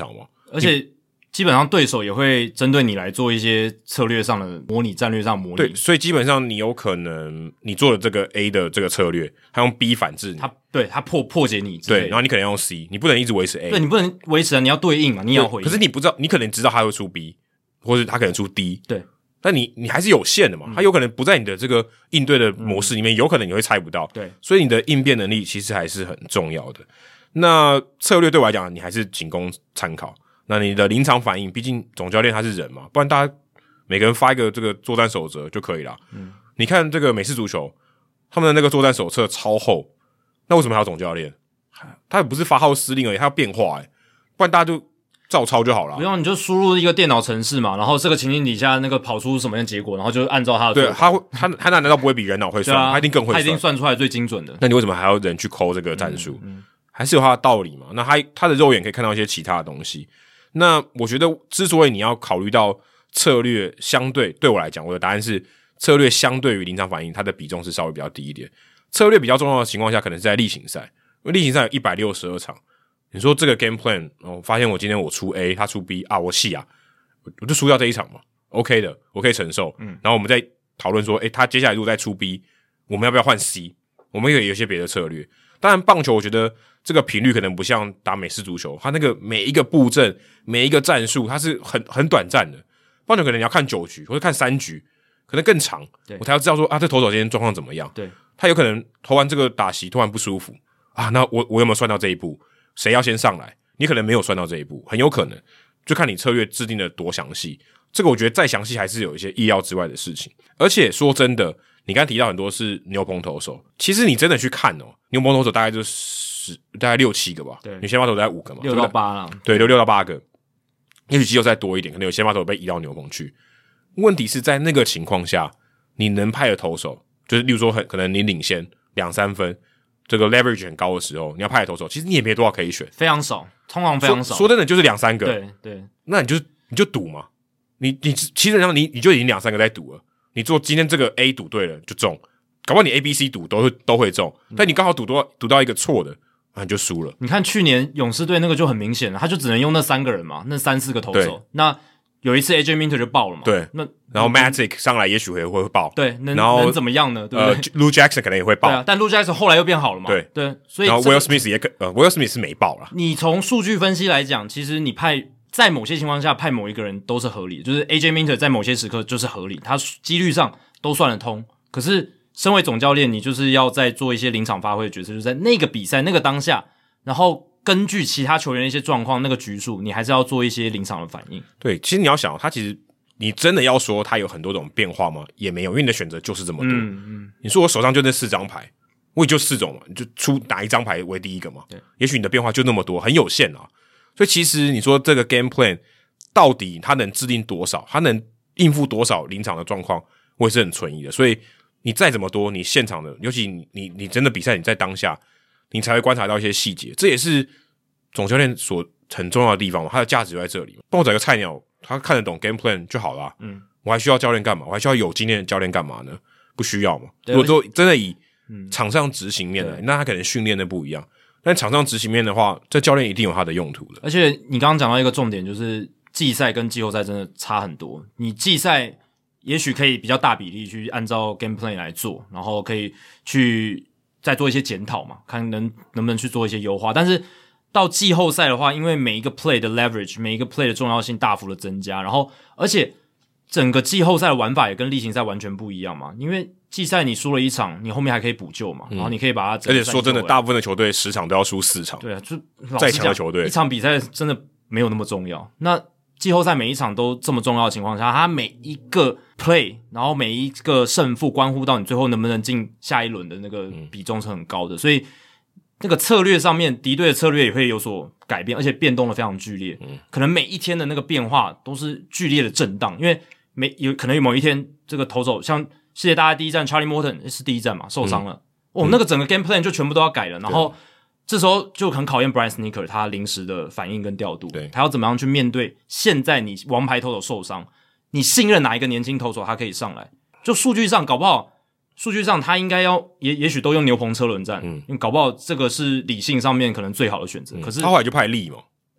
而且基本上对手也会针对你来做一些策略上的模拟、战略上模拟。 对，所以基本上你有可能你做了这个 A 的这个策略，他用 B 反制你， 他对他破破解你之类的， 对，然后你可能要用 C， 你不能一直维持 A， 对你不能维持啊，你要对应嘛，你也要回应。 可是你不知道，你可能知道他会出 B， 或者他可能出 D， 对， 但你你还是有限的嘛，他有可能不在你的这个应对的模式里面，嗯、有可能你会猜不到， 对， 所以你的应变能力其实还是很重要的。那策略对我来讲，你还是仅供参考。那你的临场反应，毕竟总教练他是人嘛，不然大家每个人发一个这个作战守则就可以了。嗯，你看这个美式足球，他们的那个作战手册超厚，那为什么还有总教练？他也不是发号施令而已，他要变化诶、欸，不然大家就照抄就好了。 不用，你就输入一个电脑程式嘛，然后这个情境底下那个跑出什么样的结果，然后就按照他的做法。 对，他会他他难道不会比人脑会算？啊、他一定更会算， 他一定算出来最精准的。 那你为什么还要人去抠这个战术？ 嗯嗯、 还是有他的道理嘛？那他他的肉眼可以看到一些其他的东西。那我觉得，之所以你要考虑到策略相对，对我来讲，我的答案是策略相对于临场反应，它的比重是稍微比较低一点。策略比较重要的情况下，可能是在例行赛，因为例行赛有一百六十二场。你说这个 game plan， 我、哦、发现我今天我出 A， 他出 B 啊，我戏啊，我就输掉这一场嘛 ，OK 的，我可以承受。嗯，然后我们再讨论说，诶，他接下来如果再出 B， 我们要不要换 C？ 我们也有一些别的策略。当然，棒球我觉得这个频率可能不像打美式足球，它那个每一个布阵、每一个战术，它是很很短暂的。棒球可能你要看九局或者看三局，可能更长，我才要知道说啊，这投手今天状况怎么样。 对， 他有可能投完这个打席突然不舒服啊，那我我有没有算到这一步？谁要先上来？你可能没有算到这一步，很有可能就看你策略制定的多详细。这个我觉得再详细还是有一些意料之外的事情。而且说真的，你刚才提到很多是牛棚投手，其实你真的去看哦，牛棚投手大概就十大概六七个吧， 对， 你先发投大概五个嘛， 六到八啦， 对，六六到八个，也许肌肉再多一点，可能有先发投被移到牛棚去。问题是在那个情况下，你能派的投手，就是例如说很可能你领先两三分，这个 leverage 很高的时候，你要派的投手，其实你也没多少可以选， 非常少，通常非常少。 说, 说真的，就是两三个， 对对， 那你就你就赌嘛，你你基本上你你就已经两三个在赌了。你做今天这个 A 赌对了就中，搞不好你 A、B、C 赌都会都会中，但你刚好赌到赌到一个错的，啊你就输了。 你看去年勇士队那个就很明显了，他就只能用那三个人嘛，那三四个投手。那有一次 A J Minter 就爆了嘛， 对， 那然后 Magic 上来也许会会爆， 对，能然后能怎么样呢？对不对？ 呃 Lou Jackson 可能也会爆， 对啊，但 Lou Jackson 后来又变好了嘛， 对对，所以然后 Will Smith 也可呃 Will Smith 是没爆啦。 你从数据分析来讲，其实你派在某些情况下派某一个人都是合理的，就是 A J Minter 在某些时刻就是合理，他几率上都算得通。可是身为总教练，你就是要在做一些临场发挥的角色，就是在那个比赛那个当下，然后根据其他球员的一些状况，那个局数，你还是要做一些临场的反应。 对，其实你要想，他其实你真的要说他有很多种变化吗？也没有，因为你的选择就是这么多。 嗯嗯， 你说我手上就那四张牌，我也就四种嘛，你就出哪一张牌为第一个嘛？ 对， 也许你的变化就那么多，很有限啊。所以其实你说这个 game plan 到底它能制定多少，它能应付多少临场的状况，我也是很存疑的。所以你再怎么多，你现场的，尤其你你你真的比赛，你在当下，你才会观察到一些细节，这也是总教练所很重要的地方嘛，他的价值就在这里。帮我找一个菜鸟，他看得懂 game plan 就好啦。嗯，我还需要教练干嘛？我还需要有经验的教练干嘛呢？不需要嘛。如果说真的以场上执行面来，那他可能训练的不一样。但场上执行面的话，这教练一定有他的用途的。 而且你刚刚讲到一个重点，就是季赛跟季后赛真的差很多。你季赛也许可以比较大比例去按照 game plan 来做，然后可以去再做一些检讨嘛，看能能不能去做一些优化。但是到季后赛的话，因为每一个 play 的 leverage， 每一个 play 的重要性大幅的增加，然后而且整个季后赛的玩法也跟例行赛完全不一样嘛，因为季赛你输了一场，你后面还可以补救嘛，嗯、然后你可以把它整个。 而且说真的，大部分的球队十场都要输四场。 对啊，就再强的球队， 一场比赛真的没有那么重要。那季后赛每一场都这么重要的情况下，它每一个 play， 然后每一个胜负关乎到你最后能不能进下一轮的那个比重是很高的，嗯、所以那个策略上面，敌对的策略也会有所改变，而且变动的非常剧烈。嗯、可能每一天的那个变化都是剧烈的震荡，因为每有可能有某一天这个投手像世界大赛第一站 Charlie Morton 是第一站嘛，受伤了，嗯、哦，那个整个 game plan 就全部都要改了，然后这时候就很考验 Brian Snitker 他临时的反应跟调度， 对， 他要怎么样去面对现在你王牌投手受伤，你信任哪一个年轻投手他可以上来？就数据上搞不好，数据上他应该要也也许都用牛棚车轮战，嗯，因为搞不好这个是理性上面可能最好的选择。嗯、可是他后来就派利嘛，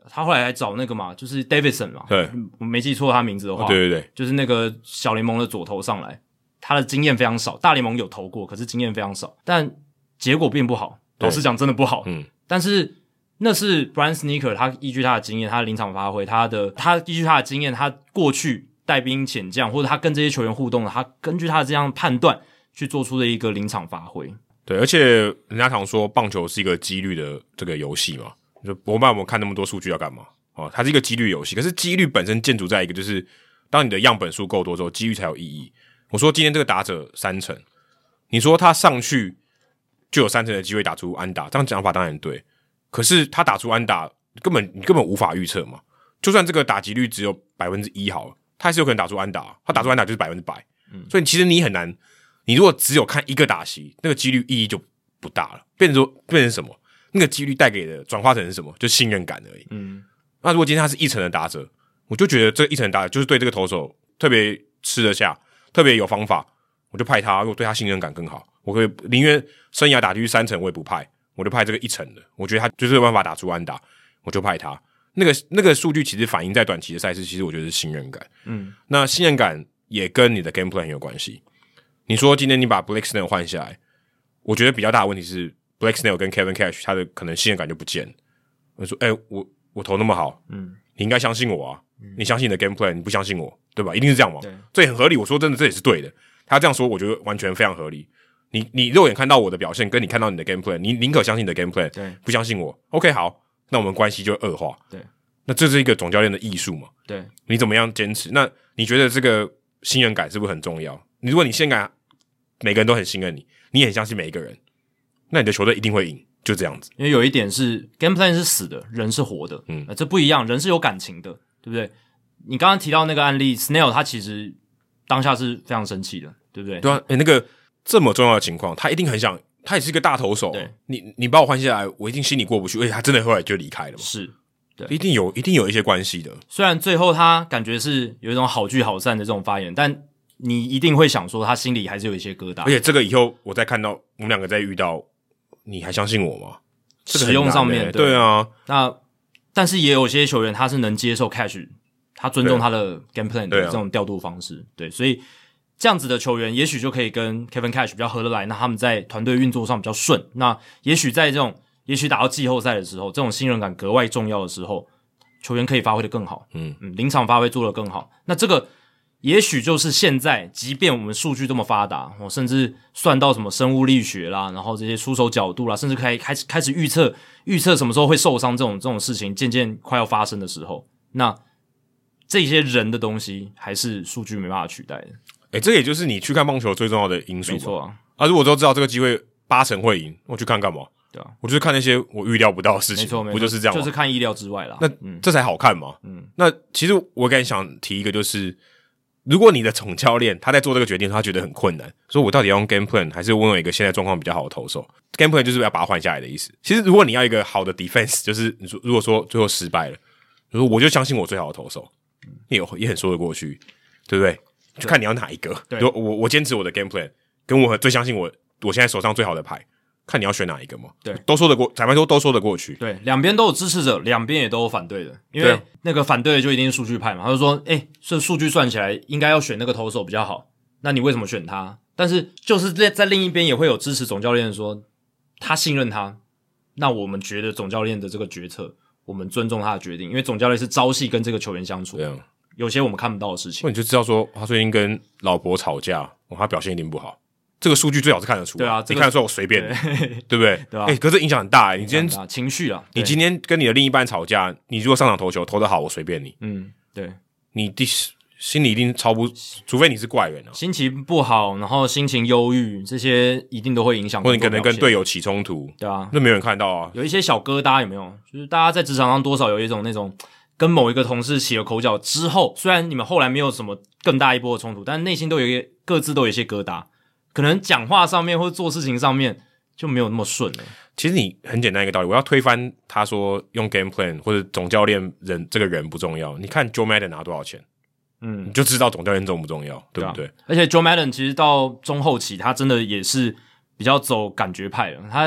他后来还找那个嘛，就是 Davidson 嘛， 对， 我没记错他名字的话， 哦、对对对， 就是那个小联盟的左投上来，他的经验非常少，大联盟有投过，可是经验非常少，但结果并不好。老实讲，真的不好。嗯，但是那是 Brian Snitker 他依据他的经验，他的临场发挥，他的他依据他的经验，他过去带兵遣将，或者他跟这些球员互动，他根据他的这样判断去做出的一个临场发挥。 对，而且人家常说棒球是一个几率的这个游戏嘛，就我们我们看那么多数据要干嘛？哦，它是一个几率游戏，可是几率本身建筑在一个就是当你的样本数够多之后，几率才有意义。我说今天这个打者三成，你说他上去就有三成的机会打出安打，这样讲法当然对。可是他打出安打，根本你根本无法预测嘛。就算这个打击率只有百分之一好了，他还是有可能打出安打。他打出安打就是百分之百，所以其实你很难。你如果只有看一个打席，那个几率意义就不大了。变成说，变成什么？那个几率带给的转化成是什么？就信任感而已。嗯。那如果今天他是一成的打者，我就觉得这一成的打者就是对这个投手特别吃得下，特别有方法，我就派他。如果对他信任感更好，我可以宁愿生涯打击率三成我也不派，我就派这个一成的。我觉得他就是有办法打出安打，我就派他。那个那个数据其实反映在短期的赛事，其实我觉得是信任感。嗯，那信任感也跟你的 game plan 有关系。你说今天你把 Blake Snell 换下来，我觉得比较大的问题是 Blake Snell 跟 Kevin Cash 他的可能信任感就不见了。我说，哎、欸，我我投那么好，嗯，你应该相信我啊，嗯、你相信你的 game plan， 你不相信我，对吧？一定是这样嘛？对，这也很合理。我说真的，这也是对的。他这样说，我觉得完全非常合理。你你肉眼看到我的表现，跟你看到你的 game plan， 你宁可相信你的 game plan， 对，不相信我。OK， 好，那我们关系就会恶化。对，那这是一个总教练的艺术嘛？对，你怎么样坚持？那你觉得这个信任感是不是很重要？你如果你信任感每个人都很信任你，你也很相信每一个人，那你的球队一定会赢，就这样子。 因为有一点是 game plan 是死的，人是活的，嗯，呃、这不一样，人是有感情的，对不对？你刚刚提到那个案例 ，Snell 他其实当下是非常生气的，对不对？ 对啊，诶、欸，那个这么重要的情况，他一定很想，他也是一个大投手，对，你你把我换下来，我一定心里过不去，而且他真的后来就离开了嘛， 是，对， 一定有一定有一些关系的。 虽然最后他感觉是有一种好聚好散的这种发言，但你一定会想说，他心里还是有一些疙瘩。 而且这个以后我再看到我们两个再遇到，你还相信我吗？ 这个、使用上面， 对, 对啊。 那但是也有些球员他是能接受 Cash， 他尊重他的 game plan 的这种调度方式， 对, 对，所以这样子的球员也许就可以跟 Kevin Cash 比较合得来，那他们在团队运作上比较顺。那也许在这种，也许打到季后赛的时候，这种信任感格外重要的时候，球员可以发挥得更好，嗯嗯，临场发挥做得更好。那这个也许就是现在，即便我们数据这么发达，哦，甚至算到什么生物力学啦，然后这些出手角度啦，甚至开开始开始预测预测什么时候会受伤这种这种事情渐渐快要发生的时候，那这些人的东西还是数据没办法取代的。 诶、欸，这也就是你去看棒球最重要的因素。 没错啊， 啊，如果都知道这个机会八成会赢，我去看干嘛？对啊，我就是看那些我预料不到的事情， 没错， 不就是这样吗？ 就是看意料之外啦。 那、嗯、这才好看嘛。嗯，那其实我刚才想提一个，就是如果你的总教练他在做这个决定，他觉得很困难，说我到底要用 game plan 还是问一个现在状况比较好的投手 ？game plan 就是要把他换下来的意思。其实如果你要一个好的 defense， 就是你说如果说最后失败了，就是我就相信我最好的投手，也有也很说得过去，对不对？就看你要哪一个。对，我我坚持我的 game plan， 跟我最相信我我现在手上最好的牌。看你要选哪一个嘛？对，都说得过，裁判说都说得过去。 对，两边都有支持者，两边也都有反对的，因为那个反对的就一定是数据派嘛。他就说，哎、欸，这数据算起来应该要选那个投手比较好，那你为什么选他？但是就是在在另一边也会有支持总教练说，他信任他，那我们觉得总教练的这个决策，我们尊重他的决定，因为总教练是朝夕跟这个球员相处，对啊，有些我们看不到的事情， 那你就知道说他最近跟老婆吵架，哦、他表现一定不好。这个数据最好是看得出来， 对啊， 这个、你看得出来我随便，对, 对不对？ 对啊， 哎、欸，可是影响很大、欸。你今天情绪啊， 你今天跟你的另一半吵架，你如果上场投球投得好，我随便你。 嗯，对， 你第心里一定超不，除非你是怪人啊， 心情不好，然后心情忧郁，这些一定都会影响。 或者你可能跟队友起冲突， 对啊， 那没有人看到啊。 有一些小疙瘩有没有？就是大家在职场上多少有一种那种跟某一个同事起了口角之后，虽然你们后来没有什么更大一波的冲突，但内心都有一个各自都有一些疙瘩。可能讲话上面或者做事情上面就没有那么顺了。 其实你很简单一个道理，我要推翻他说用 game plan 或者总教练人这个人不重要。你看 Joe Madden 拿多少钱，嗯，你就知道总教练重不重要，对不对？对啊， 而且 Joe Madden 其实到中后期，他真的也是比较走感觉派了。他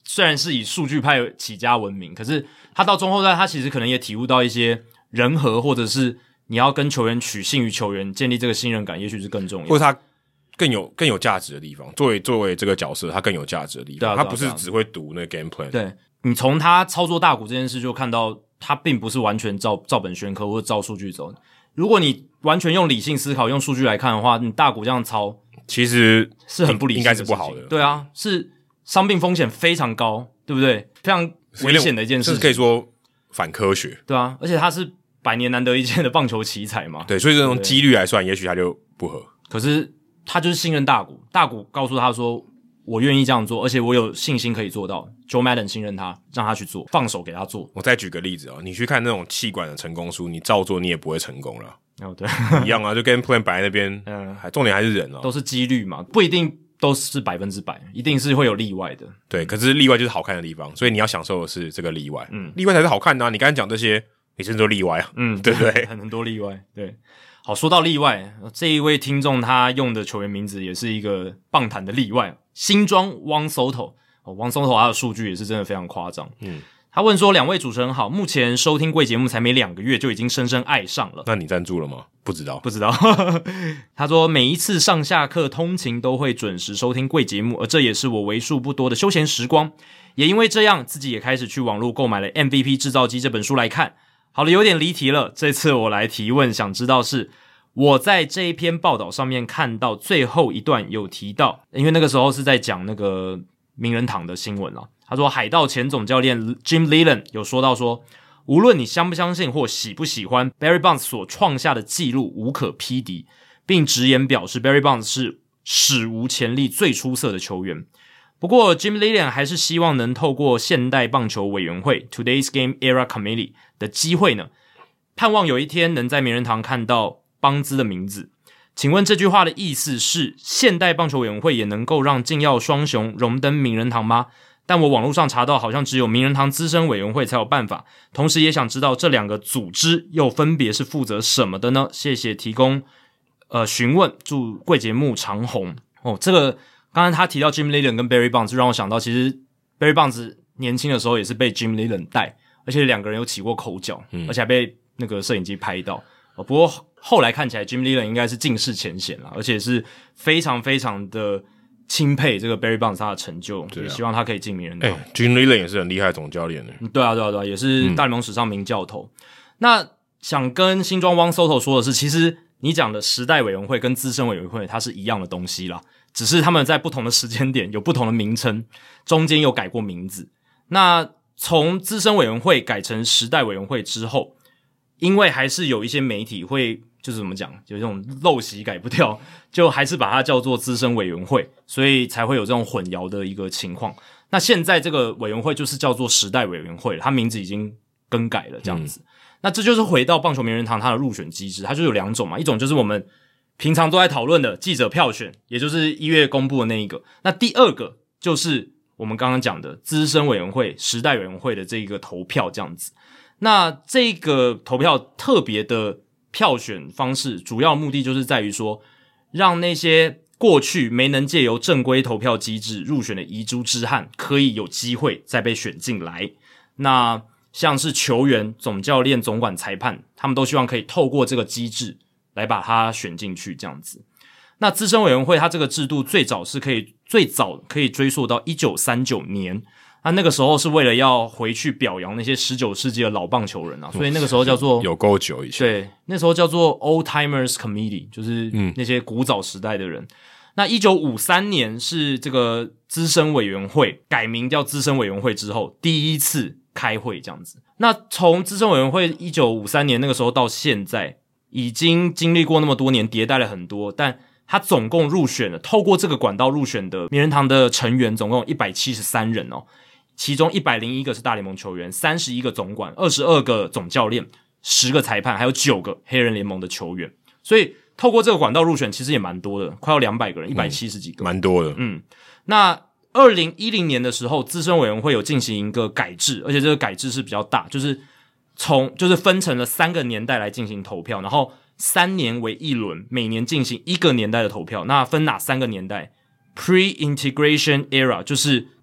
虽然是以数据派起家闻名，可是他到中后段，他其实可能也体悟到一些人和，或者是你要跟球员取信于球员，建立这个信任感，也许是更重要， 或者他更有更有价值的地方。作为作为这个角色，他更有价值的地方， 啊啊、 他不是只会读那个 game plan。 对，你从他操作大股这件事就看到，他并不是完全照照本宣科或者照数据走。如果你完全用理性思考、用数据来看的话，你大股这样操， 其实是很不理性的， 应该是不好的。 对啊，是伤病风险非常高，对不对？非常危险的一件事情， 这是可以说反科学。 对啊，而且他是百年难得一见的棒球奇才嘛。 对，所以这种几率来算，也许他就不合。 可是他就是信任大股，大股告诉他说：“我愿意这样做，而且我有信心可以做到。” Joe Maddon 信任他，让他去做，放手给他做。 我再举个例子啊，你去看那种企管的成功书，你照做你也不会成功了。 哦，对， 一样啊，就跟 plan 摆在那边，嗯，还重点还是人哦， 都是几率嘛，不一定都是百分之百，一定是会有例外的。 对，可是例外就是好看的地方，所以你要享受的是这个例外，嗯，例外才是好看的啊。你刚才讲这些，你甚至都例外啊，嗯，对不对？ 很多例外，对。好，说到例外，这一位听众他用的球员名字也是一个棒坛的例外，新庄汪 Soto。哦，汪 Soto 他的数据也是真的非常夸张。嗯，他问说：两位主持人好，目前收听贵节目才没两个月，就已经深深爱上了。 那你赞助了吗？不知道， 不知道。他说每一次上下课通勤都会准时收听贵节目，而这也是我为数不多的休闲时光。也因为这样，自己也开始去网络购买了《M V P 制造机》这本书来看。好了，有点离题了。这次我来提问，想知道是我在这一篇报道上面看到最后一段有提到，因为那个时候是在讲那个名人堂的新闻啦。他说海盗前总教练 Jim Leyland 有说到说，无论你相不相信或喜不喜欢 Barry Bonds 所创下的纪录无可匹敌，并直言表示 Barry Bonds 是史无前例最出色的球员。不过 Jim Leyland 还是希望能透过现代棒球委员会 Today's Game Era Committee 的机会呢，盼望有一天能在名人堂看到邦兹的名字。请问这句话的意思是现代棒球委员会也能够让禁药双雄荣登名人堂吗？但我网络上查到好像只有名人堂资深委员会才有办法，同时也想知道这两个组织又分别是负责什么的呢？谢谢提供呃询问，祝贵节目长红。哦，这个刚刚他提到 Jim Leyland 跟 Barry Bonds 让我想到，其实 Barry Bonds 年轻的时候也是被 Jim Leyland 带，而且两个人有起过口角，嗯，而且还被那个摄影机拍到。哦，不过后来看起来 Jim Leyland 应该是尽释前嫌啦，而且是非常非常的钦佩这个 Barry Bonds 他的成就，也希望他可以进名人堂。 欸、Jim Leyland 也是很厉害的总教练的。 对啊，对啊，对啊，也是大联盟史上名教头。嗯、那想跟新庄汪 Soto 说的是，其实你讲的时代委员会跟资深委员会它是一样的东西啦，只是他们在不同的时间点有不同的名称，中间有改过名字。那从资深委员会改成时代委员会之后，因为还是有一些媒体会就是怎么讲，有这种陋习改不掉，就还是把它叫做资深委员会，所以才会有这种混淆的一个情况。那现在这个委员会就是叫做时代委员会，它名字已经更改了这样子。嗯、那这就是回到棒球名人堂它的入选机制，它就有两种嘛，一种就是我们平常都在讨论的记者票选，也就是一月公布的那一个。那第二个就是我们刚刚讲的资深委员会、时代委员会的这个投票这样子。那这个投票特别的票选方式，主要目的就是在于说，让那些过去没能借由正规投票机制入选的遗珠之憾，可以有机会再被选进来。那像是球员、总教练、总管、裁判，他们都希望可以透过这个机制来把它选进去，这样子。那资深委员会它这个制度最早是可以最早可以追溯到一九三九年。那那个时候是为了要回去表扬那些十九世纪的老棒球人啊，所以那个时候叫做有够久以前， 对，那时候叫做 Old Timers Committee， 就是那些古早时代的人。嗯、那一九五三年是这个资深委员会改名叫资深委员会之后第一次开会这样子。那从资深委员会一九五三年那个时候到现在，已经经历过那么多年，迭代了很多，但他总共入选了，透过这个管道入选的名人堂的成员总共有一百七十三人哦。其中一百零一个是大联盟球员，三十一个总管，二十二个总教练，十个裁判，还有九个黑人联盟的球员。所以透过这个管道入选其实也蛮多的，快要两百个人，一百七十几个。 蛮、嗯、多的。 嗯，那二零一零年的时候，资深委员会有进行一个改制，而且这个改制是比较大，就是从就是分成了三个年代来进行投票，然后三年为一轮，每年进行一个年代的投票。那分哪三个年代？ Pre-integration era 就是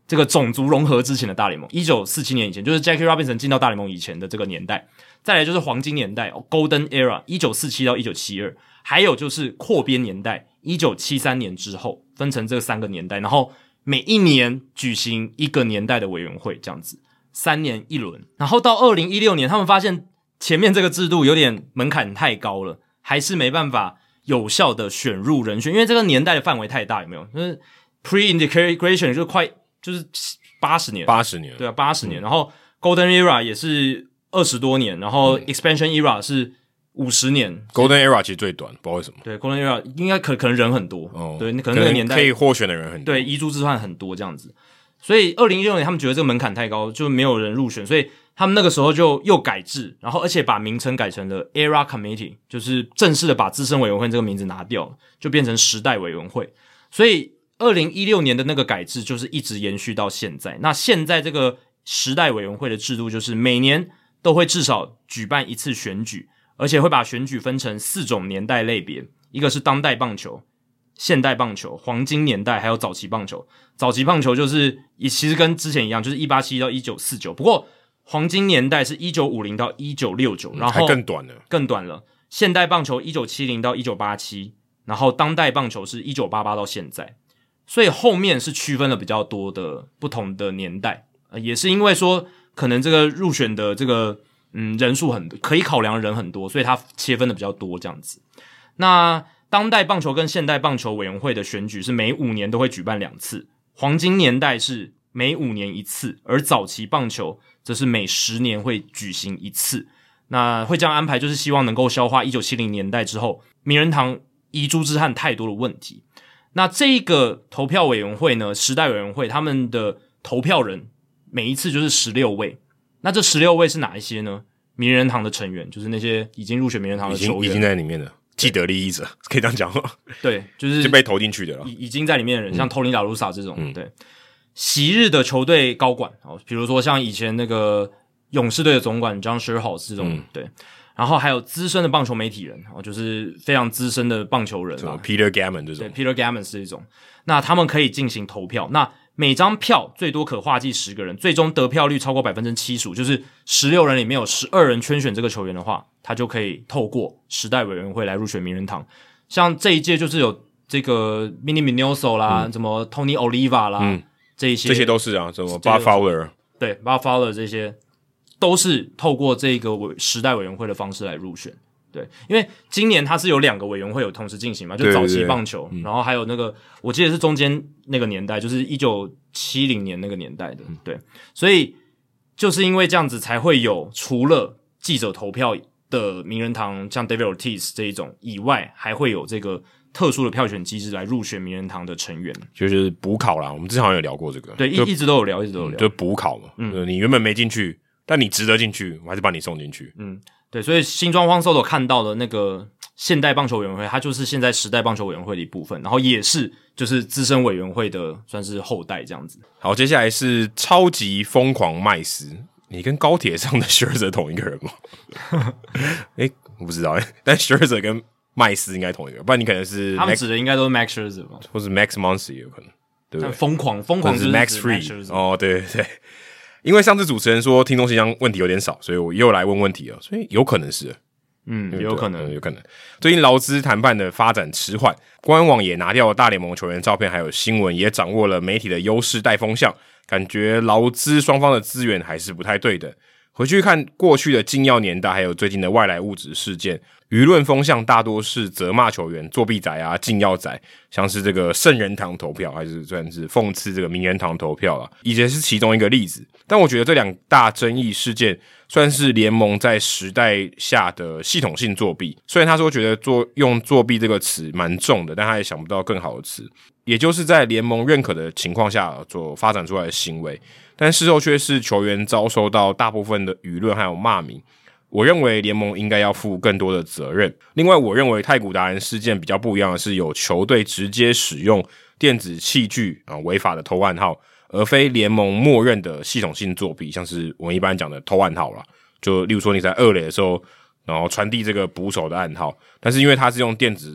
这个种族融合之前的大联盟，一九四七年以前，就是 Jackie Robinson 进到大联盟以前的这个年代。再来就是黄金年代 Golden Era 一九四七到一九七二，还有就是扩编年代一九七三年之后，分成这三个年代，然后每一年举行一个年代的委员会，这样子三年一轮。然后到二零一六年他们发现前面这个制度有点门槛太高了，还是没办法有效的选入人选，因为这个年代的范围太大，有没有？就是 Pre-Integration 就快就是八十年， 八十年， 对啊，八十年。然后 Golden Era 也是二十多年，然后 Expansion Era 是五十年。 Golden Era 其实最短，不知道为什么。 对 ，Golden Era 应该可可能人很多， 哦， 对，可能那个年代可以获选的人很多， 对，遗珠之憾很多这样子。所以二零一六年他们觉得这个门槛太高，就没有人入选，所以他们那个时候就又改制，然后而且把名称改成了 Era Committee， 就是正式的把资深委员会这个名字拿掉了，就变成时代委员会。所以二零一六年的那个改制就是一直延续到现在。那现在这个时代委员会的制度就是每年都会至少举办一次选举，而且会把选举分成四种年代类别，一个是当代棒球、现代棒球、黄金年代还有早期棒球。早期棒球就是也其实跟之前一样，就是一八七一到一九四九，不过黄金年代是一九五零到一九六九，然后还更短了， 更短了。现代棒球一九七零到一九八七，然后当代棒球是一九八八到现在。所以后面是区分了比较多的不同的年代，呃，也是因为说可能这个入选的这个嗯人数很可以考量的人很多，所以它切分的比较多这样子。那当代棒球跟现代棒球委员会的选举是每五年都会举办两次，黄金年代是每五年一次，而早期棒球则是每十年会举行一次。那会这样安排就是希望能够消化一九七零年代之后名人堂遗珠之憾太多的问题。那这个投票委员会呢，时代委员会他们的投票人每一次就是十六位。那这十六位是哪一些呢？名人堂的成员，就是那些已经入选名人堂的球员， 已经已经在里面了，既得利益者可以这样讲吗？ 对，就是就被投进去的了， 已已经在里面的人， 嗯、 像 Tony La Russa 这种， 嗯、 对，昔日的球队高管哦，比如说像以前那个勇士队的总管 John Sherhouse 这种，嗯、对。然后还有资深的棒球媒体人，哦，就是非常资深的棒球人啊 ，Peter Gammon 这种， 对 ，Peter Gammon 是这种。那他们可以进行投票，那每张票最多可划计十个人，最终得票率超过 百分之七十五， 就是十六人里面有十二人圈选这个球员的话，他就可以透过时代委员会来入选名人堂。像这一届就是有这个 Minnie Minoso 啦，嗯、什么 Tony Oliva 啦，嗯、这一些， 这些都是啊，什么 Bob Fowler， 对 ，Bob Fowler 这些。都是透过这个时代委员会的方式来入选，对，因为今年它是有两个委员会有同时进行嘛，就早期棒球， 对对对， 然后还有那个我记得是中间那个年代，就是一九七零年那个年代的，对，所以就是因为这样子才会有除了记者投票的名人堂像 David Ortiz 这一种以外，还会有这个特殊的票选机制来入选名人堂的成员， 就是补考啦，我们之前好像有聊过这个， 对，一一直都有聊，一直都有聊， 就补考嘛，嗯，你原本没进去。但你值得进去，我还是把你送进去。 嗯，对，所以新庄荒 Soto 看到的那个现代棒球委员会，它就是现在时代棒球委员会的一部分，然后也是就是资深委员会的算是后代这样子。 好，接下来是超级疯狂麦斯，你跟高铁上的 Scherzer 同一个人吗？诶，我不知道诶，但 Scherzer 跟麦斯应该同一个人，不然你可能是 Max, 他们指的应该都是 Max Scherzer 吧， 或是 Max Muncy 也有可能，对不对？ 疯狂疯狂是 Max Fried 哦，对对对。因为上次主持人说听众信箱问题有点少，所以我又来问问题了，所以有可能是， 嗯，有可能， 嗯、有可能。最近劳资谈判的发展迟缓，官网也拿掉了大联盟球员照片，还有新闻，也掌握了媒体的优势带风向，感觉劳资双方的资源还是不太对等。回去看过去的禁药年代，还有最近的外来物质事件，舆论风向大多是责骂球员作弊仔啊、禁药仔，像是这个圣人堂投票，还是算是讽刺这个名人堂投票啦，以前是其中一个例子。但我觉得这两大争议事件算是联盟在时代下的系统性作弊。虽然他说觉得做用作弊这个词蛮重的，但他也想不到更好的词，也就是在联盟认可的情况下所发展出来的行为。但事后却是球员遭受到大部分的舆论还有骂名，我认为联盟应该要负更多的责任。另外，我认为太古达人事件比较不一样的是，有球队直接使用电子器具啊违法的偷暗号，而非联盟默认的系统性作弊，像是我们一般讲的偷暗号啦，就例如说你在二垒的时候，然后传递这个捕手的暗号，但是因为他是用电子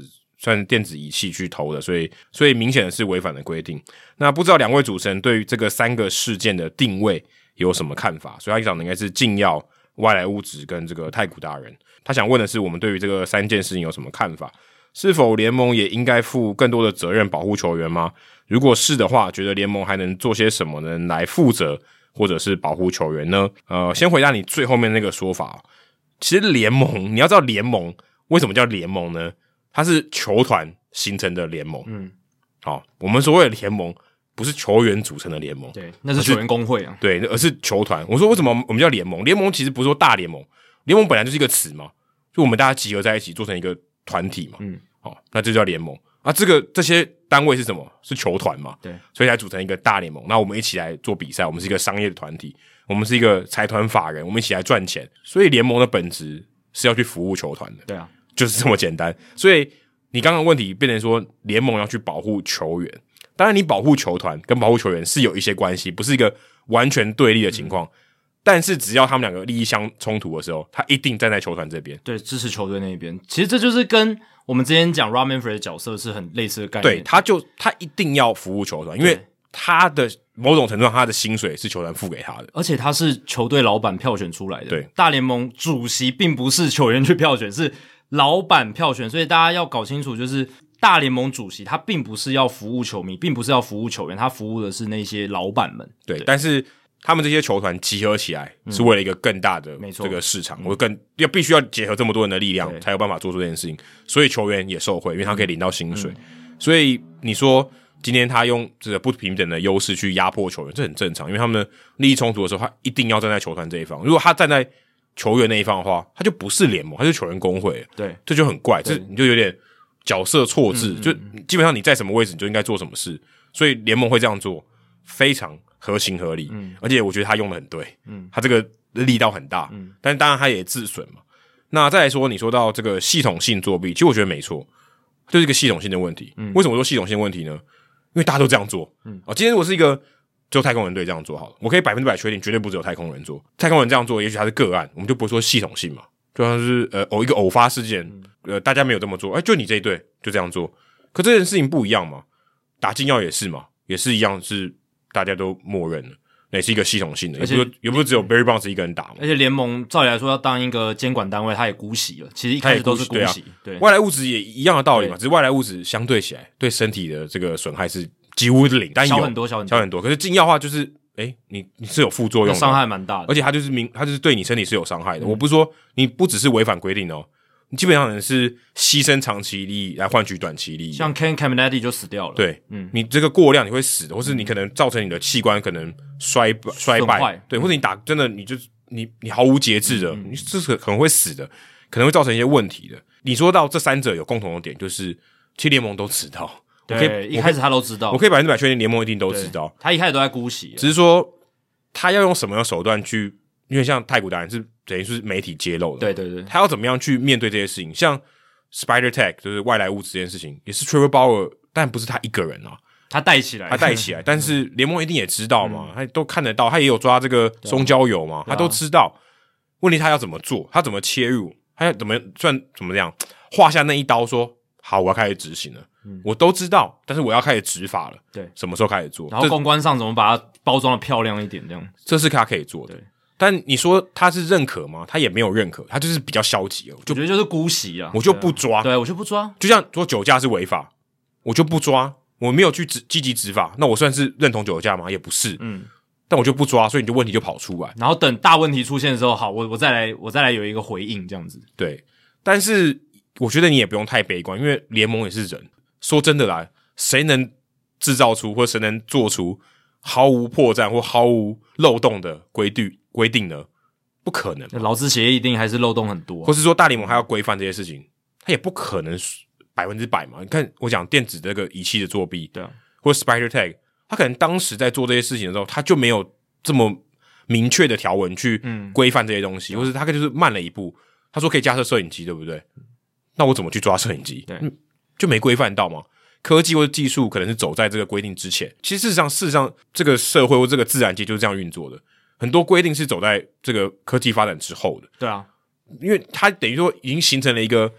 算电子仪器去投的，所以所以明显的是违反了规定。那不知道两位主持人对于这个三个事件的定位有什么看法？所以他讲的应该是禁药、外来物质跟这个太古达人。他想问的是我们对于这个三件事情有什么看法？是否联盟也应该负更多的责任保护球员吗？如果是的话，觉得联盟还能做些什么呢来负责或者是保护球员呢？呃，先回答你最后面那个说法。其实联盟，你要知道联盟为什么叫联盟呢？它是球团形成的联盟。嗯，好、哦，我们所谓的联盟不是球员组成的联盟， 对，那是球员工会啊。 对，而是球团。我说为什么我们叫联盟？联盟其实不是说大联盟，联盟本来就是一个词嘛，就我们大家集合在一起做成一个团体嘛。嗯，好、哦，那这就叫联盟啊。这个这些单位是什么？是球团嘛。 对， 所以才组成一个大联盟。那我们一起来做比赛，我们是一个商业的团体。我们是一个财团法人，我们一起来赚钱，所以联盟的本质是要去服务球团的。 对啊， 就是这么简单。所以你刚刚问题变成说联盟要去保护球员，当然你保护球团跟保护球员是有一些关系，不是一个完全对立的情况。嗯、但是只要他们两个利益相冲突的时候，他一定站在球团这边， 对，支持球队那边。其实这就是跟我们之前讲 Rob Manfred 的角色是很类似的概念。 对，他就他一定要服务球团，因为他的某种程度上，他的薪水是球团付给他的， 而且他是球队老板票选出来的。 对， 大联盟主席并不是球员去票选，是老板票选，所以大家要搞清楚，就是大联盟主席他并不是要服务球迷，并不是要服务球员，他服务的是那些老板们。 对，对但是他们这些球团集合起来，是为了一个更大的这个市场，或、嗯、更要必须要结合这么多人的力量，才有办法做出这件事情。所以球员也受惠，因为他可以领到薪水。嗯、所以你说。今天他用这个不平等的优势去压迫球员，这很正常，因为他们利益冲突的时候，他一定要站在球团这一方。如果他站在球员那一方的话，他就不是联盟，他是球员工会。 对， 这就很怪，这你就有点角色错置，嗯嗯嗯就基本上你在什么位置，你就应该做什么事。所以联盟会这样做，非常合情合理。嗯，而且我觉得他用的很对，嗯，他这个力道很大，嗯，但是当然他也自损嘛。那再来说，你说到这个系统性作弊，其实我觉得没错，就是一个系统性的问题。嗯，为什么说系统性问题呢？因为大家都这样做，嗯，哦，今天如果是一个只有太空人队这样做好了，我可以百分之百确定，绝对不只有太空人做。太空人这样做，也许他是个案，我们就不会说系统性嘛，就像是呃偶一个偶发事件，呃，大家没有这么做，哎，就你这一队就这样做，可这件事情不一样嘛，打禁药也是嘛，也是一样，是大家都默认了，那也是一个系统性的，也不是也不是只有 Barry Bonds 一个人打嘛。 而且联盟照理来说要当一个监管单位，他也姑息了，其实一开始都是姑息， 对、啊、对，外来物质也一样的道理嘛，只是外来物质相对起来对身体的这个损害是几乎是零，但有小很多，小很多， 小很多。可是禁药的话，就是哎、欸，你你是有副作用的， 伤害蛮大的， 而且它就是明，它就是对你身体是有伤害的。嗯、我不是说你不只是违反规定哦，你基本上是牺牲长期利益来换取短期利益。 像 Ken Caminiti 就死掉了， 对，嗯，你这个过量你会死的，或是你可能造成你的器官可能衰衰败，对，或者你打真的你就你你毫无节制的，嗯、你这是可能会死的，可能会造成一些问题的。你说到这三者有共同的点，就是其实联盟都知道。 对，一开始他都知道， 我可以百分之百确定联盟一定都知道。 他一开始都在姑息， 只是说他要用什么样的手段去，因为像太古达人是等于是媒体揭露的， 对对对， 他要怎么样去面对这些事情？像 Spider Tech 就是外来物质这件事情，也是 Trevor Bauer， 但不是他一个人啊， 他带起来， 他带起来，但是联盟一定也知道嘛，嗯、他都看得到，他也有抓这个松焦油嘛，他都知道。问题他要怎么做？他怎么切入？他要怎么算怎么样画下那一刀说？好，我要开始执行了。嗯、我都知道，但是我要开始执法了。 对， 什么时候开始做？ 然后公关上怎么把它包装的漂亮一点？这样， 这是他可以做的。但你说他是认可吗？他也没有认可，他就是比较消极了。 我觉得就是姑息啊， 我就不抓。 对，我就不抓。 就像说酒驾是违法，我就不抓，我没有去执积极执法，那我算是认同酒驾吗？也不是。嗯，但我就不抓，所以你就问题就跑出来。 然后等大问题出现的时候，好，我我再来，我再来有一个回应，这样子。 对，但是我觉得你也不用太悲观，因为联盟也是人。说真的啦，谁能制造出或谁能做出毫无破绽或毫无漏洞的规定规定呢？不可能。 劳资协议一定还是漏洞很多、啊， 或是说大联盟还要规范这些事情，他也不可能百分之百嘛。你看我讲电子这个仪器的作弊， 对啊， 或者 Spider Tag， 他可能当时在做这些事情的时候，他就没有这么明确的条文去规范这些东西，嗯、或是他就是慢了一步。他说可以架设摄影机，对不对？那我怎么去抓摄影机？ 对。 嗯就没规范到嘛？科技或者技术可能是走在这个规定之前。其实事实上，事实上这个社会或这个自然界就是这样运作的。很多规定是走在这个科技发展之后的。 对啊， 因为它等于说已经形成了一个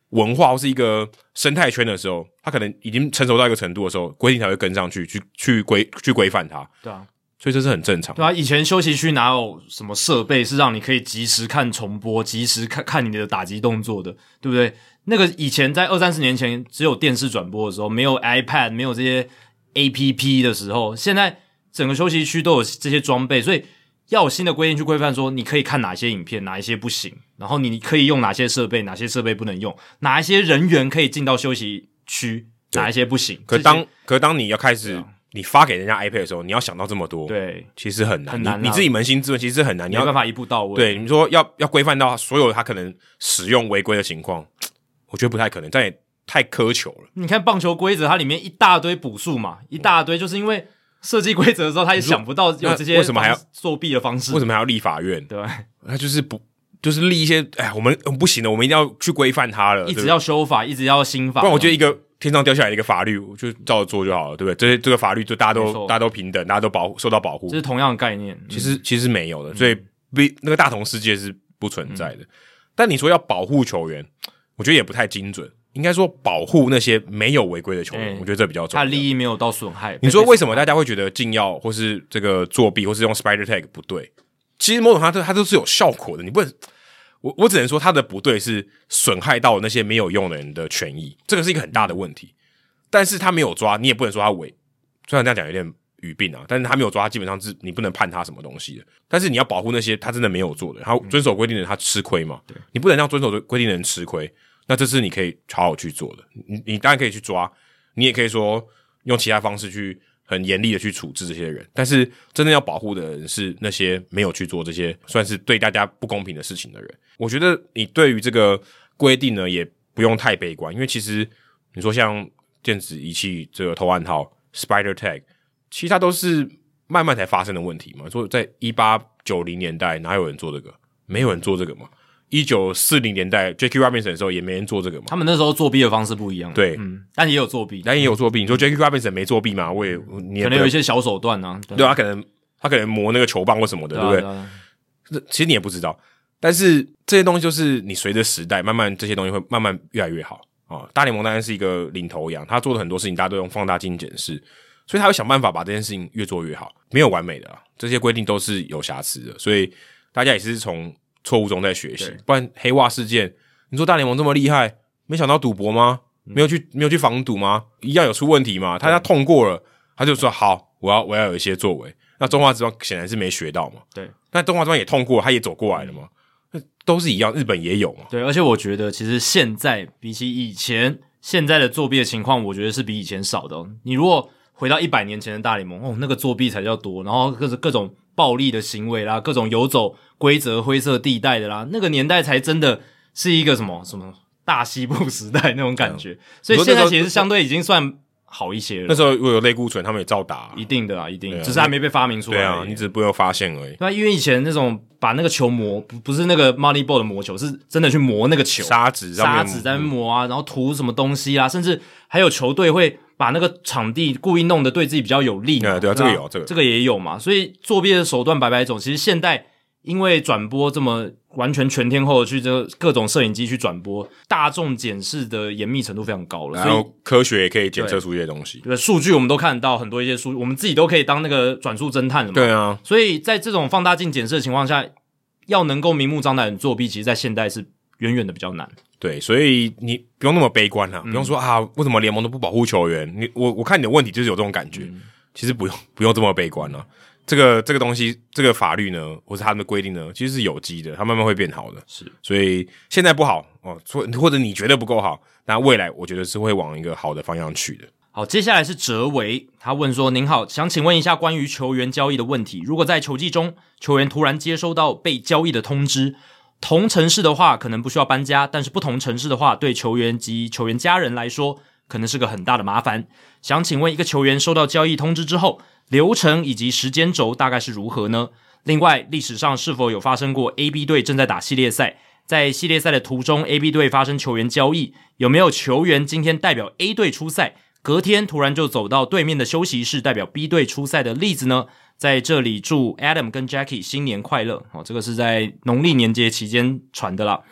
文化或是一个生态圈的时候，它可能已经成熟到一个程度的时候，规定才会跟上去，去去规去规范它。 对啊， 所以这是很正常。 对啊，以前休息区哪有什么设备是让你可以及时看重播、及时看看你的打击动作的，对不对？那个以前在二三十年前只有电视转播的时候，没有 iPad， 没有这些 A P P 的时候，现在整个休息区都有这些装备，所以要有新的规定去规范说你可以看哪些影片，哪一些不行，然后你可以用哪些设备，哪些设备不能用，哪一些人员可以进到休息区，哪一些不行。 可当可当你要开始、啊、你发给人家 iPad 的时候，你要想到这么多， 对， 其实很难， 很难、啊你。你自己扪心自问，其实很难，你要没办法一步到位。 对，你说要要规范到所有他可能使用违规的情况，我觉得不太可能，这也太苛求了。 你看棒球规则，它里面一大堆补数嘛，一大堆，就是因为设计规则的时候，他也想不到有这些为什么还要作弊的方式？ 为什么还要立法院？ 对， 他就是不就是立一些，哎，我们我们不行了，我们一定要去规范它了， 一直要修法，一直要新法。 不然我觉得一个天上掉下来的一个法律，我就照着做就好了，对不对？这些这个法律就大家都大家都平等，大家都保受到保护， 这是同样的概念。 其实、嗯、其实没有的，所以比那个大同世界是不存在的。嗯、但你说要保护球员，我觉得也不太精准。应该说保护那些没有违规的球员、欸，我觉得这比较重要。 他利益没有到损害。 你说为什么大家会觉得禁药或是这个作弊或是用 Spider Tag 不对？其实某种它它都是有效果的。你不能，我我只能说它的不对是损害到那些没有用的人的权益，这个是一个很大的问题。但是他没有抓，你也不能说他违。虽然这样讲有点语病啊，但是他没有抓，他基本上是你不能判他什么东西的。但是你要保护那些他真的没有做的，然后遵守规定的人他吃亏嘛？对，你不能让遵守规定的人吃亏。那这是你可以好好去做的，你你当然可以去抓，你也可以说用其他方式去很严厉的去处置这些人，但是真正要保护的人是那些没有去做这些算是对大家不公平的事情的人。我觉得你对于这个规定呢也不用太悲观，因为其实你说像电子仪器这个投暗号 Spider Tag， 其实它都是慢慢才发生的问题嘛。说在一八九零年代哪有人做这个？没有人做这个嘛。一九四零年代 Jackie Robinson 的时候也没人做这个嘛， 他们那时候作弊的方式不一样， 对， 嗯，但也有作弊， 但也有作弊。你说 Jackie Robinson 没作弊吗？我也你也可能有一些小手段啊， 对，对他可能他可能磨那个球棒或什么的，对, 对不对？对其实你也不知道，但是这些东西就是你随着时代慢慢这些东西会慢慢越来越好啊。大联盟当然是一个领头羊，他做的很多事情大家都用放大镜检视，所以他会想办法把这件事情越做越好，没有完美的啊，这些规定都是有瑕疵的，所以大家也是从错误中在学习，不然黑袜事件，你说大联盟这么厉害，没想到赌博吗？没有去没有去防赌吗？一样有出问题吗？他要通过了，他就说好，我要我要有一些作为。那中华职棒显然是没学到嘛， 对。 但中华职棒也通过了，他也走过来了嘛，嗯、都是一样，日本也有嘛。 对，而且我觉得其实现在比起以前，现在的作弊的情况，我觉得是比以前少的、哦。你如果回到一百年前的大联盟，哦，那个作弊才叫多，然后各各种暴力的行为啦，各种游走规则灰色地带的啦，那个年代才真的是一个什么什么大西部时代那种感觉，所以现在其实相对已经算好一些了。 那时候如果有类固醇，他们也照打、啊， 一定的啊，一定，啊、只是还没被发明出来。 对啊，你只是不用发现而已。 对啊，因为以前那种把那个球磨，不不是那个 Moneyball 的磨球，是真的去磨那个球， 砂纸砂纸在磨啊，然后涂什么东西啊，甚至还有球队会把那个场地故意弄得对自己比较有利嘛。 对啊，对啊，这个有，这个这个也有嘛。所以作弊的手段百百种，其实现代因为转播这么完全全天候的去这个各种摄影机去转播，大众检视的严密程度非常高了， 然后科学也可以检测出这些东西。 对，数据我们都看得到很多一些数据，我们自己都可以当那个转述侦探了嘛。 对啊， 所以在这种放大镜检视的情况下，要能够明目张胆作弊，其实在现代是远远的比较难。 对，所以你不用那么悲观啊， 嗯、 不用说啊，为什么联盟都不保护球员？你我我看你的问题就是有这种感觉，嗯、其实不用不用这么悲观啊。这个这个东西，这个法律呢，或是他们的规定呢，其实是有机的，它慢慢会变好的。 是，所以现在不好哦，或者你觉得不够好，那未来我觉得是会往一个好的方向去的。 好，接下来是哲维，他问说：您好，想请问一下关于球员交易的问题。如果在球季中，球员突然接收到被交易的通知，同城市的话可能不需要搬家，但是不同城市的话，对球员及球员家人来说，可能是个很大的麻烦。想请问一个球员收到交易通知之后，流程以及时间轴大概是如何呢？另外，历史上是否有发生过 A B 队正在打系列赛，在系列赛的途中 A B 队发生球员交易，有没有球员今天代表 A 队出赛，隔天突然就走到对面的休息室代表 B 队出赛的例子呢？在这里祝 Adam 跟 Jackie 新年快乐、哦、这个是在农历年节期间传的啦。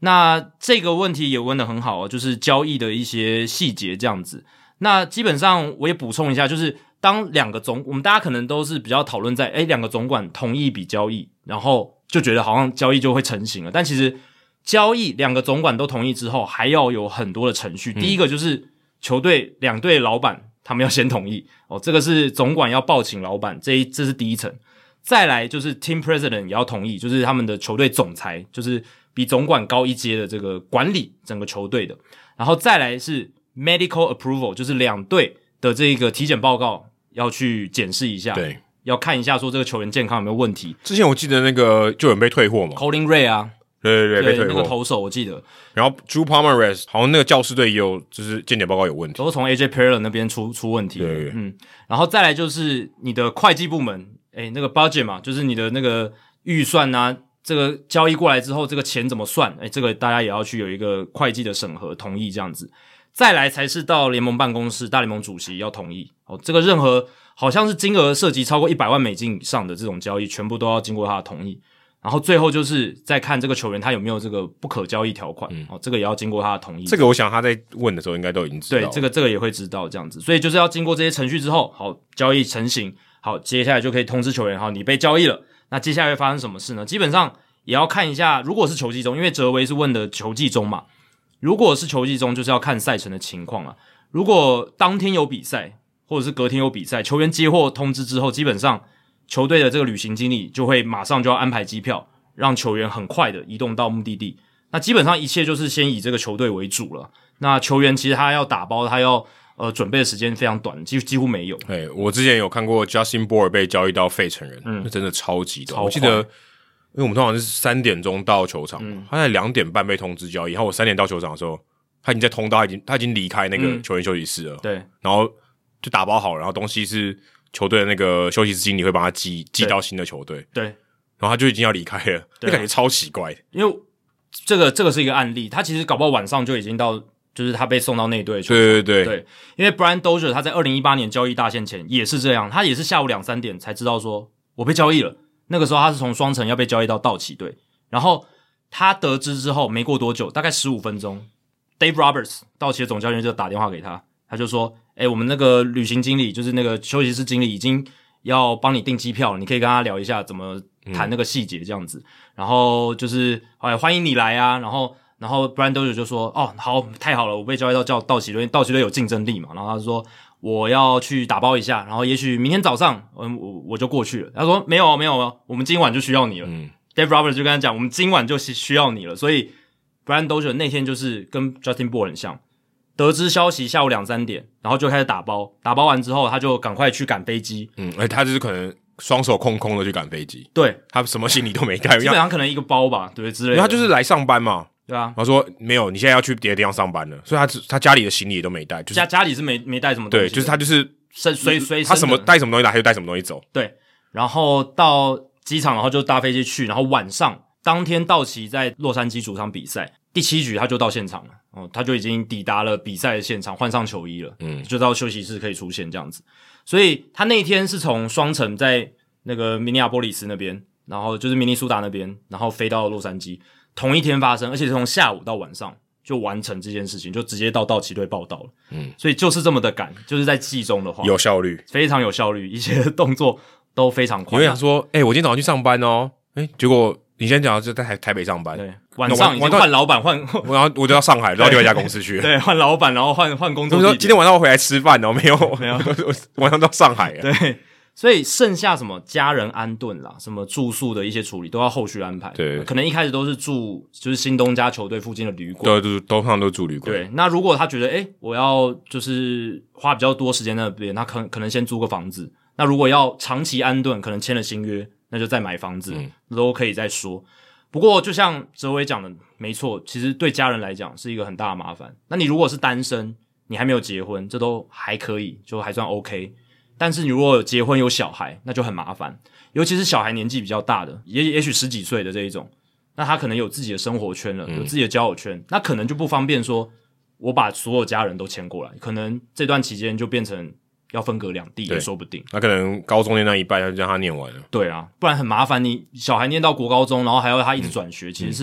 那这个问题也问得很好，就是交易的一些细节这样子。那基本上我也补充一下，就是当两个总，我们大家可能都是比较讨论在，诶，两个总管同意一笔交易，然后就觉得好像交易就会成型了。但其实交易两个总管都同意之后，还要有很多的程序。嗯、第一个就是球队两队老板他们要先同意哦，这个是总管要报请老板，这一这是第一层。再来就是 team president 也要同意，就是他们的球队总裁，就是比总管高一阶的这个管理整个球队的。然后再来是 medical approval， 就是两队的这个体检报告要去检视一下， 对， 要看一下说这个球员健康有没有问题。 之前我记得那个就有人被退货嘛 ，Colin Ray 啊， 对对对，被退货。 那个投手我记得。 然后 Drew Pomeranz 好像那个教士队也有，就是健检报告有问题， 都是从 A J Preller 那边出出问题。 对， 嗯，然后再来就是你的会计部门，诶，那个 budget 嘛，就是你的那个预算啊，这个交易过来之后，这个钱怎么算？诶，这个大家也要去有一个会计的审核同意这样子。再来才是到联盟办公室，大联盟主席要同意。哦，这个任何好像是金额涉及超过一百万美金以上的这种交易，全部都要经过他的同意。然后最后就是再看这个球员他有没有这个不可交易条款，嗯、哦，这个也要经过他的同意。 这个我想他在问的时候应该都已经知道了。 对，这个这个也会知道这样子，所以就是要经过这些程序之后，好，交易成型，好，接下来就可以通知球员，好，你被交易了。那接下来会发生什么事呢？基本上也要看一下，如果是球季中，因为哲维是问的球季中嘛，如果是球季中，就是要看赛程的情况啊。如果当天有比赛，或者是隔天有比赛，球员接获通知之后，基本上球队的这个旅行经理就会马上就要安排机票，让球员很快的移动到目的地。那基本上一切就是先以这个球队为主了。那球员其实他要打包，他要呃准备的时间非常短，几几乎没有。 哎，我之前有看过 Justin Bour 被交易到费城人，嗯，那真的超级短。我记得，因为我们通常是三点钟到球场，嗯、他在两点半被通知交易，然后我三点到球场的时候，他已经在通道，他已经他已经离开那个球员休息室了。 嗯、对， 然后就打包好了，然后东西是球队的那个休息室经理会帮他寄寄到新的球队。 对， 然后他就已经要离开了，那感觉超奇怪的。 因为这个这个是一个案例，他其实搞不好晚上就已经到，就是他被送到那队去。 对对对对，因为 Brian Dozier 他在二零一八年交易大限前也是这样，他也是下午两三点才知道说我被交易了。那个时候他是从双城要被交易到道奇队，然后他得知之后没过多久，大概十五分钟 ，Dave Roberts 道奇的总教练就打电话给他，他就说：“哎，我们那个旅行经理，就是那个休息室经理已经要帮你订机票了，你可以跟他聊一下怎么谈那个细节这样子。嗯”然后就是哎，欢迎你来啊，然后。然后 Brian Dozier 就说：“哦，好，太好了，我被交易到叫道奇队，道奇队有竞争力嘛。”然后他说：“我要去打包一下，然后也许明天早上，嗯，我我就过去了。”他说：“没有没有，我们今晚就需要你了。嗯” Dave Roberts 就跟他讲：“我们今晚就需要你了。”所以 Brian Dozier 那天就是跟 Justin Bour 很像，得知消息下午两三点，然后就开始打包，打包完之后他就赶快去赶飞机。 嗯，而他就是可能。双手空空的去赶飞机， 对他什么行李都没带， 基本上可能一个包吧，对之类的。 因为他就是来上班嘛， 对啊。 他说没有，你现在要去别的地方上班了，所以他他家里的行李也都没带，就是家家里是没没带什么东西。 对，就是他就是随随他什么带什么东西来，他就带什么东西走。 对，然后到机场，然后就搭飞机去，然后晚上当天道奇在洛杉矶主场比赛，第七局他就到现场了，哦，他就已经抵达了比赛的现场，换上球衣了，嗯，就到休息室可以出现这样子。所以他那天是从双城在那个明尼阿波利斯那边，然后就是明尼苏达那边，然后飞到洛杉矶，同一天发生，而且是从下午到晚上就完成这件事情，就直接到道奇队报道了。嗯，所以就是这么的赶，就是在季中的话， 有效率， 非常有效率，一些动作都非常快。 有人想说，哎、欸，我今天早上去上班哦，哎、欸，结果你先讲就在台台北上班， 对，晚上已经换老板换， 然后我就到上海，到另外一家公司去了， 对，换老板，然后换换工作。 我说今天晚上我回来吃饭哦，没有没有， 晚上到上海了， 对。所以剩下什么家人安顿啦，什么住宿的一些处理都要后续安排。 对， 可能一开始都是住就是新东家球队附近的旅馆， 对，都都通常都住旅馆。 对，那如果他觉得诶我要就是花比较多时间在那边，他可能可能先租个房子。那如果要长期安顿，可能签了新约，那就再买房子，嗯、都可以再说。不过就像哲伟讲的，没错，其实对家人来讲是一个很大的麻烦。那你如果是单身，你还没有结婚，这都还可以，就还算 OK。但是你如果有结婚有小孩，那就很麻烦，尤其是小孩年纪比较大的，也也许十几岁的这一种，那他可能有自己的生活圈了，有自己的交友圈，嗯、那可能就不方便说，我把所有家人都牵过来，可能这段期间就变成要分隔两地也说不定。 那可能高中念那一半就让他念完了， 对啊，不然很麻烦。你小孩念到国高中，然后还要他一直转学，嗯、其实是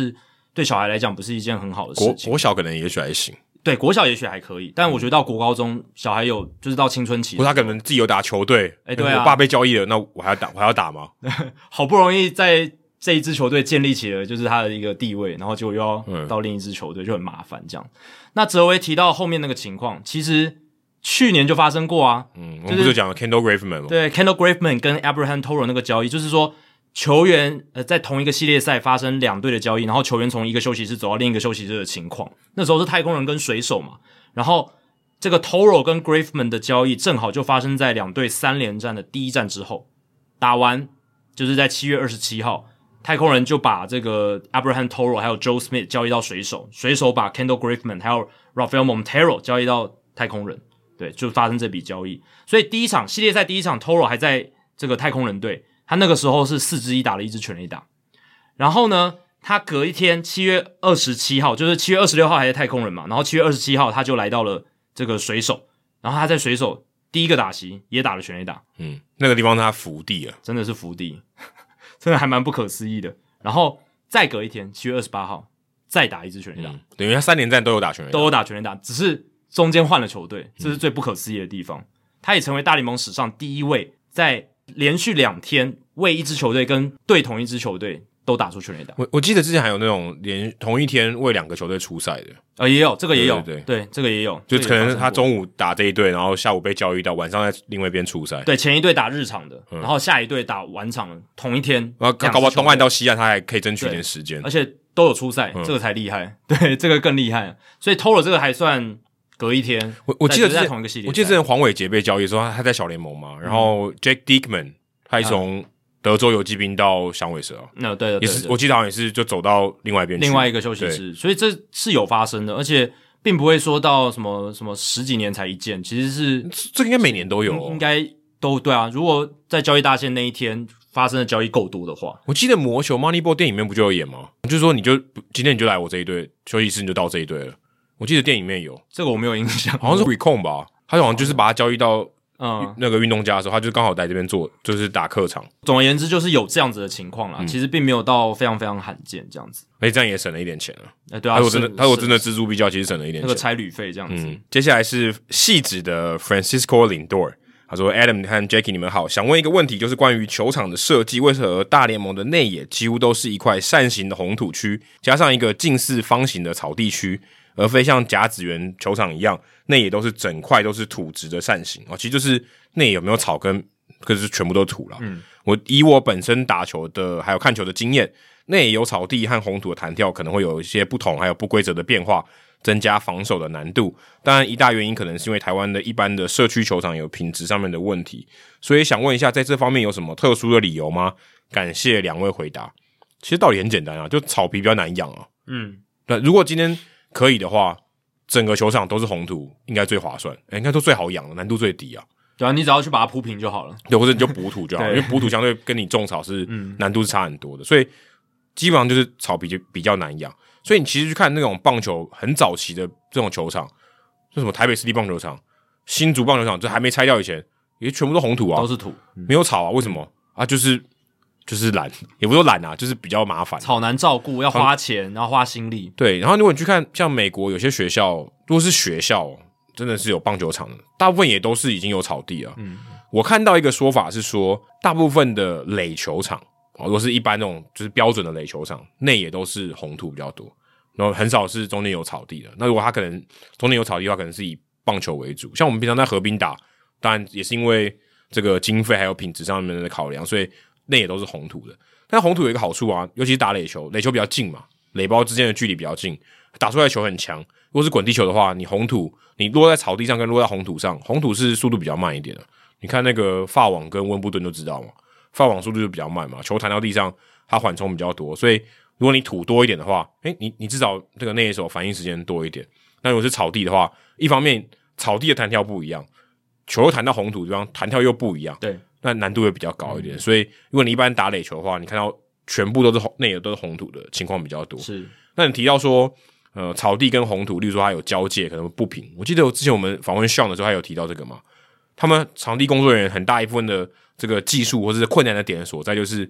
对小孩来讲不是一件很好的事情。 国国小可能也许还行， 对，国小也许还可以，但我觉得到国高中小孩有就是到青春期， 或他可能自己有打球队， 哎、欸，对啊， 我爸被交易了，那我还要打，我还要打吗？ 好不容易在这一支球队建立起了就是他的一个地位，然后结果又要到另一支球队，就很麻烦这样。那哲维提到后面那个情况，其实去年就发生过啊， 嗯，我们不是讲了 Kendall Graveman 吗？ 对 ，Kendall Graveman 跟 Abraham Toro 那个交易，就是说球员呃在同一个系列赛发生两队的交易，然后球员从一个休息室走到另一个休息室的情况。那时候是太空人跟水手嘛，然后这个 Toro 跟 Graveman 的交易正好就发生在两队三连战的第一战之后，打完就是在七月二十七号，太空人就把这个 Abraham Toro 还有 Joe Smith 交易到水手，水手把 Kendall Graveman 还有 Rafael Montero 交易到太空人。对，就发生这笔交易，所以第一场系列赛第一场 Toro 还在这个太空人队，他那个时候是四支一打了一支全垒打，然后呢，他隔一天七月二十七号，就是七月二十六号还在太空人嘛，然后七月二十七号他就来到了这个水手，然后他在水手第一个打席也打了全垒打， 嗯，那个地方他福地了， 真的是福地，真的还蛮不可思议的。然后再隔一天七月二十八号再打一支全垒打， 嗯，等于他三连战都有打全垒打， 都有打全垒打，只是中间换了球队，这是最不可思议的地方。他也成为大联盟史上第一位在连续两天为一支球队跟对同一支球队都打出全垒打。 我我记得之前还有那种连同一天为两个球队出赛的， 呃，也有这个也有， 对对对, 对，这个也有， 就可能他中午打这一队，然后下午被交易到，晚上在另外一边出赛。 对，前一队打日场的，嗯、然后下一队打晚场的，同一天， 然后搞不好东岸到西岸，他还可以争取一点时间， 而且都有出赛，嗯、这个才厉害。对，这个更厉害。所以偷了这个还算。隔一天， 我我记得在同一个系列， 我记得之前黄伟杰被交易的时候，他在小联盟嘛，然后 Jake Diekman 他从德州游骑兵到响尾蛇， 那、嗯、对的， 也是我记得好像也是就走到另外一边去， 另外一个休息室，所以这是有发生的，而且并不会说到什么什么十几年才一见，其实是这个应该每年都有、哦， 应该都对啊。如果在交易大限那一天发生的交易够多的话， 我记得魔球 Moneyball 电影里面不就有演吗？就是说你就今天你就来我这一队休息室，你就到这一队了。我记得电影里面有这个，我没有印象， 好像是 Recon 吧，他好像就是把他交易到嗯那个运动家的时候，他就刚好来这边做，就是打客场。 总而言之，就是有这样子的情况啦、嗯，其实并没有到非常非常罕见这样子。 而且这样也省了一点钱了。 哎、欸，对啊， 他如果真的，他如果真的锱铢必较，其实省了一点钱。 那个差旅费这样子。 嗯，接下来是细致的 Francisco Lindor， 他说 ：“Adam 和 Jackie 你们好，想问一个问题，就是关于球场的设计，为何大联盟的内野几乎都是一块扇形的红土区，加上一个近似方形的草地区？”而非像甲子园球场一样，内野都是整块都是土质的扇形哦，其实就是内野有没有草根，可是全部都土了。嗯，我以我本身打球的还有看球的经验，内野有草地和红土的弹跳可能会有一些不同，还有不规则的变化，增加防守的难度。当然，一大原因可能是因为台湾的一般的社区球场有品质上面的问题，所以想问一下，在这方面有什么特殊的理由吗？感谢两位回答。其实道理很简单啊，就草皮比较难养啊。嗯，对，如果今天可以的话，整个球场都是红土，应该最划算，欸、应该都最好养的，难度最低啊。 对啊，你只要去把它铺平就好了。 对，或者你就补土就好了，因为补土相对跟你种草是难度是差很多的，所以基本上就是草皮就比较难养。所以你其实去看那种棒球很早期的这种球场，就什么台北市立棒球场、新竹棒球场，这还没拆掉以前，也全部都红土啊， 都是土， 嗯、没有草啊？为什么啊？就是就是懒，也不是说懒啊，就是比较麻烦， 草难照顾，要花钱，然后花心力。 对，然后如果你去看像美国有些学校，如果是学校真的是有棒球场的，大部分也都是已经有草地了。嗯，我看到一个说法是说，大部分的垒球场，如果是一般那种就是标准的垒球场，内也都是红土比较多，然后很少是中间有草地的。那如果他可能中间有草地的话，可能是以棒球为主。像我们平常在河滨打，当然也是因为这个经费还有品质上面的考量，所以内也都是红土的。但红土有一个好处啊，尤其是打垒球，垒球比较近嘛，垒包之间的距离比较近，打出来的球很强。如果是滚地球的话，你红土你落在草地上跟落在红土上，红土是速度比较慢一点的。你看那个法网跟温布顿就知道嘛，法网速度就比较慢嘛，球弹到地上它缓冲比较多，所以如果你土多一点的话，诶，你你至少这个内野手反应时间多一点。那如果是草地的话，一方面草地的弹跳不一样，球弹到红土地方弹跳又不一样， 对， 那难度会比较高一点。嗯、所以如果你一般打垒球的话，你看到全部都是红内野都是红土的情况比较多。 是， 那你提到说。呃，草地跟红土，例如说它有交界，可能不平。我记得我之前我们访问 Sean 的时候，他有提到这个嘛。他们场地工作人员很大一部分的这个技术或者是困难的点所在，就是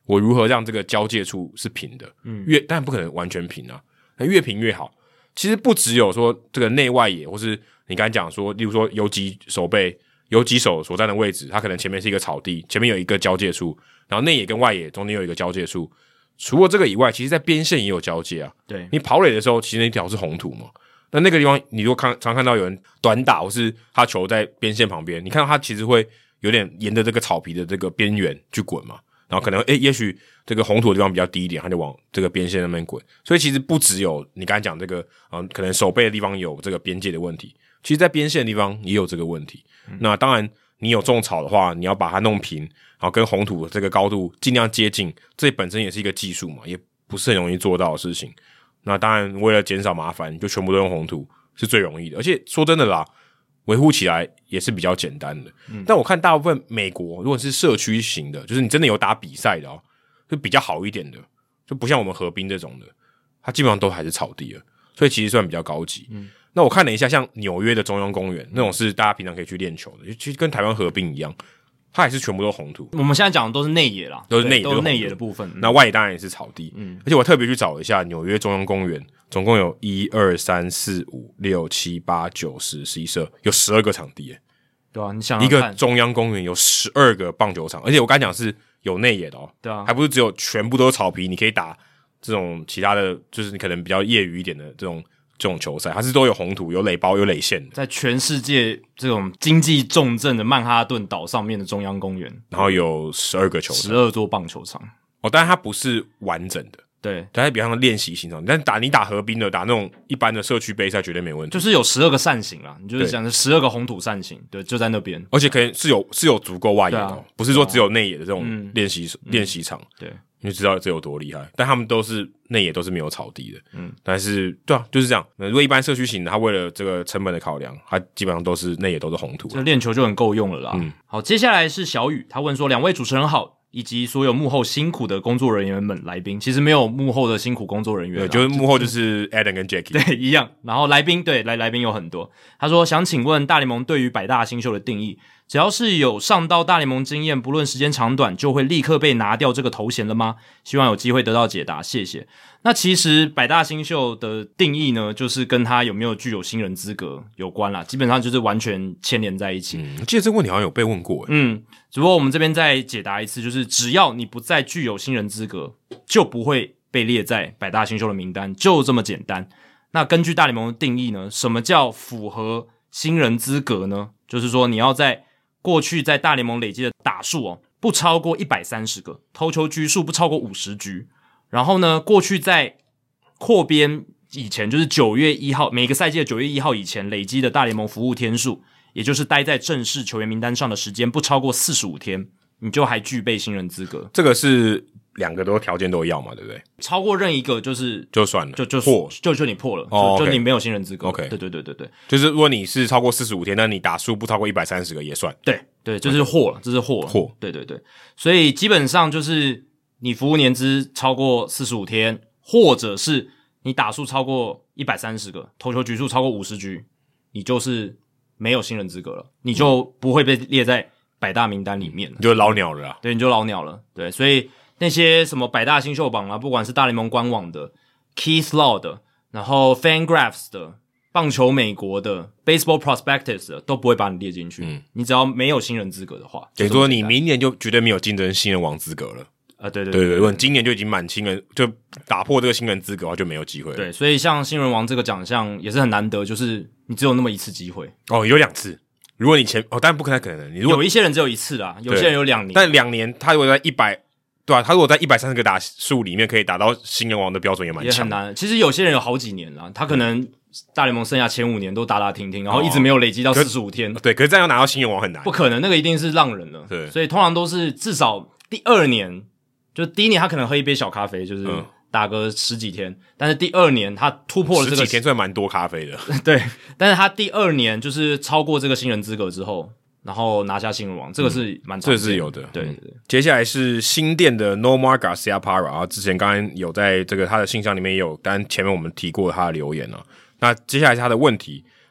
我如何让这个交界处是平的，嗯，越当然不可能完全平啊，越平越好。其实不只有说这个内外野，或是你刚才讲说，例如说游击手背、游击手所站的位置，它可能前面是一个草地，前面有一个交界处，然后内野跟外野中间有一个交界处。除了这个以外，其实在边线也有交界啊。 对， 你跑垒的时候，其实那条是红土嘛。那那个地方，你如果看常看到有人短打，或是他球在边线旁边，你看到他其实会有点沿着这个草皮的这个边缘去滚嘛。然后可能诶，也许这个红土的地方比较低一点，他就往这个边线那边滚。所以其实不只有你刚才讲这个，嗯，可能手背的地方有这个边界的问题，其实在边线的地方也有这个问题。嗯、那当然，你有种草的话，你要把它弄平，然后跟红土的这个高度尽量接近，这本身也是一个技术嘛，也不是很容易做到的事情。那当然，为了减少麻烦，就全部都用红土是最容易的。而且说真的啦，维护起来也是比较简单的。嗯、但我看大部分美国如果是社区型的，就是你真的有打比赛的哦，就比较好一点的，就不像我们河滨这种的，它基本上都还是草地了，所以其实算比较高级。嗯、那我看了一下，像纽约的中央公园那种是大家平常可以去练球的，其实跟台湾河滨一样。它还是全部都红土。 我们现在讲的都是内野啦， 都是内野， 都是内野的部分。 那外野当然也是草地。嗯，而且我特别去找了一下纽约中央公园，总共有一二三四五六七八九十十一十二，有十二个场地耶。 对啊，你想想看， 一个中央公园有十二个棒球场，而且我刚才讲是有内野的哦。 对啊， 还不是只有全部都是草皮，你可以打这种其他的，就是你可能比较业余一点的这种。这种球赛，它是都有红土、有垒包、有垒线的， 在全世界这种经济重镇的曼哈顿岛上面的中央公园， 然后有十二个球场， 十二座棒球场。 哦，但是它不是完整的， 对， 它比方说练习型场，但是打你打河滨的，打那种一般的社区杯赛绝对没问题， 就是有十二个扇形啦，你就是讲十二个红土扇形，对，就在那边， 而且可以是有是有足够外野的、哦啊，不是说只有内野的这种练习练习场， 对。 你就知道这有多厉害，但他们都是内野都是没有草地的，嗯，但是对啊，就是这样。如果一般社区型的，他为了这个成本的考量，他基本上都是内野都是红土， 这练球就很够用了啦。嗯，好，接下来是小雨，他问说：两位主持人好，以及所有幕后辛苦的工作人员们，来宾其实没有幕后的辛苦工作人员， 对，就是幕后就是 Adam 跟 Jackie， 对，一样。然后来宾对来来宾有很多，他说想请问大联盟对于百大新秀的定义。只要是有上到大联盟经验，不论时间长短，就会立刻被拿掉这个头衔了吗？希望有机会得到解答，谢谢。那其实百大新秀的定义呢，就是跟他有没有具有新人资格有关啦，基本上就是完全牵连在一起。 嗯，我记得这个问题好像有被问过， 嗯，只不过我们这边再解答一次，就是只要你不再具有新人资格，就不会被列在百大新秀的名单，就这么简单。那根据大联盟的定义呢，什么叫符合新人资格呢？就是说你要在过去在大联盟累积的打数哦，不超过一百三十个，投球局数不超过五十局。然后呢，过去在扩编以前，就是九月一号每个赛季的九月一号以前累积的大联盟服务天数，也就是待在正式球员名单上的时间不超过四十五天，你就还具备新人资格。 这个是两个都条件都要嘛，对不对？ 超过任一个就是就算了， 就就破， 就就你破了， 哦、 就, okay. 就你没有新人资格。 OK， 对对对对对， 就是如果你是超过四十五天，那你打数不超过一百三十个也算。 对对，就是破了，这是破了。 破， 对对对，所以基本上就是你服务年资超过四十五天，或者是你打数超过一百三十个，投球局数超过五十局，你就是没有新人资格了，你就不会被列在百大名单里面了， 你就老鸟了啦。 对，你就老鸟了。对，所以那些什么百大新秀榜啊，不管是大联盟官网的 Keith Law 的，然后 Fangraphs 的，棒球美国的 Baseball Prospectus 的，都不会把你列进去。嗯，你只要没有新人资格的话， 等于说你明年就绝对没有竞争新人王资格了。 啊，对对对对，如果你今年就已经满新人，就打破这个新人资格的话，就没有机会了。 对，所以像新人王这个奖项也是很难得，就是你只有那么一次机会。 哦，有两次。如果你前哦，当然不太可能。你如果有一些人只有一次啦，有些人有两年， 但两年他如果在一百，对啊，他如果在一百三十个打数里面可以达到新人王的标准，也蛮强， 也很难。其实有些人有好几年啦，他可能大联盟生涯前五年都打打停停，然后一直没有累积到四十五天。 对，可是这样要拿到新人王很难， 不可能，那个一定是浪人了。 对， 所以通常都是至少第二年，就第一年他可能喝一杯小咖啡，就是打个十几天，嗯、但是第二年他突破了这个十几天，算蛮多咖啡的。 对，但是他第二年就是超过这个新人资格之后，然后拿下新人王，这个是蛮常见的、嗯、 这是有的。 对对对、 嗯，接下来是新店的 Nomar Garcia Parra 啊，之前刚刚有在这个他的信箱里面也有，但前面我们提过他的留言了、啊。那接下来是他的问题，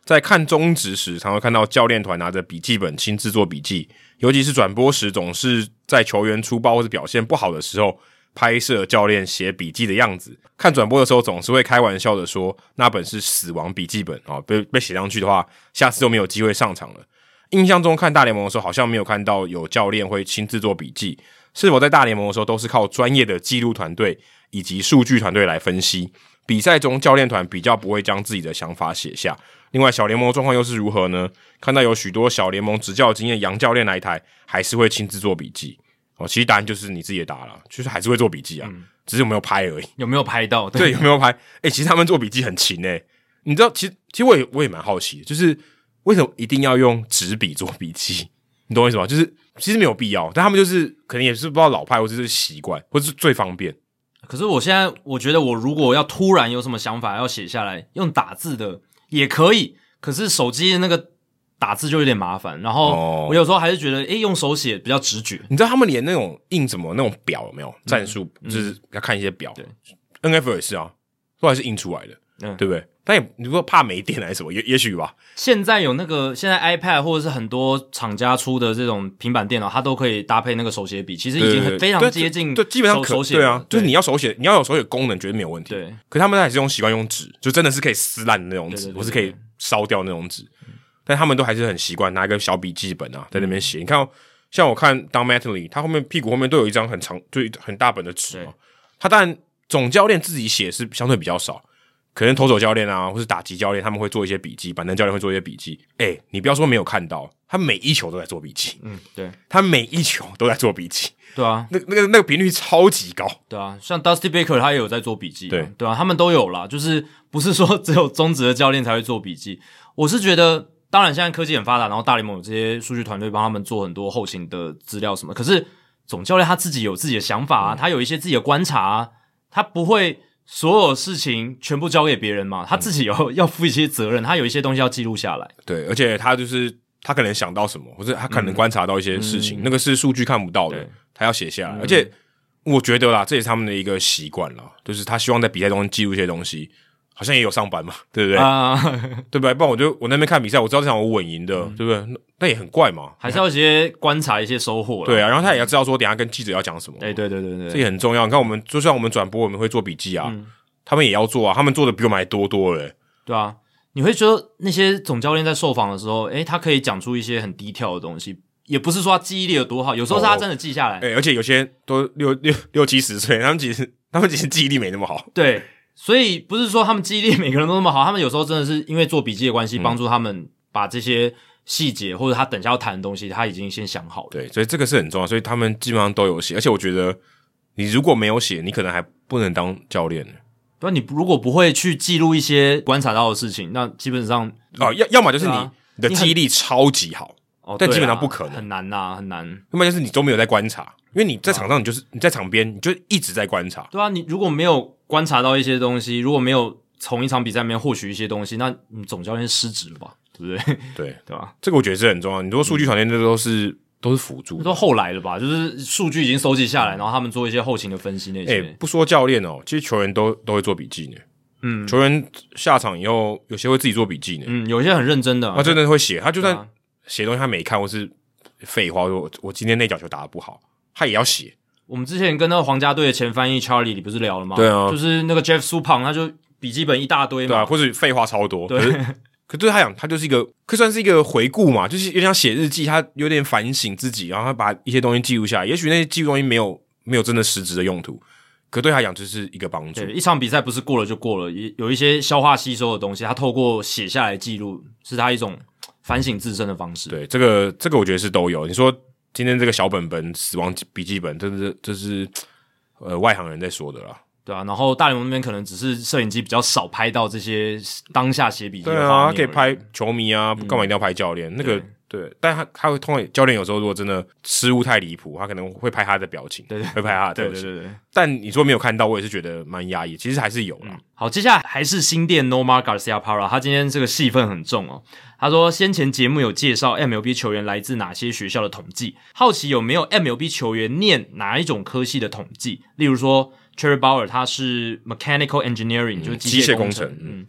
在看中职时，常会看到教练团拿着笔记本亲自做笔记，尤其是转播时，总是在球员出包或是表现不好的时候，拍摄教练写笔记的样子。看转播的时候，总是会开玩笑的说，那本是死亡笔记本啊，被被写上去的话，下次就没有机会上场了。印象中看大联盟的时候，好像没有看到有教练会亲自做笔记。是否在大联盟的时候都是靠专业的记录团队以及数据团队来分析？比赛中教练团比较不会将自己的想法写下。另外，小联盟的状况又是如何呢？看到有许多小联盟执教经验杨教练来台，还是会亲自做笔记。哦，其实答案就是你自己的答案啦，就是还是会做笔记啊，嗯、只是有没有拍而已。 有没有拍到？ 对，对有没有拍？哎、欸，其实他们做笔记很勤诶、欸。你知道，其实其实我也我也蛮好奇的，就是为什么一定要用纸笔做笔记？你懂我意思吗？就是其实没有必要，但他们就是可能也是不知道老派或者是习惯，或者是最方便。 可是我现在我觉得，我如果要突然有什么想法要写下来，用打字的也可以，可是手机的那个打字就有点麻烦。然后我有时候还是觉得，诶，用手写比较直觉。 你知道他们连那种印什么那种表有没有战术，嗯、就是要看一些表。对 ，N F L 也是啊，后来是印出来的，嗯、对不对？但也你说怕没电还是什么，也也许吧。 现在有那个，现在 iPad 或者是很多厂家出的这种平板电脑，它都可以搭配那个手写笔，其实已经很非常接近对，对，基本上可手写。 对啊，就是你要手写，你要有手写功能，绝对没有问题。 对， 可是他们还是用习惯用纸，就真的是可以撕烂的那种纸，或是可以烧掉那种纸。但他们都还是很习惯拿一个小笔记本啊，在那边写。嗯、你看、哦，像我看 Don Mattingly， 他后面屁股后面都有一张很长、就很大本的纸嘛。他当然总教练自己写是相对比较少。可能投手教练啊，或是打击教练，他们会做一些笔记，板凳教练会做一些笔记。诶，你不要说没有看到，他每一球都在做笔记。 嗯，对， 他每一球都在做笔记。 对啊， 那那个那个频率超级高。 对啊，像 Dusty Baker 他也有在做笔记。 对， 对啊，他们都有啦，就是不是说只有中职的教练才会做笔记。我是觉得，当然现在科技很发达，然后大联盟有这些数据团队帮他们做很多后勤的资料什么。可是总教练他自己有自己的想法啊，嗯、他有一些自己的观察啊，他不会所有事情全部交给别人嘛，他自己有、嗯、要负一些责任，他有一些东西要记录下来。 对，而且他就是他可能想到什么，或者他可能观察到一些事情，嗯、那个是数据看不到的，他要写下来。嗯、而且我觉得啦，这也是他们的一个习惯啦，就是他希望在比赛中记录一些东西，好像也有上班嘛，对不对？啊，对不对？不然我就我那边看比赛，我知道这场我稳赢的，嗯、对不对？那也很怪嘛， 还是要一些观察一些收获啦。 对啊，然后他也要知道说，等一下跟记者要讲什么。 哎，对对对对， 这也很重要。你看我们，就算我们转播，我们会做笔记啊。嗯，他们也要做啊，他们做的比我们还多多了、欸。 对啊，你会觉得那些总教练在受访的时候，诶，他可以讲出一些很低调的东西，也不是说他记忆力有多好，有时候是他真的记下来。 诶、哦欸，而且有些都六六六七十岁，他们其实他们其实记忆力没那么好。 对，所以不是说他们记忆力每个人都那么好，他们有时候真的是因为做笔记的关系，帮、嗯、助他们把这些细节或者他等下要谈的东西，他已经先想好了。 对，所以这个是很重要，所以他们基本上都有写，而且我觉得你如果没有写，你可能还不能当教练。 对，你如果不会去记录一些观察到的事情，那基本上哦，要要么就是你、啊、你的记忆力超级好， 哦， 但基本上不可能， 很难呐、啊，很难。 要么就是你都没有在观察，因为你在场上，你就是、啊、你在场边，你就一直在观察。 对啊，你如果没有观察到一些东西，如果没有从一场比赛里面获取一些东西，那你总教练失职了吧？对不对？ 对， 对吧？ 这个我觉得是很重要。你说数据团队那都是。嗯都是辅助， 都后来了吧？就是数据已经收集下来，然后他们做一些后勤的分析那些。 诶、欸，不说教练哦，其实球员都都会做笔记呢。嗯，球员下场以后，有些会自己做笔记呢。 嗯，有些很认真的、啊， 他真的会写。他就算写东西他没看，或是废话，说我我今天那脚球打得不好，他也要写。 我们之前跟那个皇家队的前翻译 Charlie， 你不是聊了吗？ 对啊， 就是那个 Jeff Suppan， 他就笔记本一大堆嘛， 对啊，或者废话超多。 对。 可对他讲，他就是一个，可算是一个回顾嘛，就是有点像写日记，他有点反省自己，然后他把一些东西记录下来。也许那些记录东西没有没有真的实质的用途，可对他讲就是一个帮助。 对，一场比赛不是过了就过了，也有一些消化吸收的东西，他透过写下来记录，是他一种反省自身的方式。 对，这个这个我觉得是都有。你说今天这个小本本、死亡笔记本，这是这是呃外行人在说的啦。 对啊，然后大联盟那边可能只是摄影机比较少拍到这些当下写笔记的画面。对啊，他可以拍球迷啊，干嘛一定要拍教练？嗯、那个 对, 对，但他他会通常教练有时候如果真的失误太离谱，他可能会拍他的表情， 对对， 会拍他的表情。 对对对对。 但你说没有看到，我也是觉得蛮压抑，其实还是有啦、嗯。 好，接下来还是新店 Nomar Garciaparra， 他今天这个戏份很重哦。他说先前节目有介绍 M L B 球员来自哪些学校的统计，好奇有没有 M L B 球员念哪一种科系的统计，例如说。Trevor Bauer 他是 Mechanical Engineering、嗯、就是机械工程， 嗯，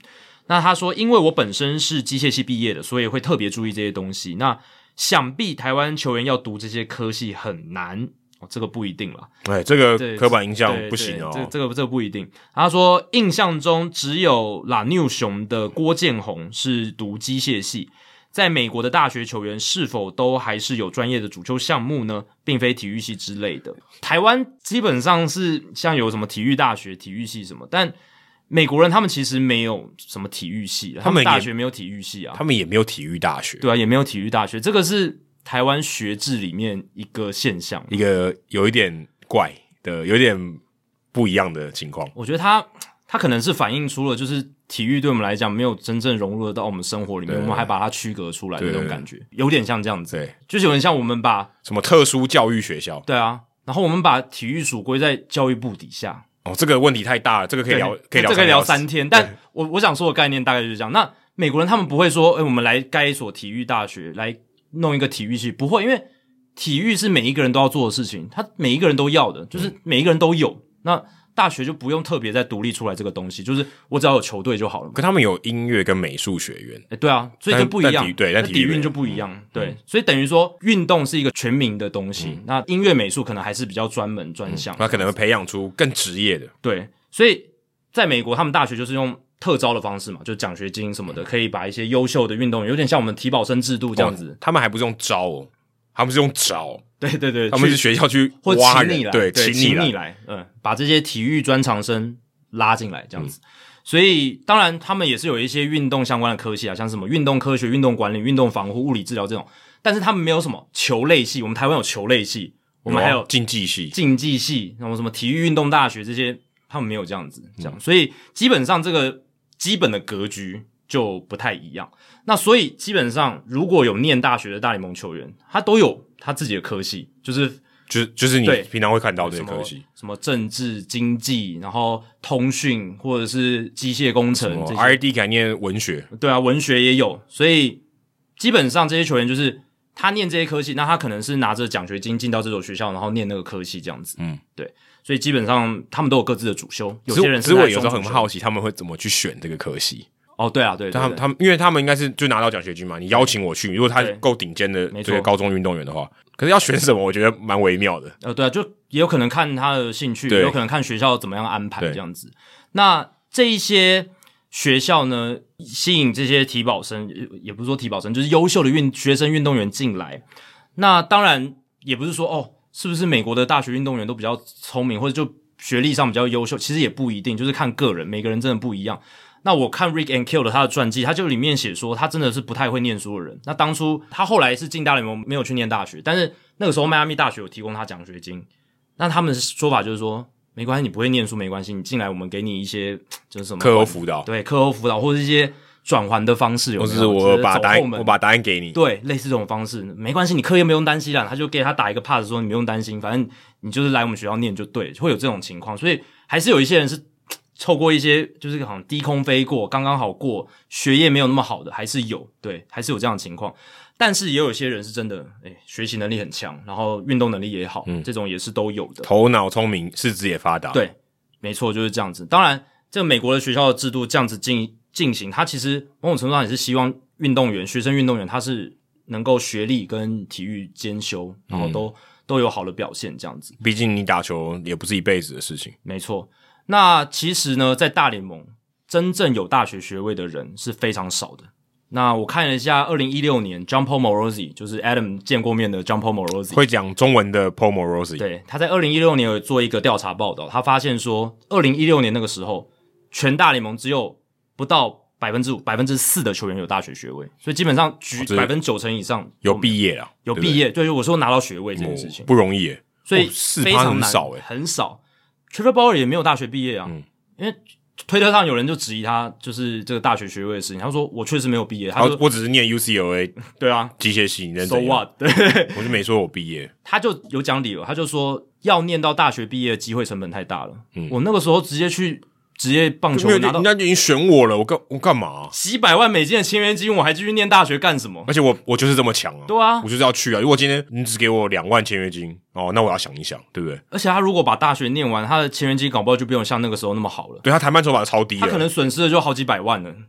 那他说，因为我本身是机械系毕业的，所以会特别注意这些东西。那想必台湾球员要读这些科系很难。哦、这个不一定啦， 哎，这个刻板印象不行哦。 这这个这个不一定。他说，印象中只有拉纽熊的郭建宏是读机械系，在美国的大学球员是否都还是有专业的主修项目呢？并非体育系之类的。台湾基本上是像有什么体育大学、体育系什么，但美国人他们其实没有什么体育系，他们大学没有体育系啊， 他们也没有体育大学， 对啊，也没有体育大学，这个是台湾学制里面一个现象， 一个有一点怪的、有点不一样的情况。 我觉得它它可能是反映出了，就是体育对我们来讲没有真正融入到我们生活里面，我们还把它区隔出来的那种感觉，有点像这样子， 对， 就是有点像我们把什么特殊教育学校， 对啊，然后我们把体育署归在教育部底下。 哦，这个问题太大了，这个可以聊，可以聊， 这个可以聊三天。但我我想说的概念大概就是这样。那美国人他们不会说，诶、欸、我们来盖一所体育大学，来弄一个体育系，不会，因为体育是每一个人都要做的事情，他每一个人都要的，就是每一个人都有。嗯、那大学就不用特别再独立出来这个东西，就是我只要有球队就好了。 可他们有音乐跟美术学院， 诶、欸、对啊，所以就不一样。 对，但底蕴就不一样。嗯、对，所以等于说运动是一个全民的东西，嗯、那音乐美术可能还是比较专门专项， 那、嗯、可能会培养出更职业的。 对，所以在美国他们大学就是用特招的方式嘛，就奖学金什么的，可以把一些优秀的运动员，有点像我们体保生制度这样子。 哦、他们还不是用招哦，他们是用招。 对对对， 他们是学校去挖人， 你来对， 请你来，来，嗯，把这些体育专长生拉进来，这样子。嗯、所以当然他们也是有一些运动相关的科系啊，像什么运动科学、运动管理、运动防护、物理治疗这种，但是他们没有什么球类系。我们台湾有球类系，我们还有竞技系、 竞技系，然后什么体育运动大学这些，他们没有这样子，这样，嗯、所以基本上这个基本的格局就不太一样。那所以基本上如果有念大学的大联盟球员，他都有他自己的科系，就是就是就是你平常会看到这些科系， 什么政治、经济，然后通讯或者是机械工程这些 ，R D 概念文学， 对啊，文学也有，所以基本上这些球员就是他念这些科系，那他可能是拿着奖学金进到这所学校，然后念那个科系这样子，嗯，对，所以基本上他们都有各自的主修，有些人是只是我有时候很好奇他们会怎么去选这个科系。 哦，对啊，对，对， 他们他们，因为他们应该是就拿到奖学金嘛，你邀请我去，如果他够顶尖的这个高中运动员的话，可是要选什么，我觉得蛮微妙的。 呃，对啊，就也有可能看他的兴趣，也有可能看学校怎么样安排这样子。那这一些学校呢，吸引这些体保生，也不是说体保生，就是优秀的运学生运动员进来。那当然也不是说哦，是不是美国的大学运动员都比较聪明，或者就学历上比较优秀，其实也不一定，就是看个人，每个人真的不一样。那我看 Rick and Kill 的他的传记，他就里面写说他真的是不太会念书的人。那当初他后来是进大联盟，没有去念大学，但是那个时候迈阿密大学有提供他奖学金。那他们的说法就是说，没关系，你不会念书没关系，你进来我们给你一些就是什么课后辅导， 对，课后辅导或者一些转环的方式有没有， 或者是我把答案我把答案给你， 对，类似这种方式，没关系，你课业不用担心啦。他就给他打一个 pass 说你不用担心，反正你就是来我们学校念就对，会有这种情况。所以还是有一些人是透过一些就是好像低空飞过，刚刚好过，学业没有那么好的还是有，对，还是有这样的情况。但是也有一些人是真的，诶，学习能力很强，然后运动能力也好，嗯，这种也是都有的。 头脑聪明，四肢也发达。 对，没错，就是这样子。当然，这个美国的学校的制度这样子进进行，它其实某种程度上也是希望运动员、学生运动员他是能够学历跟体育兼修，然后都、嗯、都有好的表现，这样子。 毕竟你打球也不是一辈子的事情。 没错。那其实呢，在大联盟真正有大学学位的人是非常少的。那我看了一下二零一六年 John Paul Morosi， 就是 Adam 见过面的 John Paul Morosi， 会讲中文的 Paul Morosi。 对，他在二零一六年有做一个调查报道，他发现说二零一六年那个时候全大联盟只有不到百分之五、百分之四的球员有大学学位，所以基本上局百分之九成以上有毕业了， 有毕业。对，我说拿到学位这件事情、 哦、不容易耶， 所以非常难， 很少耶， 很少。Trevor Bauer 也没有大学毕业啊，嗯，因为推特上有人就质疑他就是这个大学学位的事情，他说我确实没有毕业，他说我只是念 U C L A， 对啊，机械系，你认真 So what？ 对， 我就没说我毕业， 他就有讲理由，他就说要念到大学毕业的机会成本太大了，嗯，我那个时候直接去职业棒球拿到， 人家就已经选我了，我干我干嘛、啊？ 几百万美金的签约金，我还继续念大学干什么？ 而且我我就是这么强啊！ 对啊， 我就是要去啊！如果今天你只给我两万签约金，哦，那我要想一想，对不对？ 而且他如果把大学念完，他的签约金搞不好就不用像那个时候那么好了。 对，他谈判手法超低了， 他可能损失的就好几百万了。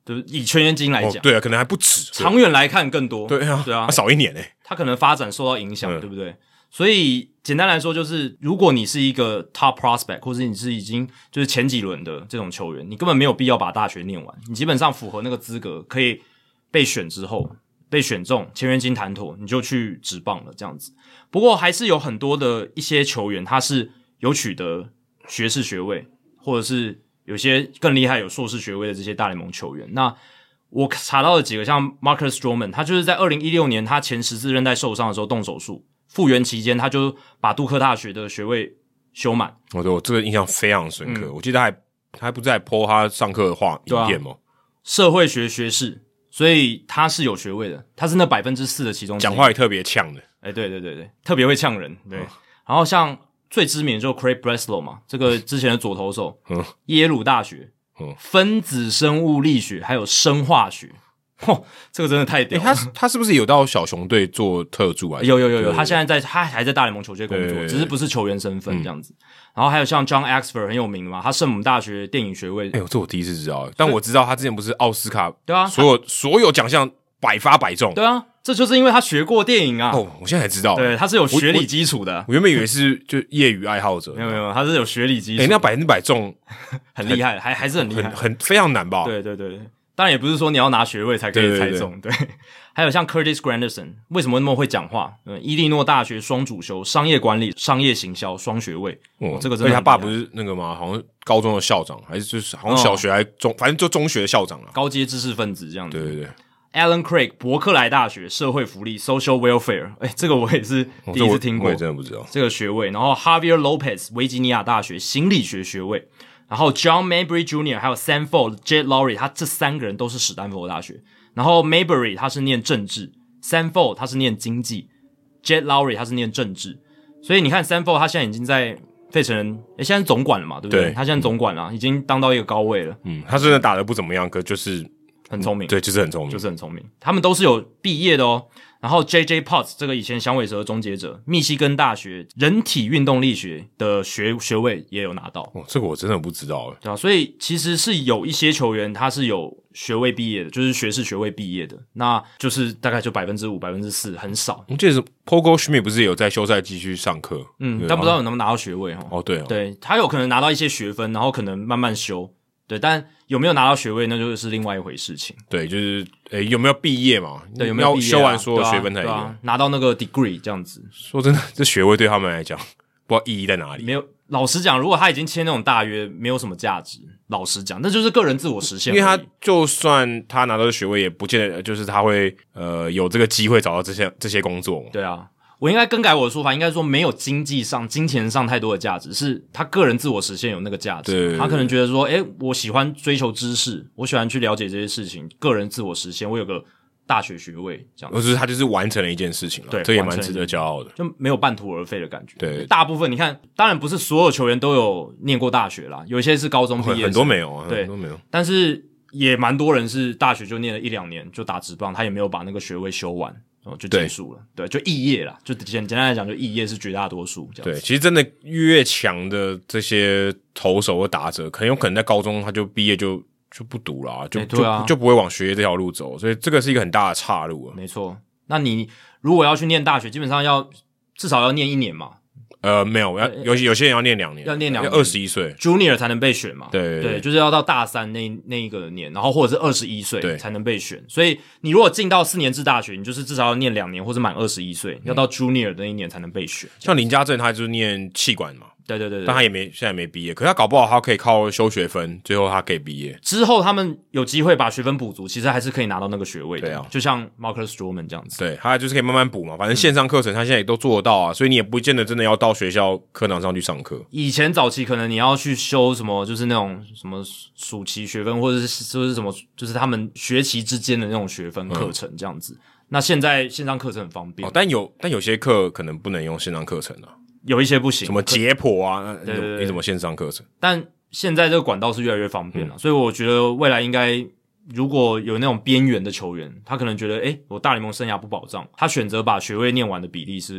对，以全员金来讲、 哦，对啊，可能还不止， 长远来看更多。 对啊， 对啊， 啊少一年诶、欸， 他可能发展受到影响、 嗯， 对不对？所以简单来说，就是如果你是一个 top prospect， 或者你是已经就是前几轮的这种球员，你根本没有必要把大学念完，你基本上符合那个资格，可以被选之后被选中，签约金谈妥，你就去职棒了这样子。不过还是有很多的一些球员，他是有取得学士学位，或者是有些更厉害有硕士学位的这些大联盟球员。那我查到的几个，像 Marcus Stroman， 他就是在二零一六年他前十字韧带受伤的时候动手术，复原期间他就把杜克大学的学位修满。 我对我这个印象非常深刻， 嗯、 我记得他还他还不是在 po 他上课的画影片吗？ 社会学学士，所以他是有学位的，他是那百分之四的其中之一。 讲话也特别呛的， 哎、欸，对对对对，特别会呛人。对，嗯、然后像最知名的就是 Craig Breslow 嘛，这个之前的左投手，嗯，耶鲁大学。嗯、分子生物力学还有生化学，嚯，这个真的太屌了。 欸、他他是不是有到小熊队做特助啊？ 有有有有，他现在在他还在大联盟球队工作， 对对对， 只是不是球员身份这样子。嗯、然后还有像 John Axford 很有名的嘛，他圣母大学电影学位。 哎呦，这我第一次知道，但我知道他之前不是奥斯卡对啊， 所有所有奖项百发百中。 对啊，这就是因为他学过电影啊。 哦，我现在才知道， 对，他是有学理基础的。 我, 我, 我原本以为是就业余爱好者， 没有没有，他是有学理基础。 哎、欸，那百分之百中， 很厉害，还还是很厉害， 很很非常难吧？ 对对对，当然也不是说你要拿学位才可以猜中。对, 对, 对, 对，还有像 Curtis Granderson， 为什么那么会讲话？嗯，伊利诺大学双主修，商业管理、商业行销双学位。哦，这个真的很厉害。而且他爸不是那个吗？好像高中的校长，还是就是好像小学还中，哦、反正就中学的校长了， 高阶知识分子这样子。 对对对。 Alan Craig 伯克莱大学社会福利 Social Welfare， 哎，这个我也是第一次听过， 哦、我, 我也真的不知道这个学位。然后 Javier Lopez 维吉尼亚大学心理学学位，然后 John Mayberry Junior 还有 Sanford、Jet Lowry， 他这三个人都是史丹佛大学。然后 Mayberry 他是念政治 ，Sanford 他是念经济 ，Jet Lowry 他是念政治。所以你看 Sanford 他现在已经在费城人，哎，现在是总管了嘛，对不对？ 对， 他现在总管了，已经当到一个高位了。 嗯，他真的打得不怎么样，可就是很聪明， 对，就是很聪明， 就是很聪明。他们都是有毕业的哦。然后 J J Potts 这个以前响尾蛇终结者，密西根大学人体运动力学的学学位也有拿到。 哦，这个我真的不知道。 对啊，所以其实是有一些球员他是有学位毕业的，就是学士学位毕业的，那就是大概就百分之五、百分之四，很少。 我记得是 Pogo Schmidt 不是有在休赛继续上课， 嗯，但不知道有能不能拿到学位哦。 哦，对哦， 对，他有可能拿到一些学分，然后可能慢慢修。对，但有没有拿到学位，那就是另外一回事情。 对，就是诶有没有毕业嘛？ 对，有没有毕业、啊、 修完所有学分才有、 啊啊、拿到那个 degree 这样子。 说真的，这学位对他们来讲，不知道意义在哪里。 没有，老实讲，如果他已经签那种大约，没有什么价值。老实讲，那就是个人自我实现。 因为他就算他拿到学位，也不见得就是他会呃有这个机会找到这些这些工作。 对啊。我应该更改我的说法，应该说没有经济上、金钱上太多的价值，是他个人自我实现有那个价值。 对， 他可能觉得说，诶，我喜欢追求知识，我喜欢去了解这些事情，个人自我实现，我有个大学学位，这样子。 就是他就是完成了一件事情了， 对， 这也蛮值得骄傲的， 就没有半途而废的感觉。 对， 大部分你看，当然不是所有球员都有念过大学啦，有一些是高中毕业， 很多没有啊， 对， 很多没有， 但是也蛮多人是大学就念了一两年就打职棒，他也没有把那个学位修完。哦，就结束了，对，对就肄业啦，就简简单来讲，就肄业是绝大多数这样子。 对，其实真的越强的这些投手或打者，很有可能在高中他就毕业就就不读了、啊，就、欸对啊、就就不会往学业这条路走，所以这个是一个很大的岔路啊。 没错，那你如果要去念大学，基本上要至少要念一年嘛。 呃，没有，要有有些人要念两年， 要念两年， 二十一岁 ，Junior 才能被选嘛。 对 对, 对，就是要到大三那那一个年，然后或者是二十一岁才能被选。所以你如果进到四年制大学，你就是至少要念两年，或者满二十一岁，嗯、要到 Junior 的那一年才能被选。 像林家正，他就是念气管嘛。 对对 对, 對， 但他也没现在没毕业，可是他搞不好他可以靠修学分，最后他可以毕业。 之后他们有机会把学分补足，其实还是可以拿到那个学位的。 对啊， 就像 Marcus Stroman 这样子。 对，他就是可以慢慢补嘛，反正线上课程他现在也都做得到啊，所以你也不见得真的要到学校课堂上去上课。 以前早期可能你要去修什么，就是那种什么暑期学分，或者是就是什么，就是他们学期之间的那种学分课程这样子。嗯、那现在线上课程很方便， 哦、但有但有些课可能不能用线上课程啊。 有一些不行， 什么解剖啊？ 对对对， 你怎么线上课程？ 但现在这个管道是越来越方便了，嗯、所以我觉得未来应该如果有那种边缘的球员，他可能觉得，诶，我大联盟生涯不保障，他选择把学位念完的比例是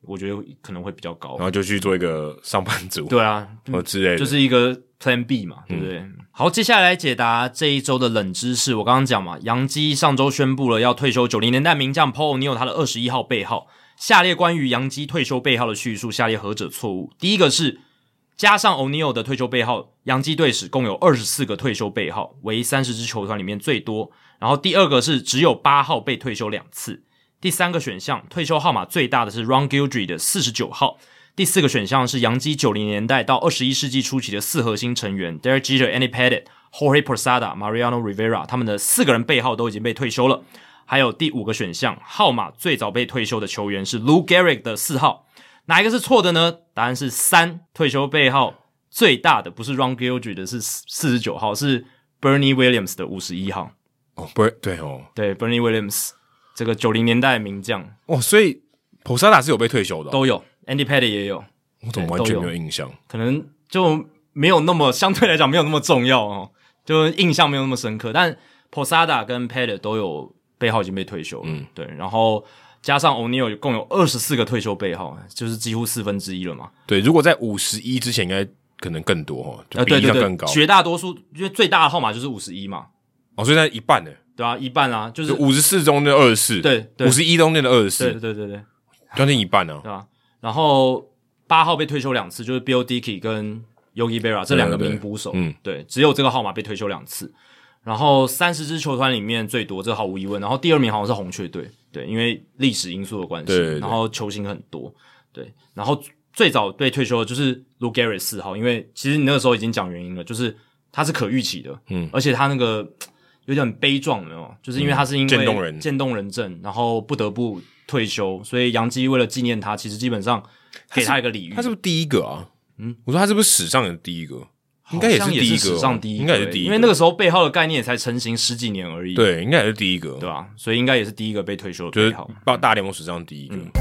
我觉得可能会比较高， 然后就去做一个上班族， 对啊， 或之类的， 就是一个 Plan B 嘛，对不对？嗯、好，接下来来解答这一周的冷知识。我刚刚讲嘛，洋基上周宣布了要退休九零年代名将 Paul O'Neill 他的二十一号背号。下列关于洋基退休背号的叙述，下列何者错误？第一个是加上 O'Neill 的退休背号，洋基队史共有二十四个退休背号，为三十支球团里面最多。然后第二个是只有八号被退休两次。第三个选项，退休号码最大的是 Ron Guidry 的四十九号。第四个选项是洋基九零年代到二十一世纪初期的四核心成员 Derek Jeter、Andy Pettitte、Jorge Posada、Mariano Rivera， 他们的四个人背号都已经被退休了。还有第五个选项，号码最早被退休的球员是 Lou Gehrig 的四号。哪一个是错的呢？答案是三，退休背号最大的不是 Ron Guidry 的是四十九号，是 Bernie Williams 的五十一号。 哦，不对哦， 对 Bernie Williams 这个九零年代的名将。 哦，所以 Posada 是有被退休的、哦， 都有 ，Andy Pettitte 也有。 我怎么完全没有印象？ 可能就没有那么相对来讲没有那么重要哦，就印象没有那么深刻。但 Posada 跟 Pettitte 都有背号已经被退休了，嗯，对，然后加上 O'Neill 共有二十四个退休背号，就是几乎四分之一了嘛。 对，如果在五十一之前，应该可能更多哦，就比例上更高。 呃、对对对，绝大多数因为最大的号码就是五十一嘛。 哦，所以在一半呢？ 对啊，一半啊，就是五十四中间的二十四， 对， 五十一中间的二十四， 对对对对， 将近一半啊， 对啊。然后八号被退休两次，就是 Bill Dickey 跟 Yogi Berra 这两个名捕手，嗯，对，只有这个号码被退休两次。然后三十支球团里面最多，这毫无疑问。然后第二名好像是红雀队，对，因为历史因素的关系， 对对对， 然后球星很多，对。然后最早被退休的就是 Lou Gehrig 四号，因为其实你那个时候已经讲原因了，就是他是可预期的，嗯，而且他那个有点悲壮的哦，就是因为他是因为渐冻人渐冻人症，然后不得不退休，所以洋基为了纪念他，其实基本上给他一个礼遇。 他是不是第一个啊？嗯，我说他是不是史上的第一个？应该也是第一个， 史上第一个， 应该也是第一个， 因为那个时候背号的概念也才成型十几年而已。 对，应该也是第一个， 对吧？所以应该也是第一个被退休的背号， 就是大联盟史上第一个。嗯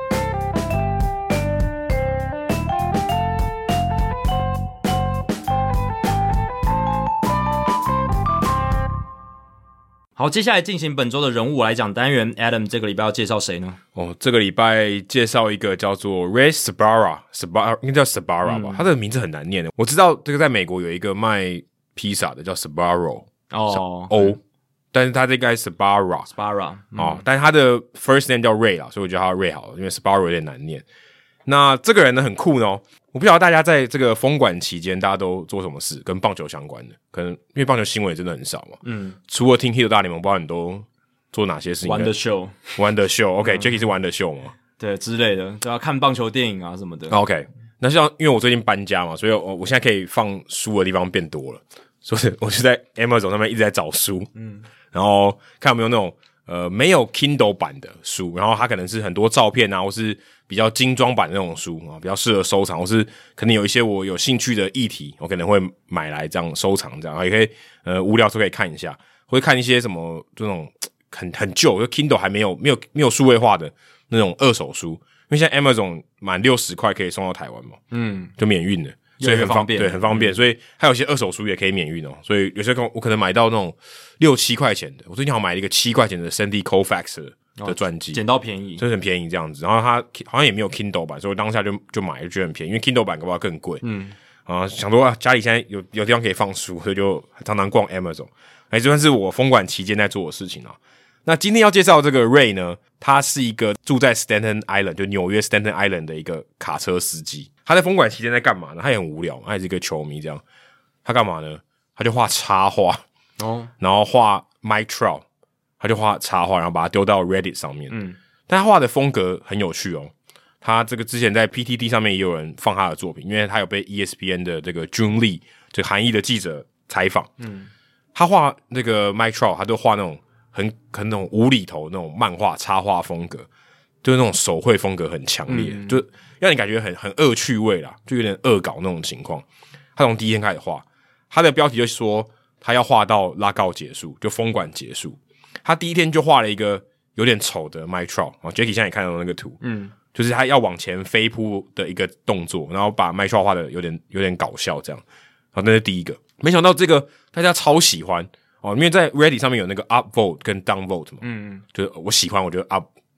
好，接下来进行本周的人物我来讲单元。Adam 这个礼拜要介绍谁呢？ 哦，这个礼拜介绍一个叫做 Ray Sabara，Sabara 应该叫 Sabara 吧、嗯，他这个名字很难念的。我知道这个在美国有一个卖披萨的叫 Sabaro 哦 O， 但是他这个是 Sabara Sabara、嗯、 哦，但是他的 first name 叫 Ray 啦，所以我觉得他 Ray 好了，因为 Sabaro 有点难念。那这个人呢很酷呢、哦，我不晓得大家在这个封馆期间大家都做什么事跟棒球相关的，可能因为棒球新闻也真的很少嘛。嗯，除了听 Hit 大联盟，不知道你都做哪些事情？ 玩的秀， 玩的秀。OK，Jackie、嗯、是玩的秀嘛？ 对，之类的，都要看棒球电影啊什么的。 OK， 那像因为我最近搬家嘛，所以我我现在可以放书的地方变多了，所以我就在 Amazon 上面一直在找书，嗯，然后看有没有那种呃没有 Kindle 版的书，然后它可能是很多照片啊，或是比较精装版的那种书啊，比较适合收藏，或是可能有一些我有兴趣的议题，我可能会买来这样收藏，这样也可以呃无聊的时候可以看一下，会看一些什么这种很很旧，就 Kindle 还没有没有没有数位化的那种二手书，因为现在 Amazon 满六十块可以送到台湾嘛，嗯，就免运的，所以很方便，对，很方便，嗯、所以还有一些二手书也可以免运哦，所以有些我可能买到那种六七块钱的，我最近好买了一个七块钱的 Sandy Koufax 的。的传记捡到便宜， 真的很便宜这样子。然后它好像也没有 Kindle 版，所以我当下就就买，就觉得很便宜。因为 Kindle 版搞不好更贵。嗯啊，想说、啊、家里现在有有地方可以放书，所以就常常逛 Amazon。哎，这算是我封馆期间在做的事情啊。那今天要介绍这个 Ray 呢，他是一个住在 Staten Island， 就纽约 Staten Island 的一个卡车司机。他在封馆期间在干嘛呢？他也很无聊，他也是一个球迷这样。他干嘛呢？他就画插画哦，然后画 Mike Trout。他就画插画，然后把它丢到 Reddit 上面。嗯，但他画的风格很有趣哦。他这个之前在 P T T 上面也有人放他的作品，因为他有被 E S P N 的这个 June Lee 这个韩裔的记者采访。嗯，他画那个 Mike Trout， 他都画那种很很那种无厘头那种漫画插画风格，就是那种手绘风格很强烈，嗯、就让你感觉很很恶趣味啦，就有点恶搞那种情况。他从第一天开始画，他的标题就说他要画到拉告结束，就封馆结束。他第一天就画了一个有点丑的 Mike Trout， 然后 Jackie 现在也看到那个图，嗯，就是他要往前飞扑的一个动作，然后把 Mike Trout 画的有点有点搞笑这样，好，那是第一个。没想到这个大家超喜欢哦，因为在 Reddit 上面有那个 up vote 跟 down vote 嘛，嗯，就是我喜欢，我觉得 up，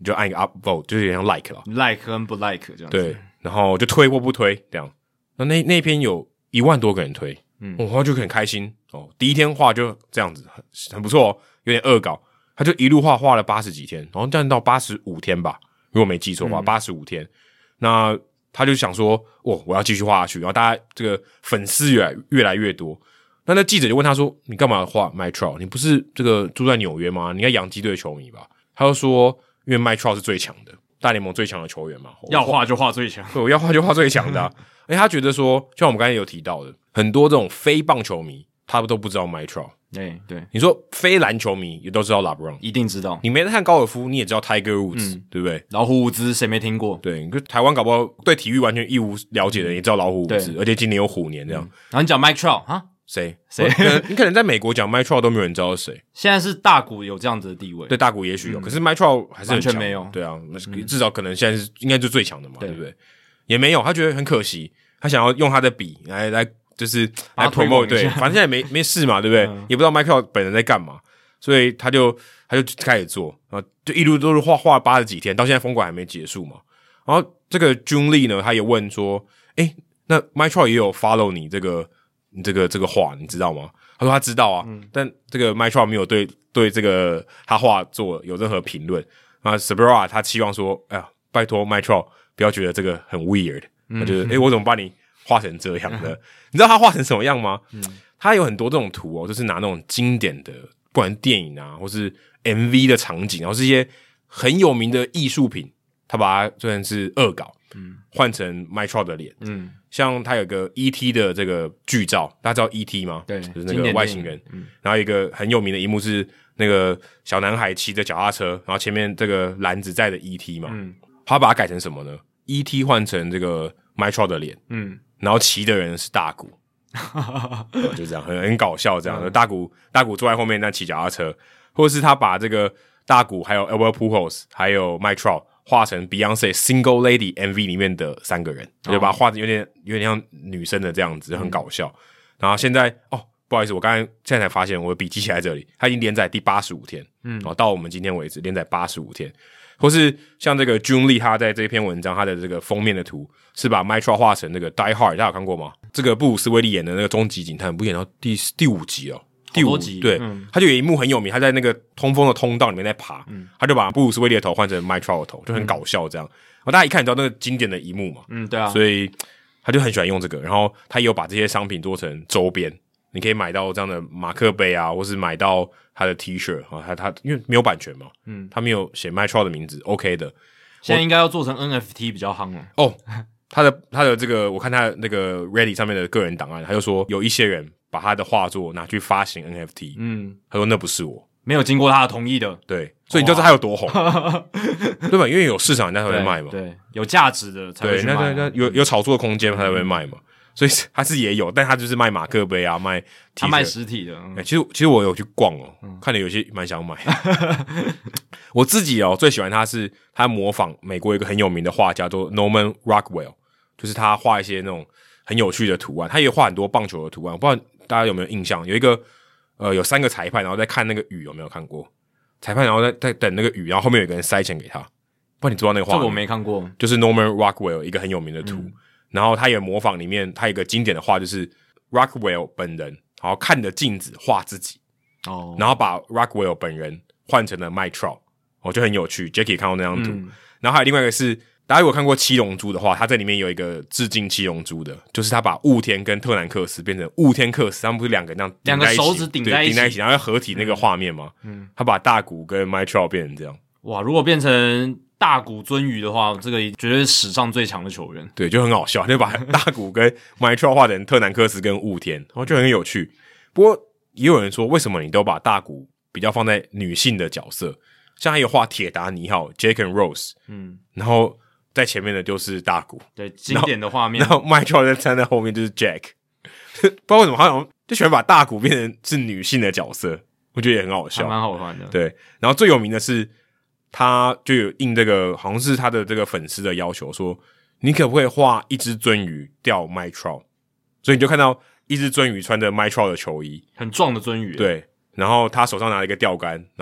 你就按一个 upvote， 就是有点像 like 了 ，like 跟不 like 这样子。 对，然后就推或不推这样。那那那篇有一万多个人推，嗯，然后就很开心哦。第一天画就这样子，很很不错哦，有点恶搞，他就一路画画了八十几天，然后站到八十五天吧，如果没记错的话，八十五天。那他就想说，哦，我要继续画下去，然后大家这个粉丝越来越来越多。那那记者就问他说：“你干嘛画 Mike Trout？ 你不是这个住在纽约吗？你应该洋基队球迷吧？”他就说：“因为 Mike Trout 是最强的，大联盟最强的球员嘛， 要画就画最强。 对，我要画就画最强的、啊。而且他觉得说，像我们刚才有提到的，很多这种非棒球迷，他们都不知道 Mike Trout。 对对， 你说非篮球迷也都知道 LeBron， 一定知道。你没在看高尔夫，你也知道 Tiger Woods，、嗯、对不对？ 老虎伍兹谁没听过？ 对，你台湾搞不好对体育完全一无了解的人也知道老虎伍兹，而且今年有虎年这样。嗯、 然后你讲 Mike Trout 啊？ 谁谁？ 你可能在美国讲 Mike Trout 都没有人知道是谁。 现在是大谷有这样子的地位， 对，大谷也许有，嗯、可是 Mike Trout 还是很强， 完全没有。 对啊，嗯、至少可能现在是应该是最强的嘛， 对, 对不对？也没有，他觉得很可惜，他想要用他的笔来来就是来 promote， 对，反正现在没没事嘛，对不对？嗯、也不知道 Mike Trout 本人在干嘛，所以他就他就开始做，然后就一路都是画画八十几天，到现在封馆还没结束嘛。然后这个 June Lee 呢，他也问说，诶，那 Mike Trout 也有 follow 你这个你这个这个画，你知道吗？他说他知道啊，嗯、但这个 Mike Trout 没有对对这个他画作有任何评论。啊 Sabra 他期望说，哎呀，拜托 Mike Trout 不要觉得这个很 weird，、嗯、他觉得，诶，我怎么把你画成这样的？你知道他画成什么样吗？嗯、他有很多这种图哦，就是拿那种经典的，不管是电影啊，或是 M V 的场景，然后是一些很有名的艺术品，他把它虽然是恶搞，嗯，换成 Mike Trout 的脸，嗯。像他有个 E T 的这个剧照，大家知道 E T 吗？ 对， 就是那个外星人。嗯、然后一个很有名的一幕是那个小男孩骑着脚踏车，然后前面这个篮子载的 E T 嘛。嗯，他把它改成什么呢 ？E T 换成这个 Mike Trout 的脸，嗯，然后骑的人是大谷，就这样很很搞笑，这样。嗯、大谷大谷坐在后面那骑脚踏车，或者是他把这个大谷还有 Albert Pujols 还有 Mike Trout。画成 Beyonce Single Lady M V 里面的三个人，哦、就把它画的有点有点像女生的这样子，很搞笑。嗯、然后现在哦，不好意思，我刚才现在才发现我的笔记起来这里，它已经连载第八十五天，嗯，哦，到我们今天为止连载八十五天。或是像这个 June Lee， 他在这篇文章他的这个封面的图是把 Mike Trout 画成那个 Die Hard， 大家有看过吗？这个布鲁斯威利演的那个终极警探，不演到第第五集哦。第五集，对，嗯、他就有一幕很有名，他在那个通风的通道里面在爬，嗯、他就把布鲁斯威利的头换成 Mike Trout 的头，就很搞笑这样。然后大家一看，你知道那个经典的一幕嘛？ 嗯，对啊， 所以他就很喜欢用这个。然后他也有把这些商品做成周边，你可以买到这样的马克杯啊，或是买到他的 T 恤啊，他他因为没有版权嘛，嗯，他没有写 Mike Trout 的名字 ，OK 的。 现在应该要做成 N F T 比较夯了哦。他的他的这个，我看他的那个 Reddit 上面的个人档案，他就说有一些人把他的画作拿去发行 N F T， 嗯，他说那不是我， 没有经过他的同意的， 对，所以你就知道他有多红，对吧？因为有市场人家才会卖嘛， 对，对有价值的才会去卖、啊， 对，那那有有炒作的空间他才会卖嘛，嗯、所以他自己也有，但他就是卖马克杯啊，卖 T 恤， 他卖实体的。嗯欸、其实其实我有去逛哦，嗯、看了有些蛮想买。我自己哦最喜欢他是他模仿美国一个很有名的画家，叫 Norman Rockwell。就是他画一些那种很有趣的图案，他也画很多棒球的图案，我不知道大家有没有印象？有一个呃，有三个裁判，然后在看那个雨，有没有看过？裁判然后在在等那个雨，然后后面有一个人塞钱给他，不知道你知道那个画面？ 这我没看过， 就是 Norman Rockwell 一个很有名的图，嗯、然后他也模仿里面他有一个经典的画，就是 Rockwell 本人，然后看着镜子画自己，哦，然后把 Rockwell 本人换成了 Mike Trout，哦，就很有趣 ，Jackie 看到那张图，嗯、然后还有另外一个是。大家如果看过七龙珠的话，他在里面有一个致敬七龙珠的，就是他把雾天跟特南克斯变成雾天克斯，他们不是两个那样两个手指顶在一起， 顶在一起，然后要合体那个画面嘛。嗯，他把大谷跟 Mike Trout 变成这样。 哇，如果变成大谷尊鱼的话，这个绝对是史上最强的球员。 对，就很好笑，就把大谷跟 Mike Trout 画成特南克斯跟雾天，然后就很有趣。不过也有人说，为什么你都把大谷比较放在女性的角色？像他有画铁达尼号 Jake and Rose， 嗯，然后。在前面的就是大谷， 对经典的画面。 然后 Mike Trout 在站在后面就是 Jack， 不知道为什么好像就喜欢把大谷变成是女性的角色，我觉得也很好笑， 蛮好玩的。 对，然后最有名的是他就有应这个好像是他的这个粉丝的要求说，你可不可以画一只鳟鱼钓 Mike Trout？ 所以你就看到一只鳟鱼穿着 Mike Trout 的球衣， 很壮的鳟鱼。 对，然后他手上拿了一个钓竿，然后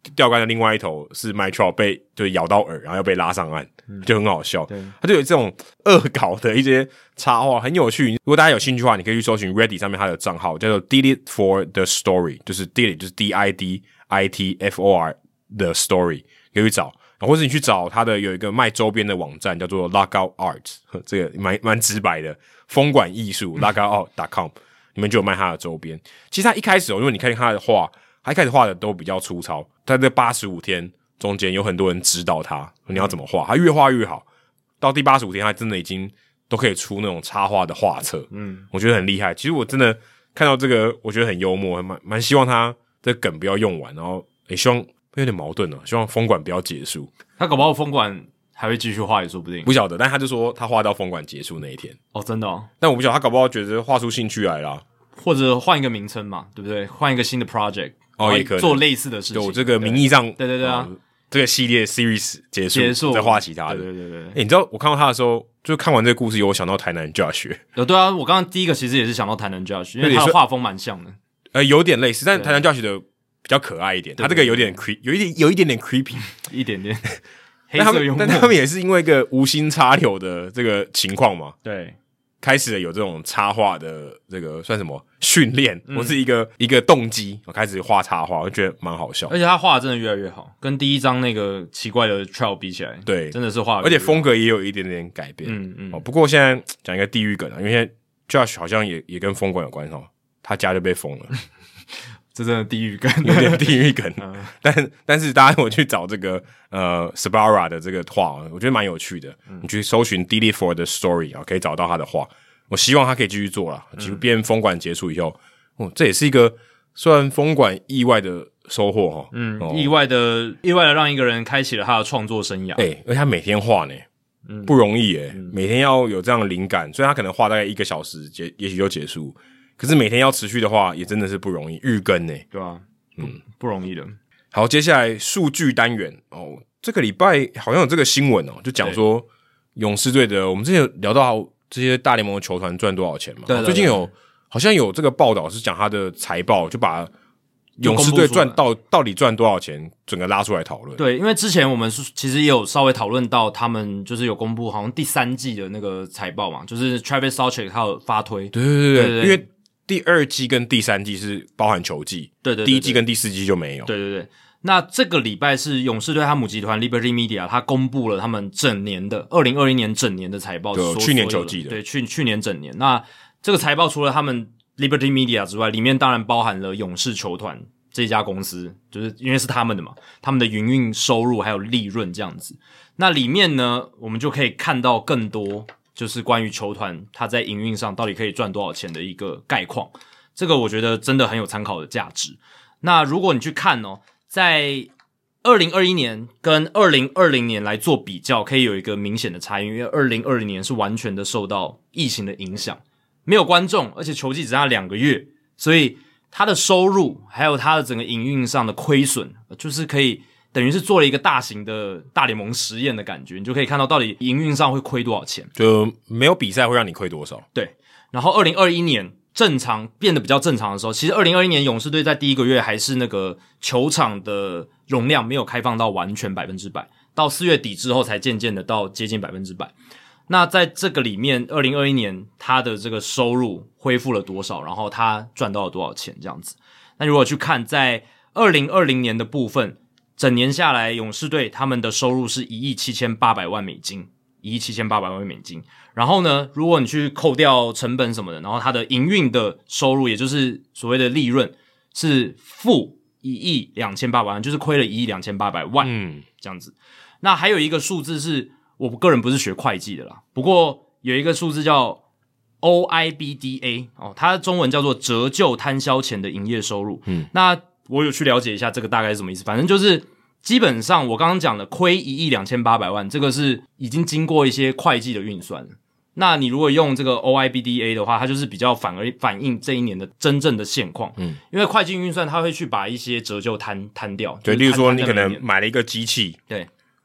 钓竿的另外一头是 Mike Trout 被就是咬到耳，然后要被拉上岸，就很好笑。他就有这种恶搞的一些插画，很有趣。如果大家有兴趣的话，你可以去搜寻 Reddit 上面他的账号，叫做 Did It for the Story， 就是 Did It 就是 D I D I T F O R the Story， 可以去找。或者你去找他的有一个卖周边的网站，叫做 Lockout Art， 这个蛮蛮直白的，风管艺术 lockout dot com， 里面就有卖他的周边。其实他一开始哦，如果你看他的画，他一开始画的都比较粗糙，在这八十五天中间有很多人指导他你要怎么画，他越画越好，到第八十五天他真的已经都可以出那种插画的画册，嗯，我觉得很厉害。其实我真的看到这个，我觉得很幽默，蛮蛮希望他的梗不要用完，然后也希望有点矛盾哦，希望封馆不要结束。 他搞不好封馆还会继续画也说不定， 不晓得。但他就说他画到封馆结束那一天。 哦，真的哦。 但我不晓得他搞不好觉得画出兴趣来啦， 或者换一个名称嘛，对不对？换一个新的 project， 哦，也可能做类似的事情。 有这个名义上， 对对对啊， 哦、这个系列 series 结束， 结束再画其他的。 对对对对。 哎、欸，你知道我看到他的时候，就看完这个故事，有我想到台南 Josh。 有对啊，我刚刚第一个其实也是想到台南 Josh， 因为他的画风蛮像的。 呃，有点类似，但台南 Josh 的比较可爱一点，他这个有点 creepy， 有一点有一点点 creepy， 一点点。 黑色幽默，但他们也是因为一个无心插柳的这个情况嘛， 对， 开始了有这种插画的这个算什么训练，或、嗯、是一个一个动机，我开始画插画，我觉得蛮好笑， 而且他画的真的越来越好，跟第一张那个奇怪的 Trout 比起来， 对， 真的是画， 而且风格也有一点点改变，嗯嗯、哦。不过现在讲一个地狱梗啊，因为现在 Josh 好像也也跟封馆有关哦，他家就被封了。 这真的地狱梗， 有点地狱梗。嗯、但但是大家我去找这个呃 Sabara 的这个画，我觉得蛮有趣的。嗯、你去搜寻 Did It for the Story 啊，可以找到他的画。我希望他可以继续做啦，即便封馆结束以后，哦，这也是一个虽然封馆意外的收获哈。 嗯， 哦、 意外的意外的让一个人开启了他的创作生涯。 哎、欸，而且他每天画呢，嗯、不容易哎、欸，嗯、每天要有这样的灵感，所以他可能画大概一个小时结，也许就结束。可是每天要持续的话，也真的是不容易，日更呢、欸， 对啊，嗯，不容易的。 好，接下来数据单元哦，这个礼拜好像有这个新闻哦，就讲说勇士队的，我们之前有聊到这些大联盟的球团赚多少钱嘛？ 对对对， 最近有好像有这个报道是讲他的财报，就把勇士队赚到到底赚多少钱，整个拉出来讨论。 对，因为之前我们其实也有稍微讨论到，他们就是有公布好像第三季的那个财报嘛，就是 Travis Sawchik 他有发推， 对对对 对, 对, 对，因为第二季跟第三季是包含球季， 对 对, 对, 对， 第一季跟第四季就没有。 对对对，那这个礼拜是勇士队他母集团 Liberty Media 他公布了他们整年的二零二一年整年的财报， 就去年球季的， 对，去去年整年。那这个财报除了他们 Liberty Media 之外，里面当然包含了勇士球团这家公司，就是因为是他们的嘛，他们的营运收入还有利润这样子。那里面呢，我们就可以看到更多。就是关于球团它在营运上到底可以赚多少钱的一个概况，这个我觉得真的很有参考的价值。那如果你去看哦，在二零二一年跟二零二零年来做比较，可以有一个明显的差异，因为二零二零年是完全的受到疫情的影响，没有观众，而且球季只剩下两个月，所以它的收入还有它的整个营运上的亏损，就是可以等于是做了一个大型的大联盟实验的感觉，你就可以看到到底营运上会亏多少钱， 就没有比赛会让你亏多少。 对，然后二零二一年正常变得比较正常的时候，其实二零二一年勇士队在第一个月还是那个球场的容量没有开放到完全百分之百，到四月底之后才渐渐的到接近百分之百。那在这个里面二零二一年他的这个收入恢复了多少，然后他赚到了多少钱这样子。那如果去看在二零二零年的部分，整年下来，勇士队他们的收入是一亿七千八百万美金，一亿七千八百万美金。然后呢，如果你去扣掉成本什么的，然后它的营运的收入，也就是所谓的利润，是负一亿两千八百万，就是亏了一亿两千八百万，嗯，这样子。那还有一个数字是我个人不是学会计的啦，不过有一个数字叫 O I B D A 哦，它中文叫做折旧摊销前的营业收入，嗯，那我有去了解一下这个大概是什么意思，反正就是基本上我刚刚讲的亏一亿两千八百万，这个是已经经过一些会计的运算了。那你如果用这个 O I B D A 的话，它就是比较反而反映这一年的真正的现况。嗯，因为会计运算它会去把一些折旧摊摊掉。 对，例如说你可能买了一个机器， 对，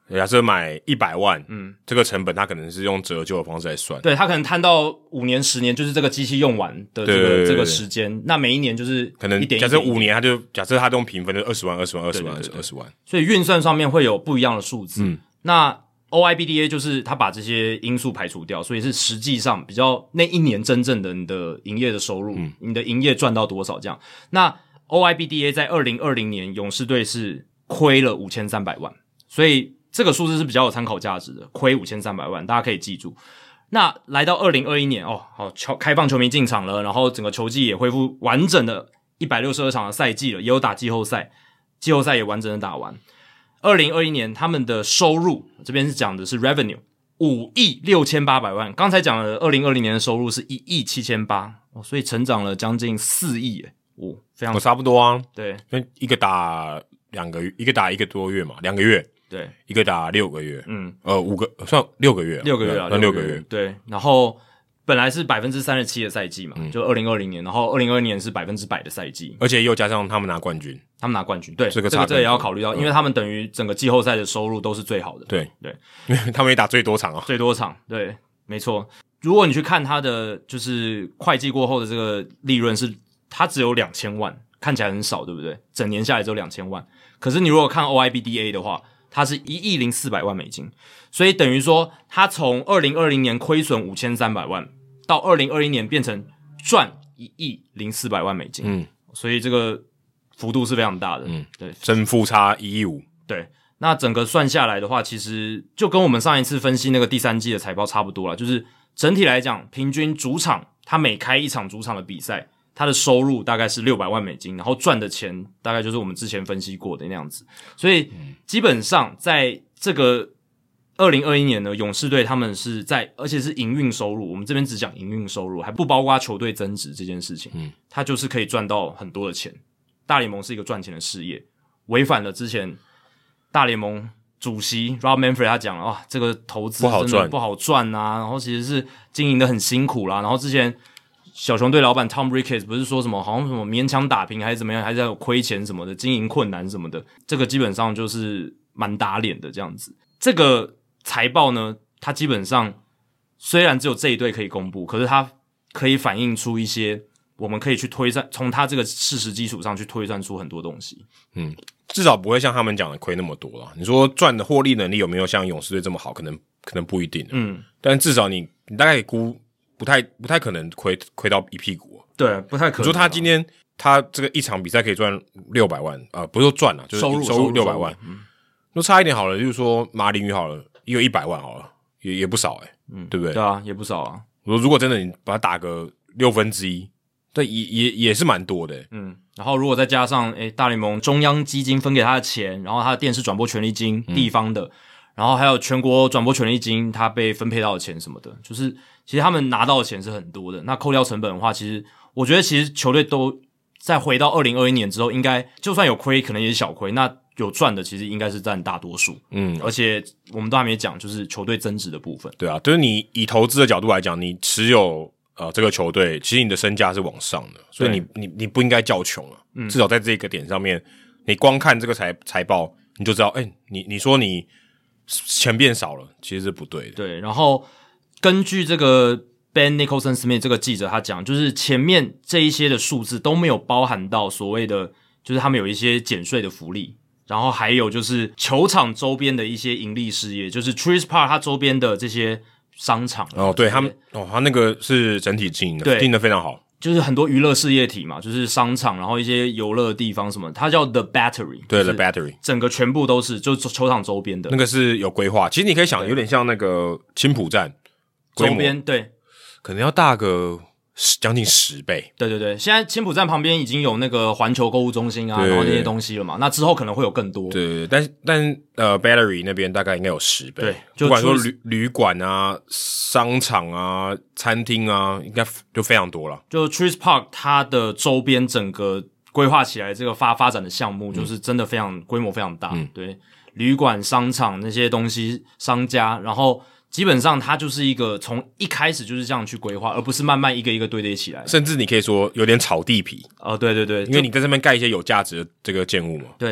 假设买一百万，嗯，这个成本他可能是用折旧的方式来算， 对他可能摊到五年、十年，就是这个机器用完的这个对对对对这个时间，那每一年就是可能一点一点假设五年，他就假设他用平分就二十万、二十万、二十万、二十万， 所以运算上面会有不一样的数字。嗯，那 O I B D A 就是他把这些因素排除掉，所以是实际上比较那一年真正的你的营业的收入，嗯、你的营业赚到多少这样。那 O I B D A 在二零二零年勇士队是亏了五千三百万，所以这个数字是比较有参考价值的，亏五千三百万，大家可以记住。那来到二零二一年哦，好，开放球迷进场了，然后整个球季也恢复完整的一百六十二场的赛季了，也有打季后赛，季后赛也完整的打完。二零二一年他们的收入，这边是讲的是 revenue 五亿六千八百万，刚才讲的二零二零年的收入是一亿七千八，所以成长了将近四亿耶，哦，非常我差不多啊， 对， 因为一个打两个月，一个打一个多月嘛，两个月。 对， 一个打六个月，嗯，呃，五个算六个月， 六个月啊， 算六个月， 对。然后本来是百分之三十七的赛季嘛，嗯、就二零二零年，然后二零二一年是百分之百的赛季， 而且又加上他们拿冠军， 他们拿冠军，对， 这个这个这个也要考虑到，因为他们等于整个季后赛的收入都是最好的， 对对， 因为他们也打最多场啊， 最多场，对，没错。如果你去看他的就是会计过后的这个利润是，它只有两千万，看起来很少，对不对？整年下来只有两千万，可是你如果看 O I B D A 的话，它是一亿零四百万美金，所以等于说，它从二零二零年亏损五千三百万，到二零二一年变成赚一亿零四百万美金，嗯，所以这个幅度是非常大的，嗯，对， 正负差一亿五， 对，那整个算下来的话，其实就跟我们上一次分析那个第三季的财报差不多啦，就是整体来讲，平均主场它每开一场主场的比赛，他的收入大概是六百万美金，然后赚的钱大概就是我们之前分析过的那样子，所以基本上在这个二零二一年呢，勇士队他们是在，而且是营运收入，我们这边只讲营运收入，还不包括球队增值这件事情，嗯，他就是可以赚到很多的钱。大联盟是一个赚钱的事业，违反了之前大联盟主席 Rob Manfred 他讲了啊，这个投资真的不好赚啊，然后其实是经营的很辛苦啦，然后之前小熊队老板 Tom Ricketts 不是说什么好像什么勉强打平还是怎么样，还是要有亏钱什么的，经营困难什么的，这个基本上就是蛮打脸的这样子。这个财报呢，它基本上虽然只有这一队可以公布，可是它可以反映出一些我们可以去推算，从它这个事实基础上去推算出很多东西。 嗯，至少不会像他们讲的亏那么多啦。你说赚的获利能力有没有像勇士队这么好？可能可能不一定。嗯，但至少你你大概可以估。不太不太可能亏亏到一屁股、啊， 对，不太可能、啊。 你说他今天他这个一场比赛可以赚六百万啊、呃，不是说赚了、啊，就是收入收入六百万。嗯，说差一点好了，就是说马林鱼好了，也有一百万好了，也也不少诶、欸，嗯，对不对？ 对啊，也不少啊。 我说如果真的你把它打个六分之一，对，也也也是蛮多的、欸。 嗯，然后如果再加上诶大联盟中央基金分给他的钱，然后他的电视转播权利金、嗯、地方的。然后还有全国转播权利金，他被分配到的钱什么的，就是其实他们拿到的钱是很多的。那扣掉成本的话，其实我觉得其实球队都在回到二零二一年之后，应该就算有亏，可能也是小亏。那有赚的，其实应该是占大多数。嗯，而且我们都还没讲，就是球队增值的部分。 对啊，就是你以投资的角度来讲，你持有呃这个球队，其实你的身价是往上的，所以你你你不应该叫穷啊。嗯，至少在这个点上面，你光看这个财财报，你就知道，哎，你你说你。钱变少了，其实是不对的。 对，然后根据这个 Ben Nicholson Smith 这个记者他讲，就是前面这一些的数字都没有包含到所谓的，就是他们有一些减税的福利，然后还有就是球场周边的一些盈利事业，就是 Truist Park 它周边的这些商场。 哦，对他们，哦，他那个是整体经营的，经营的非常好。 就是很多娱乐事业体嘛，就是商场，然后一些游乐的地方什么，它叫 The Battery， 对 The Battery， 整个全部都是就球场周边的， 那个是有规划。其实你可以想，有点像那个青埔站周边，对， 可能要大个将近十倍。 对对对，现在青埔站旁边已经有那个环球购物中心啊，然后那些东西了嘛，那之后可能会有更多。 对对对，但但呃 Battery 那边大概应该有十倍。 对， 就不管说旅旅馆啊、商场啊、餐厅啊，应该就非常多了。 就 Truist Park 它的周边整个规划起来这个发发展的项目，就是真的非常、嗯、规模非常大。嗯，对，旅馆、商场那些东西，商家，然后。基本上它就是一个从一开始就是这样去规划，而不是慢慢一个一个堆叠起来。 甚至你可以说有点炒地皮。 哦，对对对， 因为你在这边盖一些有价值的这个建物嘛。 对，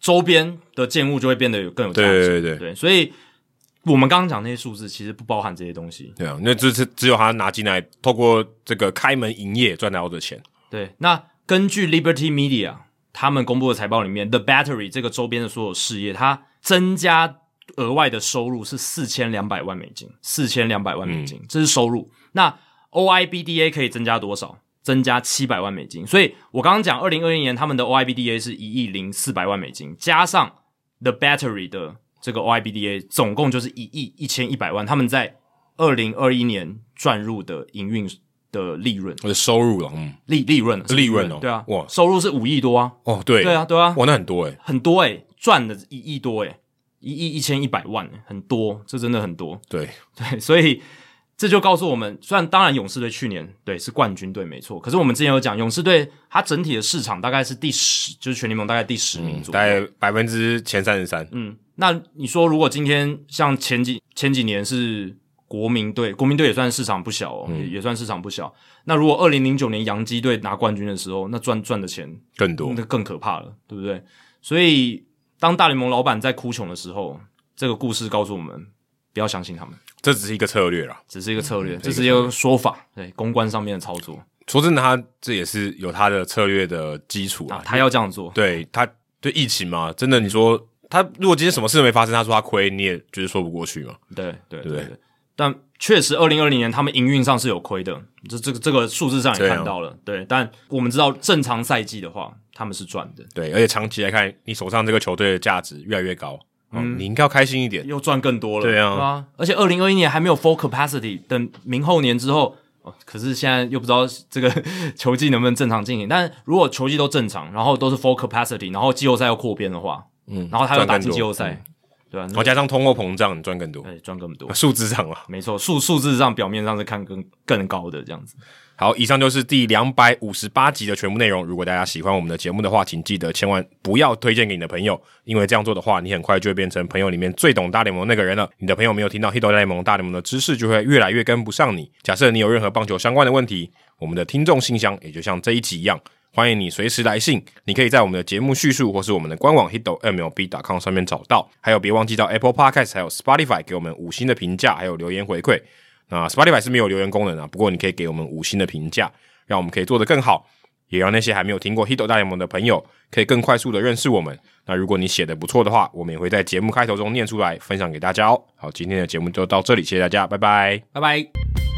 周边的建物就会变得有更有价值。 对对对对, 对，所以我们刚刚讲那些数字其实不包含这些东西。 对啊，那就是只有他拿进来，透过这个开门营业赚到的钱。 对，那根据 Liberty Media 他们公布的财报里面 ，The Battery 这个周边的所有事业，它增加额外的收入是四千两百万美金，四千两百万美金，嗯，这是收入。那 O I B D A 可以增加多少？增加七百万美金。所以我刚刚讲二零二一年他们的 O I B D A 是一亿零四百万美金，加上 The Battery 的这个 O I B D A 总共就是一亿一千一百万，他们在二零二一年赚入的营运的利润， 或者收入了，嗯， 利利润， 利润哦， 对啊， 哇， 收入是五亿多啊， 哦，对， 对啊，对啊， 哇，那很多诶， 很多诶，赚了一亿多诶，一亿一千一百万，很多，这真的很多， 对对，所以这就告诉我们，虽然当然勇士队去年对是冠军队没错，可是我们之前有讲勇士队它整体的市场大概是第十，就是全联盟大概第十名左右， 嗯、大概百分之前三十三。 嗯，那你说如果今天像前几前几年是国民队，国民队也算市场不小哦，嗯、也, 也算市场不小。那如果二零零九年洋基队拿冠军的时候，那赚赚的钱更多， 那更可怕了，对不对？所以当大联盟老板在哭穷的时候，这个故事告诉我们，不要相信他们， 这只是一个策略啦， 只是一个策略， 嗯、 这是一个说法，对公关上面的操作。 说真的，他这也是有他的策略的基础啊， 啊他要这样做， 对他对疫情嘛，真的你说他如果今天什么事都没发生，他说他亏，你也觉得说不过去嘛， 对对对, 对, 对, 对。 但确实二零二零年他们营运上是有亏的，这这个这个数字上也看到了，对,、啊、对。但我们知道正常赛季的话，他们是赚的， 对，而且长期来看，你手上这个球队的价值越来越高。嗯，你应该要开心一点， 又赚更多了， 对啊， 对啊。而且二零二一年还没有 full capacity， 等明后年之后，哦，可是现在又不知道这个球季能不能正常进行。但如果球季都正常，然后都是 full capacity， 然后季后赛要扩编的话，嗯，然后他又打进季后赛，嗯、对吧、啊？ 然后加上通货膨胀，你赚更多， 对，赚更多， 数字上啊， 没错，数数字上表面上是看更更高的这样子。 好，以上就是第两百五十八集的全部内容。如果大家喜欢我们的节目的话，请记得千万不要推荐给你的朋友，因为这样做的话，你很快就会变成朋友里面最懂大联盟那个人了。你的朋友没有听到 Hito 大联盟大联盟的知识，就会越来越跟不上你。假设你有任何棒球相关的问题，我们的听众信箱也就像这一集一样，欢迎你随时来信。你可以在我们的节目叙述或是我们的官网 hito m l b dot com 上面找到。还有别忘记到 Apple Podcast 还有 Spotify 给我们五星的评价，还有留言回馈。那 Spotify 是没有留言功能啊，不过你可以给我们五星的评价，让我们可以做得更好，也让那些还没有听过 Hito 大联盟的朋友可以更快速的认识我们。那如果你写得不错的话，我们也会在节目开头中念出来分享给大家哦。好，今天的节目就到这里，谢谢大家，拜拜， 拜拜。